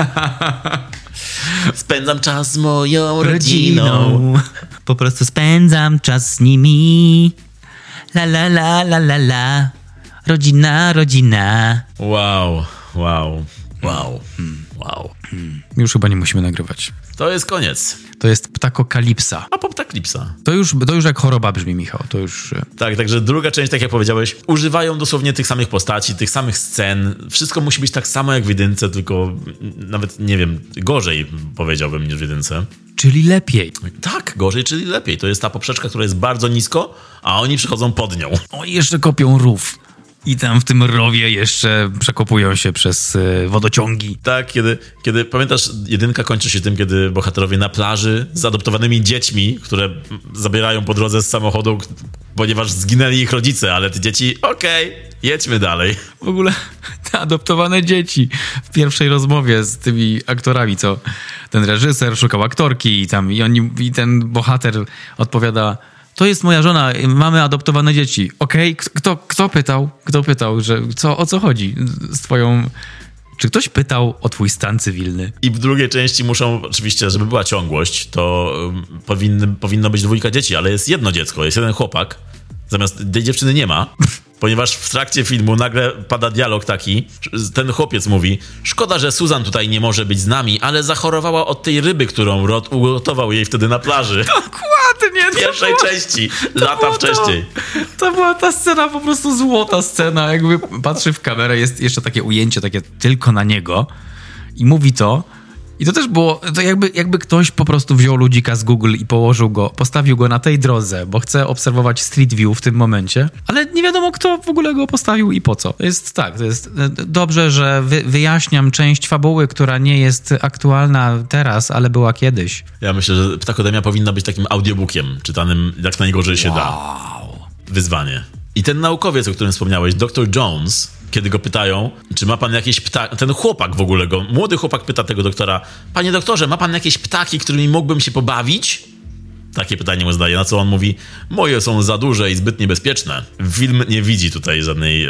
Spędzam czas z moją rodziną. rodziną. Po prostu spędzam czas z nimi. La la la la la la. Rodzina, rodzina. Wow, wow, wow, hmm. wow. Hmm. Już chyba nie musimy nagrywać. To jest koniec. To jest ptakokalipsa. A po ptaklipsa. To już, to już jak choroba brzmi, Michał. To już... Tak, także druga część, tak jak powiedziałeś, używają dosłownie tych samych postaci, tych samych scen. Wszystko musi być tak samo jak w jedynce, tylko nawet, nie wiem, gorzej powiedziałbym niż w jedynce. Czyli lepiej. Tak, gorzej, czyli lepiej. To jest ta poprzeczka, która jest bardzo nisko, a oni przychodzą pod nią. O, jeszcze kopią rów. I tam w tym rowie jeszcze przekopują się przez y, wodociągi. Tak, kiedy, kiedy, pamiętasz, jedynka kończy się tym, kiedy bohaterowie na plaży z adoptowanymi dziećmi, które zabierają po drodze z samochodu, ponieważ zginęli ich rodzice, ale te dzieci, okej, okay, jedźmy dalej. W ogóle te adoptowane dzieci w pierwszej rozmowie z tymi aktorami, co ten reżyser szukał aktorki i tam i, oni, i ten bohater odpowiada: to jest moja żona, mamy adoptowane dzieci. Okej, okay? kto, kto pytał? Kto pytał, że co, o co chodzi z twoją... Czy ktoś pytał o twój stan cywilny? I w drugiej części muszą, oczywiście, żeby była ciągłość, to um, powinny, powinno być dwójka dzieci, ale jest jedno dziecko, jest jeden chłopak, zamiast tej dziewczyny nie ma, ponieważ w trakcie filmu nagle pada dialog taki, ten chłopiec mówi: szkoda, że Susan tutaj nie może być z nami, ale zachorowała od tej ryby, którą Rod ugotował jej wtedy na plaży. Dokładnie! W pierwszej było, części, lata wcześniej. To, to była ta scena, po prostu złota scena. Jakby patrzy w kamerę, jest jeszcze takie ujęcie, takie tylko na niego i mówi to. I to też było, to jakby, jakby ktoś po prostu wziął ludzika z Google i położył go, postawił go na tej drodze, bo chce obserwować Street View w tym momencie, ale nie wiadomo, kto w ogóle go postawił i po co. To jest tak, to jest dobrze, że wy, wyjaśniam część fabuły, która nie jest aktualna teraz, ale była kiedyś. Ja myślę, że Ptakodemia powinna być takim audiobookiem, czytanym jak najgorzej się wow. da. Wyzwanie. I ten naukowiec, o którym wspomniałeś, doktor Jones, kiedy go pytają, czy ma pan jakieś ptaki, ten chłopak w ogóle go, młody chłopak pyta tego doktora: panie doktorze, ma pan jakieś ptaki, którymi mógłbym się pobawić? Takie pytanie mu zadaje, na co on mówi: moje są za duże i zbyt niebezpieczne. Film nie widzi tutaj żadnej, e,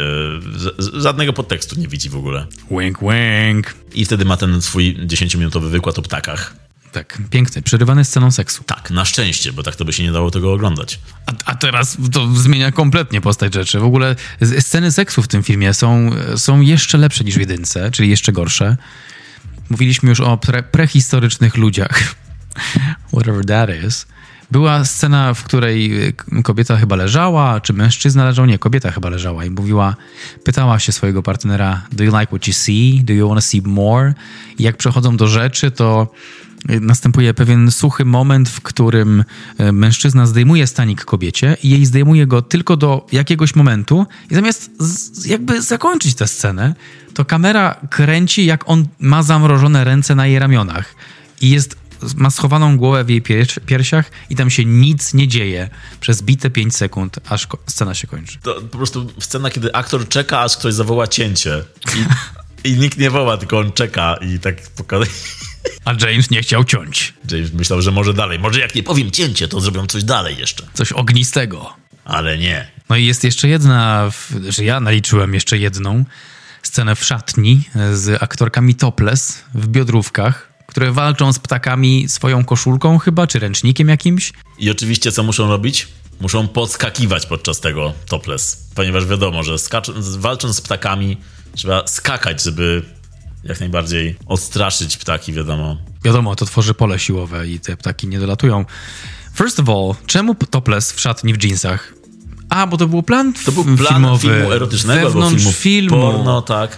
żadnego podtekstu nie widzi w ogóle. Wink, wink. I wtedy ma ten swój dziesięciominutowy wykład o ptakach. Tak, piękny, przerywany sceną seksu. Tak, na szczęście, bo tak to by się nie dało tego oglądać. A, a teraz to zmienia kompletnie postać rzeczy. W ogóle sceny seksu w tym filmie są, są jeszcze lepsze niż w jedynce, czyli jeszcze gorsze. Mówiliśmy już o pre, prehistorycznych ludziach. Whatever that is. Była scena, w której kobieta chyba leżała, czy mężczyzna leżał? Nie, kobieta chyba leżała i mówiła, pytała się swojego partnera: do you like what you see? Do you want to see more? I jak przechodzą do rzeczy, to następuje pewien suchy moment, w którym mężczyzna zdejmuje stanik kobiecie i jej zdejmuje go tylko do jakiegoś momentu i zamiast z, jakby zakończyć tę scenę, to kamera kręci, jak on ma zamrożone ręce na jej ramionach i jest, ma schowaną głowę w jej pier- piersiach i tam się nic nie dzieje przez bite pięć sekund, aż ko- scena się kończy. To po prostu scena, kiedy aktor czeka, aż ktoś zawoła cięcie i, i nikt nie woła, tylko on czeka i tak pokazuje. A James nie chciał ciąć. James myślał, że może dalej. Może jak nie powiem cięcie, to zrobią coś dalej jeszcze. Coś ognistego. Ale nie. No i jest jeszcze jedna, że ja naliczyłem jeszcze jedną scenę w szatni z aktorkami topless w biodrówkach, które walczą z ptakami swoją koszulką chyba, czy ręcznikiem jakimś. I oczywiście co muszą robić? Muszą podskakiwać podczas tego topless, ponieważ wiadomo, że skacz- walcząc z ptakami trzeba skakać, żeby jak najbardziej odstraszyć ptaki, wiadomo. Wiadomo, to tworzy pole siłowe i te ptaki nie dolatują. First of all, czemu topless w szatni w dżinsach? A, bo to był plan To był plan filmowy. filmu erotycznego albo Wewnątrz filmu filmu. porno, tak.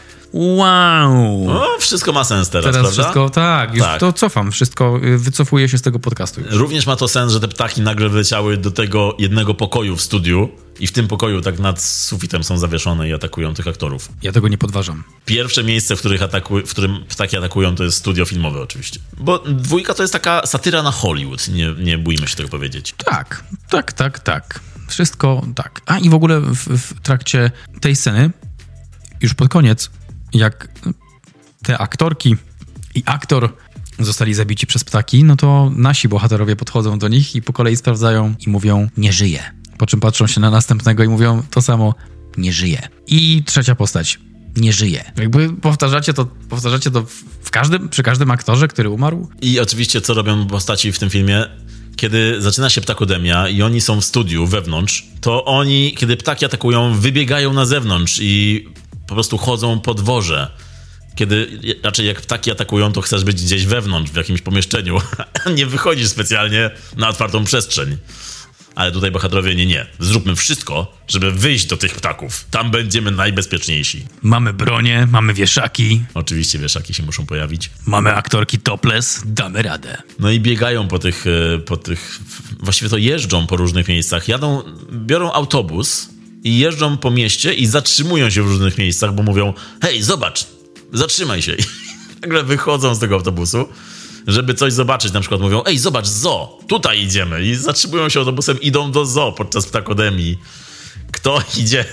Wow. No, wszystko ma sens teraz, Teraz prawda? wszystko, tak, już Tak. to cofam, wszystko, y, wycofuję się z tego podcastu już. Również ma to sens, że te ptaki nagle wleciały do tego jednego pokoju w studiu i w tym pokoju tak nad sufitem są zawieszone i atakują tych aktorów. Ja tego nie podważam. Pierwsze miejsce, w, których ataku- w którym ptaki atakują, to jest studio filmowe oczywiście. Bo dwójka to jest taka satyra na Hollywood, nie, nie bójmy się tego powiedzieć. Tak, tak, tak, tak. Wszystko tak. A i w ogóle w, w trakcie tej sceny, już pod koniec, jak te aktorki i aktor zostali zabici przez ptaki, no to nasi bohaterowie podchodzą do nich i po kolei sprawdzają i mówią, nie żyje. Po czym patrzą się na następnego i mówią to samo, nie żyje. I trzecia postać, nie żyje. Jakby powtarzacie to, powtarzacie to w każdym, przy każdym aktorze, który umarł. I oczywiście co robią postaci w tym filmie? Kiedy zaczyna się ptakodemia i oni są w studiu wewnątrz, to oni, kiedy ptaki atakują, wybiegają na zewnątrz i po prostu chodzą po dworze. Kiedy raczej jak ptaki atakują, to chcesz być gdzieś wewnątrz, w jakimś pomieszczeniu. Nie wychodzisz specjalnie na otwartą przestrzeń. Ale tutaj bohaterowie, nie, nie. Zróbmy wszystko, żeby wyjść do tych ptaków. Tam będziemy najbezpieczniejsi. Mamy bronię, mamy wieszaki, Oczywiście wieszaki się muszą pojawić. mamy aktorki topless, damy radę. No i biegają po tych, e, po tych... Właściwie to jeżdżą po różnych miejscach. Jadą, biorą autobus i jeżdżą po mieście i zatrzymują się w różnych miejscach, bo mówią, hej, zobacz, zatrzymaj się. I nagle wychodzą z tego autobusu, żeby coś zobaczyć. Na przykład mówią, ej, zobacz, zoo, tutaj idziemy. I zatrzymują się autobusem, idą do zoo podczas ptakodemii. Kto idzie?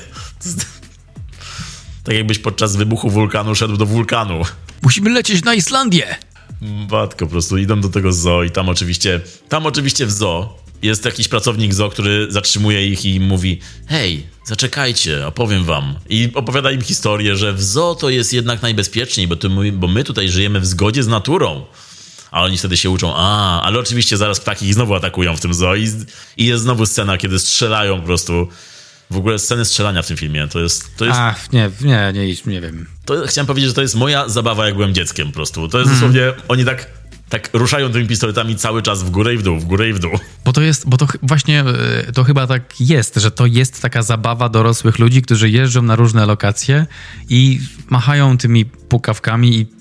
Tak jakbyś podczas wybuchu wulkanu szedł do wulkanu. Musimy lecieć na Islandię. Matko, po prostu idą do tego zoo i tam oczywiście, tam oczywiście w zoo jest jakiś pracownik zoo, który zatrzymuje ich i mówi, hej, zaczekajcie, opowiem wam. I opowiada im historię, że w zoo to jest jednak najbezpieczniej, bo, to my, bo my tutaj żyjemy w zgodzie z naturą. A oni wtedy się uczą, a, ale oczywiście zaraz ptaki ich znowu atakują w tym zoo i, i jest znowu scena, kiedy strzelają po prostu. W ogóle sceny strzelania w tym filmie, to jest... To jest Ach, nie, nie, nie, nie wiem. to chciałem powiedzieć, że to jest moja zabawa, jak byłem dzieckiem po prostu. To jest dosłownie, oni tak, tak ruszają tymi pistoletami cały czas w górę i w dół, w górę i w dół. Bo to jest, bo to ch- właśnie, y, to chyba tak jest, że to jest taka zabawa dorosłych ludzi, którzy jeżdżą na różne lokacje i machają tymi pukawkami i,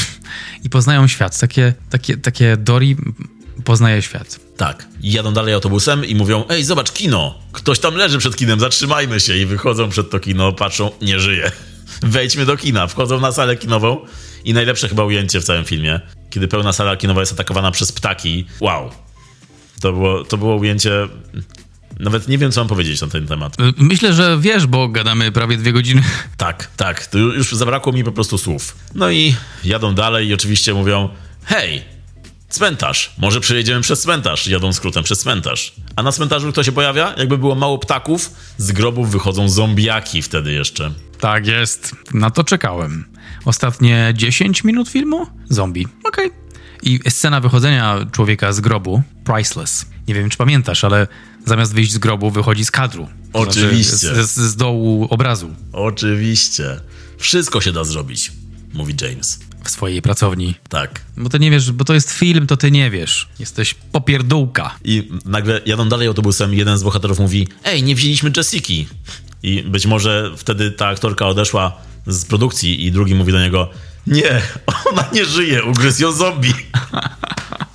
i poznają świat. Takie, takie, takie Dory poznaje świat. Tak. I jadą dalej autobusem i mówią, ej, zobacz, kino. Ktoś tam leży przed kinem, zatrzymajmy się. I wychodzą przed to kino, patrzą, nie żyje. Wejdźmy do kina. Wchodzą na salę kinową i najlepsze chyba ujęcie w całym filmie, kiedy pełna sala kinowa jest atakowana przez ptaki. Wow. To było, to było ujęcie... Nawet nie wiem, co mam powiedzieć na ten temat. Y, Myślę, że wiesz, bo gadamy prawie dwie godziny. Tak, tak. To już zabrakło mi po prostu słów. No i jadą dalej i oczywiście mówią, hej, cmentarz, może przejedziemy przez cmentarz. Jadą skrótem przez cmentarz. A na cmentarzu kto się pojawia? Jakby było mało ptaków, z grobów wychodzą zombiaki wtedy jeszcze. Tak jest. Na to czekałem. Ostatnie dziesięć minut filmu? Zombie. Okej. Okay. I scena wychodzenia człowieka z grobu, priceless. Nie wiem, czy pamiętasz, ale zamiast wyjść z grobu, wychodzi z kadru. To Oczywiście. Znaczy z, z dołu obrazu Oczywiście. Wszystko się da zrobić, mówi James. w swojej pracowni. Tak. Bo ty nie wiesz, bo to jest film, to ty nie wiesz. Jesteś popierdółka. I nagle jadą dalej autobusem, jeden z bohaterów mówi, ej, nie wzięliśmy Jessiki. I być może wtedy ta aktorka odeszła z produkcji i drugi mówi do niego, nie, ona nie żyje, ugryzł ją zombie.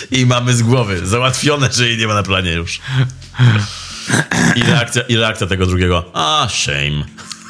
I mamy z głowy. Załatwione, że jej nie ma na planie już. I reakcja, i reakcja tego drugiego. A, shame.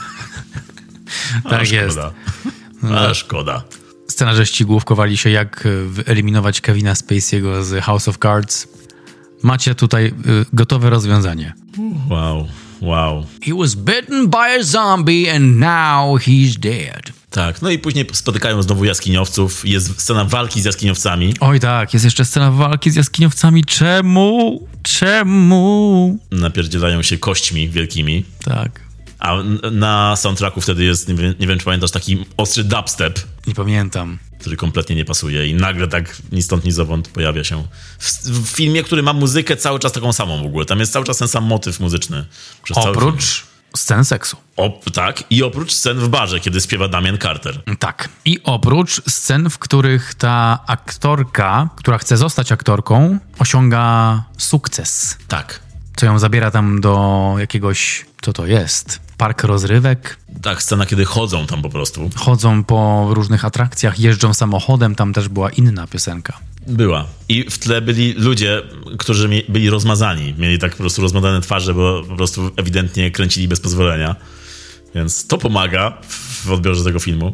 A, Tak szkoda. jest. A, szkoda. Scenarzyści główkowali się, jak wyeliminować Kevina Spacey'ego z House of Cards. Macie tutaj y, gotowe rozwiązanie. Wow, wow. He was bitten by a zombie and now he's dead. Tak, no i później spotykają znowu jaskiniowców. Jest scena walki z jaskiniowcami. Oj tak, jest jeszcze scena walki z jaskiniowcami. Czemu? Czemu? Napierdzielają się kośćmi wielkimi. Tak. A na soundtracku wtedy jest, nie wiem, nie wiem czy pamiętasz, taki ostry dubstep, Nie pamiętam. który kompletnie nie pasuje i nagle tak ni stąd, ni zowąd pojawia się w, w filmie, który ma muzykę cały czas taką samą w ogóle. Tam jest cały czas ten sam motyw muzyczny. Przez Oprócz scen seksu. O, tak, i oprócz scen w barze, kiedy śpiewa Damian Carter. Tak. I oprócz scen, w których ta aktorka, która chce zostać aktorką, osiąga sukces. Tak, Co ją zabiera tam do jakiegoś, co to jest? Park rozrywek. tak, scena, kiedy chodzą tam po prostu. Chodzą po różnych atrakcjach, jeżdżą samochodem, tam też była inna piosenka. Była. I w tle byli ludzie, którzy mi, byli rozmazani. Mieli tak po prostu rozmazane twarze, bo po prostu ewidentnie kręcili bez pozwolenia. Więc to pomaga w odbiorze tego filmu.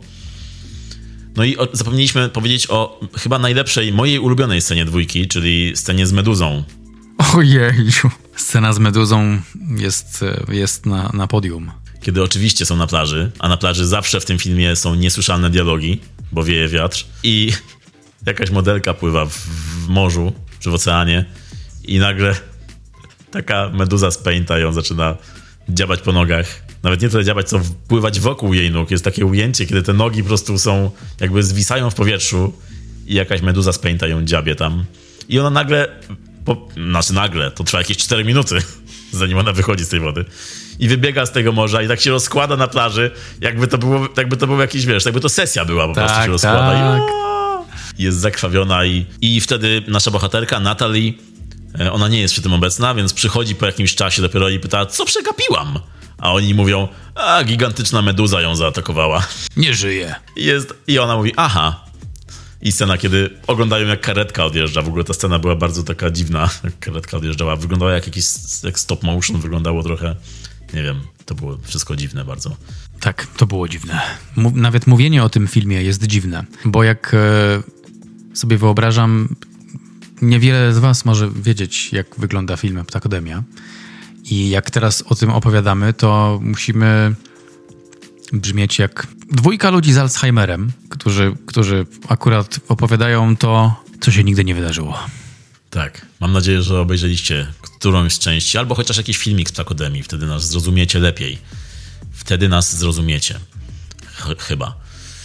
No i o, zapomnieliśmy powiedzieć o chyba najlepszej, mojej ulubionej scenie dwójki, czyli scenie z Meduzą. Ojeju. Scena z Meduzą jest, jest na, na podium. Kiedy oczywiście są na plaży, a na plaży zawsze w tym filmie są niesłyszalne dialogi, bo wieje wiatr. I jakaś modelka pływa w, w morzu czy w oceanie i nagle taka meduza z Painta ją zaczyna dziabać po nogach. Nawet nie tyle dziabać, co pływać wokół jej nóg. Jest takie ujęcie, kiedy te nogi po prostu są, jakby zwisają w powietrzu i jakaś meduza z Painta ją dziabie tam. I ona nagle, po, znaczy nagle, to trwa jakieś cztery minuty, zanim ona wychodzi z tej wody. I wybiega z tego morza i tak się rozkłada na plaży, jakby to było, jakby to był jakiś, wiesz, jakby to sesja była, po Tak, prostu się rozkłada. tak. I jest zakrwawiona i, i wtedy nasza bohaterka, Natalie, ona nie jest przy tym obecna, więc przychodzi po jakimś czasie dopiero i pyta, co przegapiłam? A oni mówią, a gigantyczna meduza ją zaatakowała. Nie żyje. I, jest, i ona mówi, aha. I scena, kiedy oglądają, jak karetka odjeżdża. W ogóle ta scena była bardzo taka dziwna, jak karetka odjeżdżała. Wyglądała jak jakiś jak stop motion, wyglądało trochę, nie wiem, to było wszystko dziwne bardzo. Tak, to było dziwne. Mów, nawet mówienie o tym filmie jest dziwne, bo jak e, sobie wyobrażam, niewiele z was może wiedzieć, jak wygląda film Ptakodemia. I jak teraz o tym opowiadamy, to musimy brzmieć jak dwójka ludzi z Alzheimerem, którzy, którzy akurat opowiadają to, co się nigdy nie wydarzyło. Tak. Mam nadzieję, że obejrzeliście którąś z części, albo chociaż jakiś filmik z Ptakodemii. Wtedy nas zrozumiecie lepiej. Wtedy nas zrozumiecie. Ch- chyba.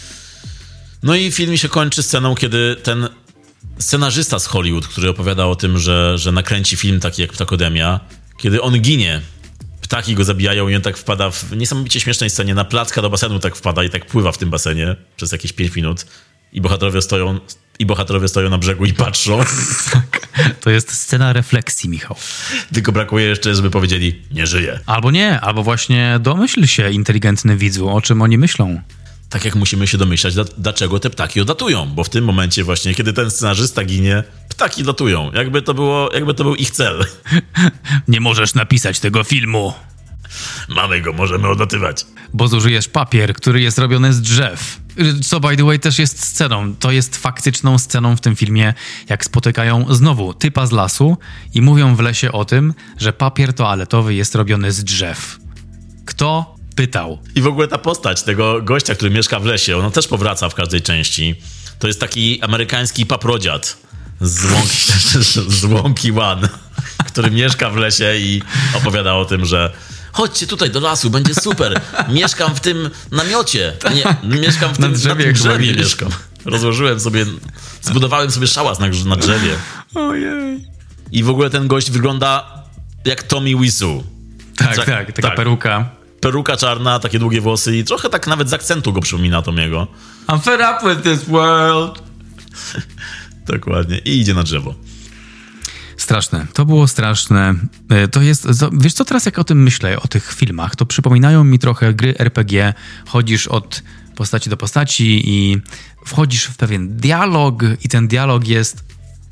No i film się kończy sceną, kiedy ten scenarzysta z Hollywood, który opowiada o tym, że, że nakręci film taki jak Ptakodemia, kiedy on ginie, ptaki go zabijają i on tak wpada w niesamowicie śmiesznej scenie, na placka do basenu tak wpada i tak pływa w tym basenie przez jakieś pięć minut i bohaterowie stoją, i bohaterowie stoją na brzegu i patrzą. Tak. To jest scena refleksji, Michał. Tylko brakuje jeszcze, żeby powiedzieli, nie żyje. Albo nie, albo właśnie domyśl się, inteligentny widzu, o czym oni myślą. Tak jak musimy się domyślać, dlaczego te ptaki odlatują, bo w tym momencie właśnie, kiedy ten scenarzysta ginie, ptaki latują. Jakby to było, jakby to był ich cel. Nie możesz napisać tego filmu, Mamy go, możemy odlatywać. bo zużyjesz papier, który jest robiony z drzew. Co, by the way, też jest sceną. To jest faktyczną sceną w tym filmie, jak spotykają znowu typa z lasu i mówią w lesie o tym, że papier toaletowy jest robiony z drzew. Kto pytał? I w ogóle ta postać tego gościa, który mieszka w lesie, ona też powraca w każdej części. To jest taki amerykański paprodziad z łąki, z łąki One, który mieszka w lesie i opowiada o tym, że chodźcie tutaj do lasu, będzie super. Mieszkam w tym namiocie. Nie, mieszkam w tym, Na drzewie, na tym drzewie jak mieszkam. Rozłożyłem sobie, zbudowałem sobie szałas na, na drzewie. Ojej. I w ogóle ten gość wygląda jak Tommy Wiseau. Tak, Tak, tak, taka tak. peruka. Peruka czarna, takie długie włosy i trochę tak nawet z akcentu go przypomina Tomiego. I'm fed up with this world. Dokładnie. I idzie na drzewo. Straszne. To było straszne. To jest... Wiesz co, teraz jak o tym myślę, o tych filmach, to przypominają mi trochę gry R P G. Chodzisz od postaci do postaci i wchodzisz w pewien dialog i ten dialog jest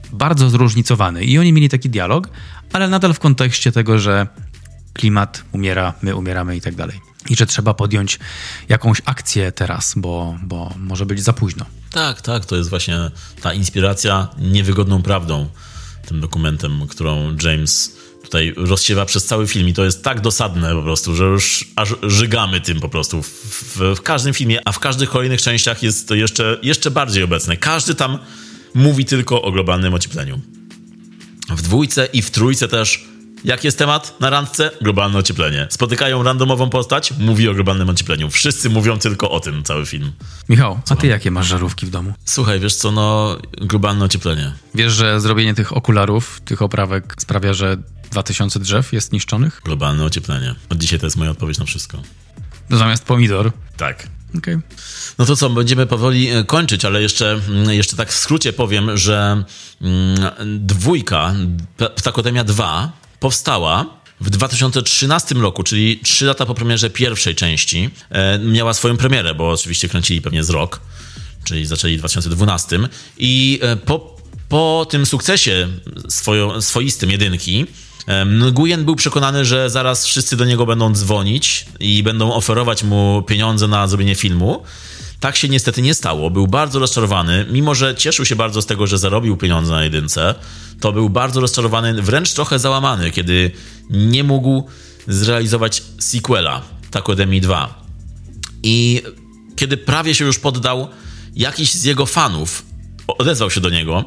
bardzo zróżnicowany. I oni mieli taki dialog, ale nadal w kontekście tego, że klimat umiera, my umieramy i tak dalej. I że trzeba podjąć jakąś akcję teraz, bo, bo może być za późno. Tak, tak, to jest właśnie ta inspiracja niewygodną prawdą, tym dokumentem, którą James tutaj rozsiewa przez cały film i to jest tak dosadne po prostu, że już aż żygamy tym po prostu w, w, w każdym filmie, a w każdych kolejnych częściach jest to jeszcze, jeszcze bardziej obecne. Każdy tam mówi tylko o globalnym ociepleniu. W dwójce i w trójce też. Jaki jest temat na randce? Globalne ocieplenie. Spotykają randomową postać, mówi o globalnym ociepleniu. Wszyscy mówią tylko o tym, cały film. Michał, a ty jakie masz żarówki w domu? Słuchaj, wiesz co, no globalne ocieplenie. Wiesz, że zrobienie tych okularów, tych oprawek sprawia, że dwa tysiące drzew jest niszczonych? Globalne ocieplenie. Od dzisiaj to jest moja odpowiedź na wszystko. Zamiast pomidor. Tak. Okej. Okay. No to co, będziemy powoli kończyć, ale jeszcze, jeszcze tak w skrócie powiem, że dwójka, Ptakodemia dwa powstała w dwa tysiące trzynastym roku, czyli trzy lata po premierze pierwszej części. E, miała swoją premierę, bo oczywiście kręcili pewnie z rok, czyli zaczęli w dwa tysiące dwunastym. I e, po, po tym sukcesie swoją, swoistym jedynki, e, Nguyen był przekonany, że zaraz wszyscy do niego będą dzwonić i będą oferować mu pieniądze na zrobienie filmu. Tak się niestety nie stało. Był bardzo rozczarowany, mimo że cieszył się bardzo z tego, że zarobił pieniądze na jedynce, to był bardzo rozczarowany, wręcz trochę załamany, kiedy nie mógł zrealizować sequela Ptakodemii dwa. I kiedy prawie się już poddał, jakiś z jego fanów odezwał się do niego,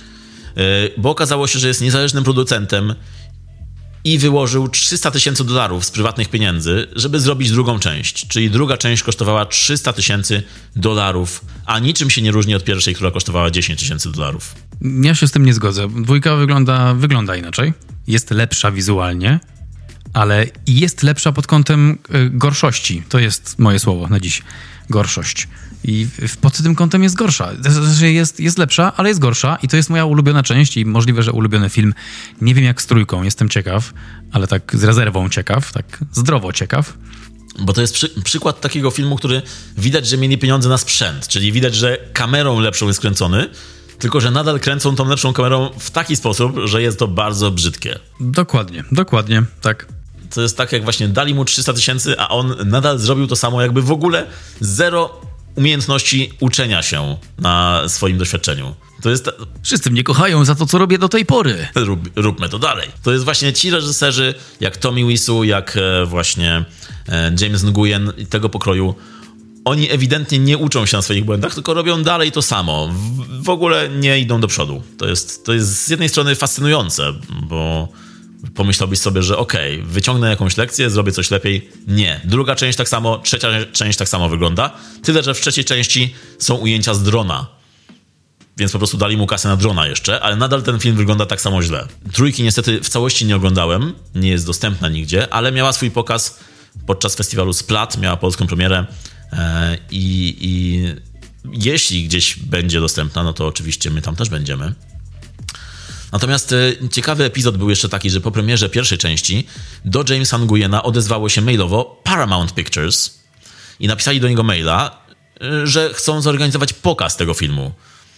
bo okazało się, że jest niezależnym producentem i wyłożył trzysta tysięcy dolarów z prywatnych pieniędzy, żeby zrobić drugą część. Czyli druga część kosztowała trzysta tysięcy dolarów, a niczym się nie różni od pierwszej, która kosztowała dziesięć tysięcy dolarów. Ja się z tym nie zgodzę. Dwójka wygląda, wygląda inaczej. Jest lepsza wizualnie, ale jest lepsza pod kątem y, gorszości. To jest moje słowo na dziś. Gorszość. I w, pod tym kątem jest gorsza. Znaczy jest, jest lepsza, ale jest gorsza i to jest moja ulubiona część i możliwe, że ulubiony film. Nie wiem jak z trójką, jestem ciekaw, ale tak z rezerwą ciekaw, tak zdrowo ciekaw. Bo to jest przy, przykład takiego filmu, który widać, że mieli pieniądze na sprzęt, czyli widać, że kamerą lepszą jest kręcony, tylko że nadal kręcą tą lepszą kamerą w taki sposób, że jest to bardzo brzydkie. Dokładnie, dokładnie, tak. To jest tak, jak właśnie dali mu trzysta tysięcy, a on nadal zrobił to samo, jakby w ogóle zero umiejętności uczenia się na swoim doświadczeniu. To jest... Wszyscy mnie kochają za to, co robię do tej pory. Rób, róbmy to dalej. To jest właśnie ci reżyserzy, jak Tommy Wiseau, jak właśnie James Nguyen i tego pokroju. Oni ewidentnie nie uczą się na swoich błędach, tylko robią dalej to samo. W, w ogóle nie idą do przodu. To jest, to jest z jednej strony fascynujące, bo pomyślałbyś sobie, że okej, okay, wyciągnę jakąś lekcję, zrobię coś lepiej. Nie. Druga część tak samo, trzecia część tak samo wygląda. Tyle, że w trzeciej części są ujęcia z drona. Więc po prostu dali mu kasę na drona jeszcze, ale nadal ten film wygląda tak samo źle. Trójki niestety w całości nie oglądałem, nie jest dostępna nigdzie, ale miała swój pokaz podczas festiwalu Splat, miała polską premierę e, i, i jeśli gdzieś będzie dostępna, no to oczywiście my tam też będziemy. Natomiast e, ciekawy epizod był jeszcze taki, że po premierze pierwszej części do Jamesa Nguyena odezwało się mailowo Paramount Pictures i napisali do niego maila, e, że chcą zorganizować pokaz tego filmu.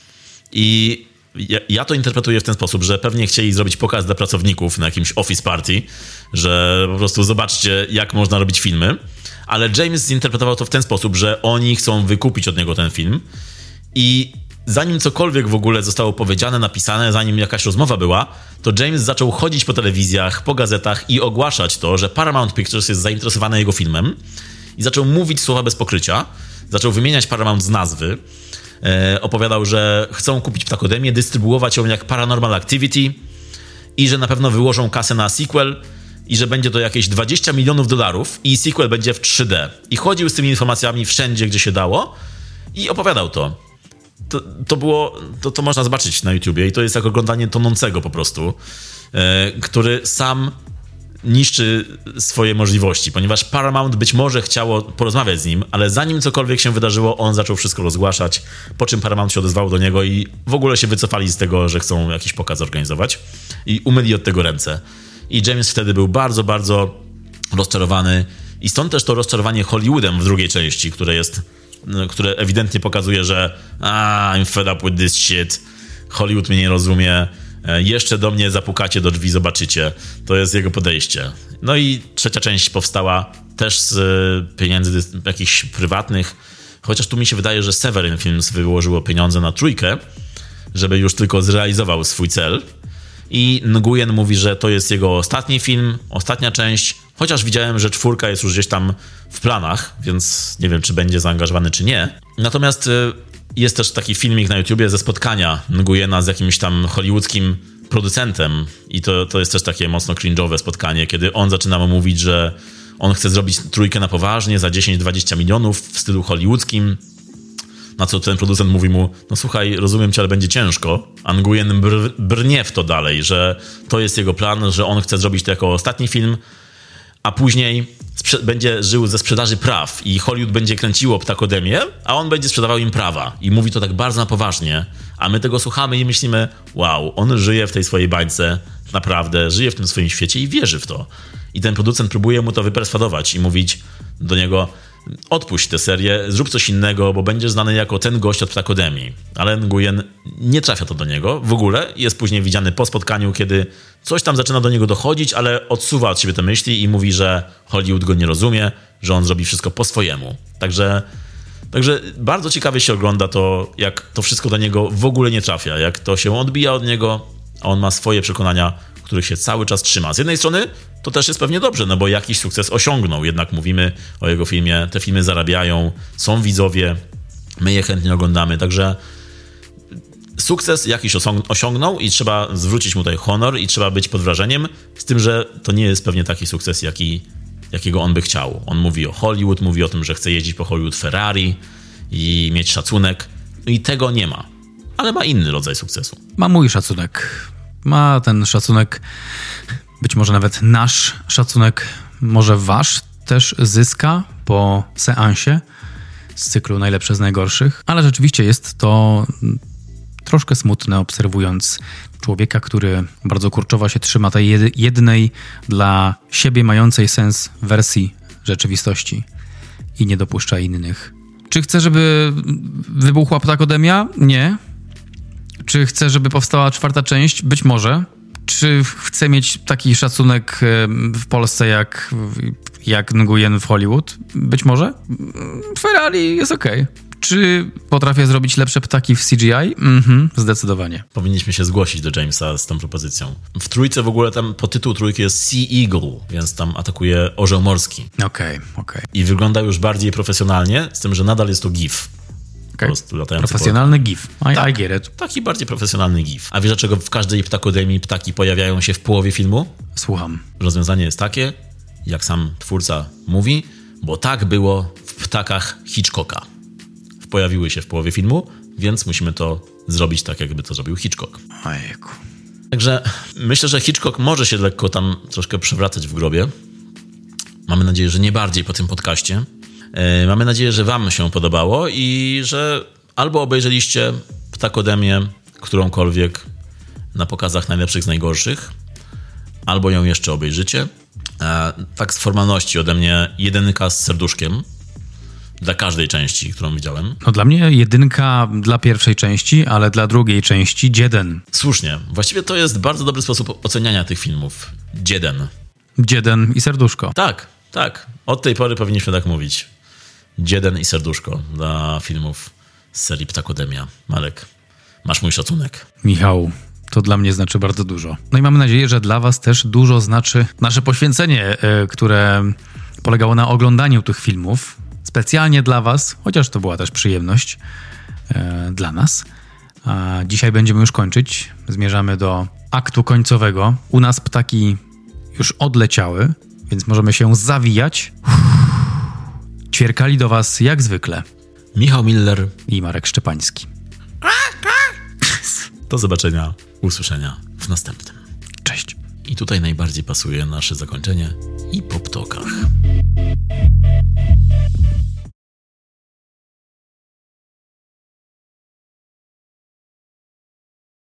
I ja, ja to interpretuję w ten sposób, że pewnie chcieli zrobić pokaz dla pracowników na jakimś office party, że po prostu zobaczcie, jak można robić filmy. Ale James zinterpretował to w ten sposób, że oni chcą wykupić od niego ten film i zanim cokolwiek w ogóle zostało powiedziane, napisane, zanim jakaś rozmowa była, to James zaczął chodzić po telewizjach, po gazetach i ogłaszać to, że Paramount Pictures jest zainteresowane jego filmem i zaczął mówić słowa bez pokrycia, zaczął wymieniać Paramount z nazwy. E, opowiadał, że chcą kupić Ptakodemię, dystrybuować ją jak Paranormal Activity i że na pewno wyłożą kasę na sequel i że będzie to jakieś dwadzieścia milionów dolarów i sequel będzie w trzy D. I chodził z tymi informacjami wszędzie, gdzie się dało i opowiadał to. To, to było, to, to można zobaczyć na YouTubie i to jest jak oglądanie tonącego po prostu, e, który sam niszczy swoje możliwości, ponieważ Paramount być może chciało porozmawiać z nim, ale zanim cokolwiek się wydarzyło, on zaczął wszystko rozgłaszać, po czym Paramount się odezwał do niego i w ogóle się wycofali z tego, że chcą jakiś pokaz organizować i umyli od tego ręce. I James wtedy był bardzo, bardzo rozczarowany i stąd też to rozczarowanie Hollywoodem w drugiej części, które jest, które ewidentnie pokazuje, że ah, I'm fed up with this shit, Hollywood mnie nie rozumie, jeszcze do mnie zapukacie do drzwi, zobaczycie. To jest jego podejście. No i trzecia część powstała też z pieniędzy jakichś prywatnych, chociaż tu mi się wydaje, że Severin Films wyłożyło pieniądze na trójkę, żeby już tylko zrealizował swój cel. I Nguyen mówi, że to jest jego ostatni film, ostatnia część, chociaż widziałem, że czwórka jest już gdzieś tam w planach, więc nie wiem, czy będzie zaangażowany, czy nie. Natomiast jest też taki filmik na YouTubie ze spotkania Nguyena z jakimś tam hollywoodzkim producentem i to, to jest też takie mocno cringe'owe spotkanie, kiedy on zaczyna mu mówić, że on chce zrobić trójkę na poważnie za dziesięć dwadzieścia milionów w stylu hollywoodzkim. Na co ten producent mówi mu, no słuchaj, rozumiem cię, ale będzie ciężko. A Nguyen br- brnie w to dalej, że to jest jego plan, że on chce zrobić to jako ostatni film, a później sprze- będzie żył ze sprzedaży praw i Hollywood będzie kręciło Ptakodemię, a on będzie sprzedawał im prawa. I mówi to tak bardzo na poważnie, a my tego słuchamy i myślimy, wow, on żyje w tej swojej bańce, naprawdę, żyje w tym swoim świecie i wierzy w to. I ten producent próbuje mu to wyperswadować i mówić do niego, odpuść tę serię, zrób coś innego, bo będziesz znany jako ten gość od Ptakodemii. Ale Nguyen nie trafia to do niego w ogóle. Jest później widziany po spotkaniu, kiedy coś tam zaczyna do niego dochodzić, ale odsuwa od siebie te myśli i mówi, że Hollywood go nie rozumie, że on zrobi wszystko po swojemu. Także, także bardzo ciekawie się ogląda to, jak to wszystko do niego w ogóle nie trafia, jak to się odbija od niego, a on ma swoje przekonania, których się cały czas trzyma. Z jednej strony to też jest pewnie dobrze, no bo jakiś sukces osiągnął. Jednak mówimy o jego filmie, te filmy zarabiają, są widzowie, my je chętnie oglądamy, także sukces jakiś osiągnął i trzeba zwrócić mu tutaj honor i trzeba być pod wrażeniem, z tym, że to nie jest pewnie taki sukces, jaki, jakiego on by chciał. On mówi o Hollywood, mówi o tym, że chce jeździć po Hollywood Ferrari i mieć szacunek, i tego nie ma. Ale ma inny rodzaj sukcesu. Ma mój szacunek. Ma ten szacunek, być może nawet nasz szacunek, może wasz też zyska po seansie z cyklu Najlepsze z najgorszych, ale rzeczywiście jest to troszkę smutne, obserwując człowieka, który bardzo kurczowo się trzyma tej jednej dla siebie mającej sens wersji rzeczywistości i nie dopuszcza innych. Czy chce, żeby wybuchła Ptakodemia? Nie. Czy chce, żeby powstała czwarta część? Być może. Czy chce mieć taki szacunek w Polsce jak, jak Nguyen w Hollywood? Być może. Ferrari jest okej. Okay. Czy potrafię zrobić lepsze ptaki w C G I? Mhm, zdecydowanie. Powinniśmy się zgłosić do Jamesa z tą propozycją. W trójce w ogóle tam podtytuł trójki jest Sea Eagle, więc tam atakuje orzeł morski. Okej, okay, okej. Okay. I wygląda już bardziej profesjonalnie, z tym, że nadal jest to GIF. Okay. Profesjonalny GIF. I, tak, I get it. Taki bardziej profesjonalny GIF. A wiesz, dlaczego w każdej Ptakodemii ptaki pojawiają się w połowie filmu? Słucham. Rozwiązanie jest takie, jak sam twórca mówi, bo tak było w Ptakach Hitchcocka. Pojawiły się w połowie filmu, więc musimy to zrobić tak, jakby to zrobił Hitchcock. Ojejku. Także myślę, że Hitchcock może się lekko tam troszkę przewracać w grobie. Mamy nadzieję, że nie bardziej po tym podcaście. Yy, mamy nadzieję, że wam się podobało i że albo obejrzeliście Ptakodemię, którąkolwiek na pokazach Najlepszych z najgorszych, albo ją jeszcze obejrzycie. E, tak z formalności ode mnie jedynka z serduszkiem. Dla każdej części, którą widziałem. No dla mnie jedynka dla pierwszej części, ale dla drugiej części dzieden. Słusznie. Właściwie to jest bardzo dobry sposób oceniania tych filmów. Dzieden. Dzieden i serduszko. Tak, tak. Od tej pory powinniśmy tak mówić. Dzieden i serduszko dla filmów z serii Ptakodemia. Marek, masz mój szacunek. Michał, to dla mnie znaczy bardzo dużo. No i mamy nadzieję, że dla was też dużo znaczy nasze poświęcenie, yy, które polegało na oglądaniu tych filmów. Specjalnie dla was, chociaż to była też przyjemność e, dla nas. A dzisiaj będziemy już kończyć. Zmierzamy do aktu końcowego. U nas ptaki już odleciały, więc możemy się zawijać. Ćwierkali do was jak zwykle Michał Miller i Marek Szczepański. Do zobaczenia, usłyszenia w następnym. Cześć. I tutaj najbardziej pasuje nasze zakończenie i po ptokach.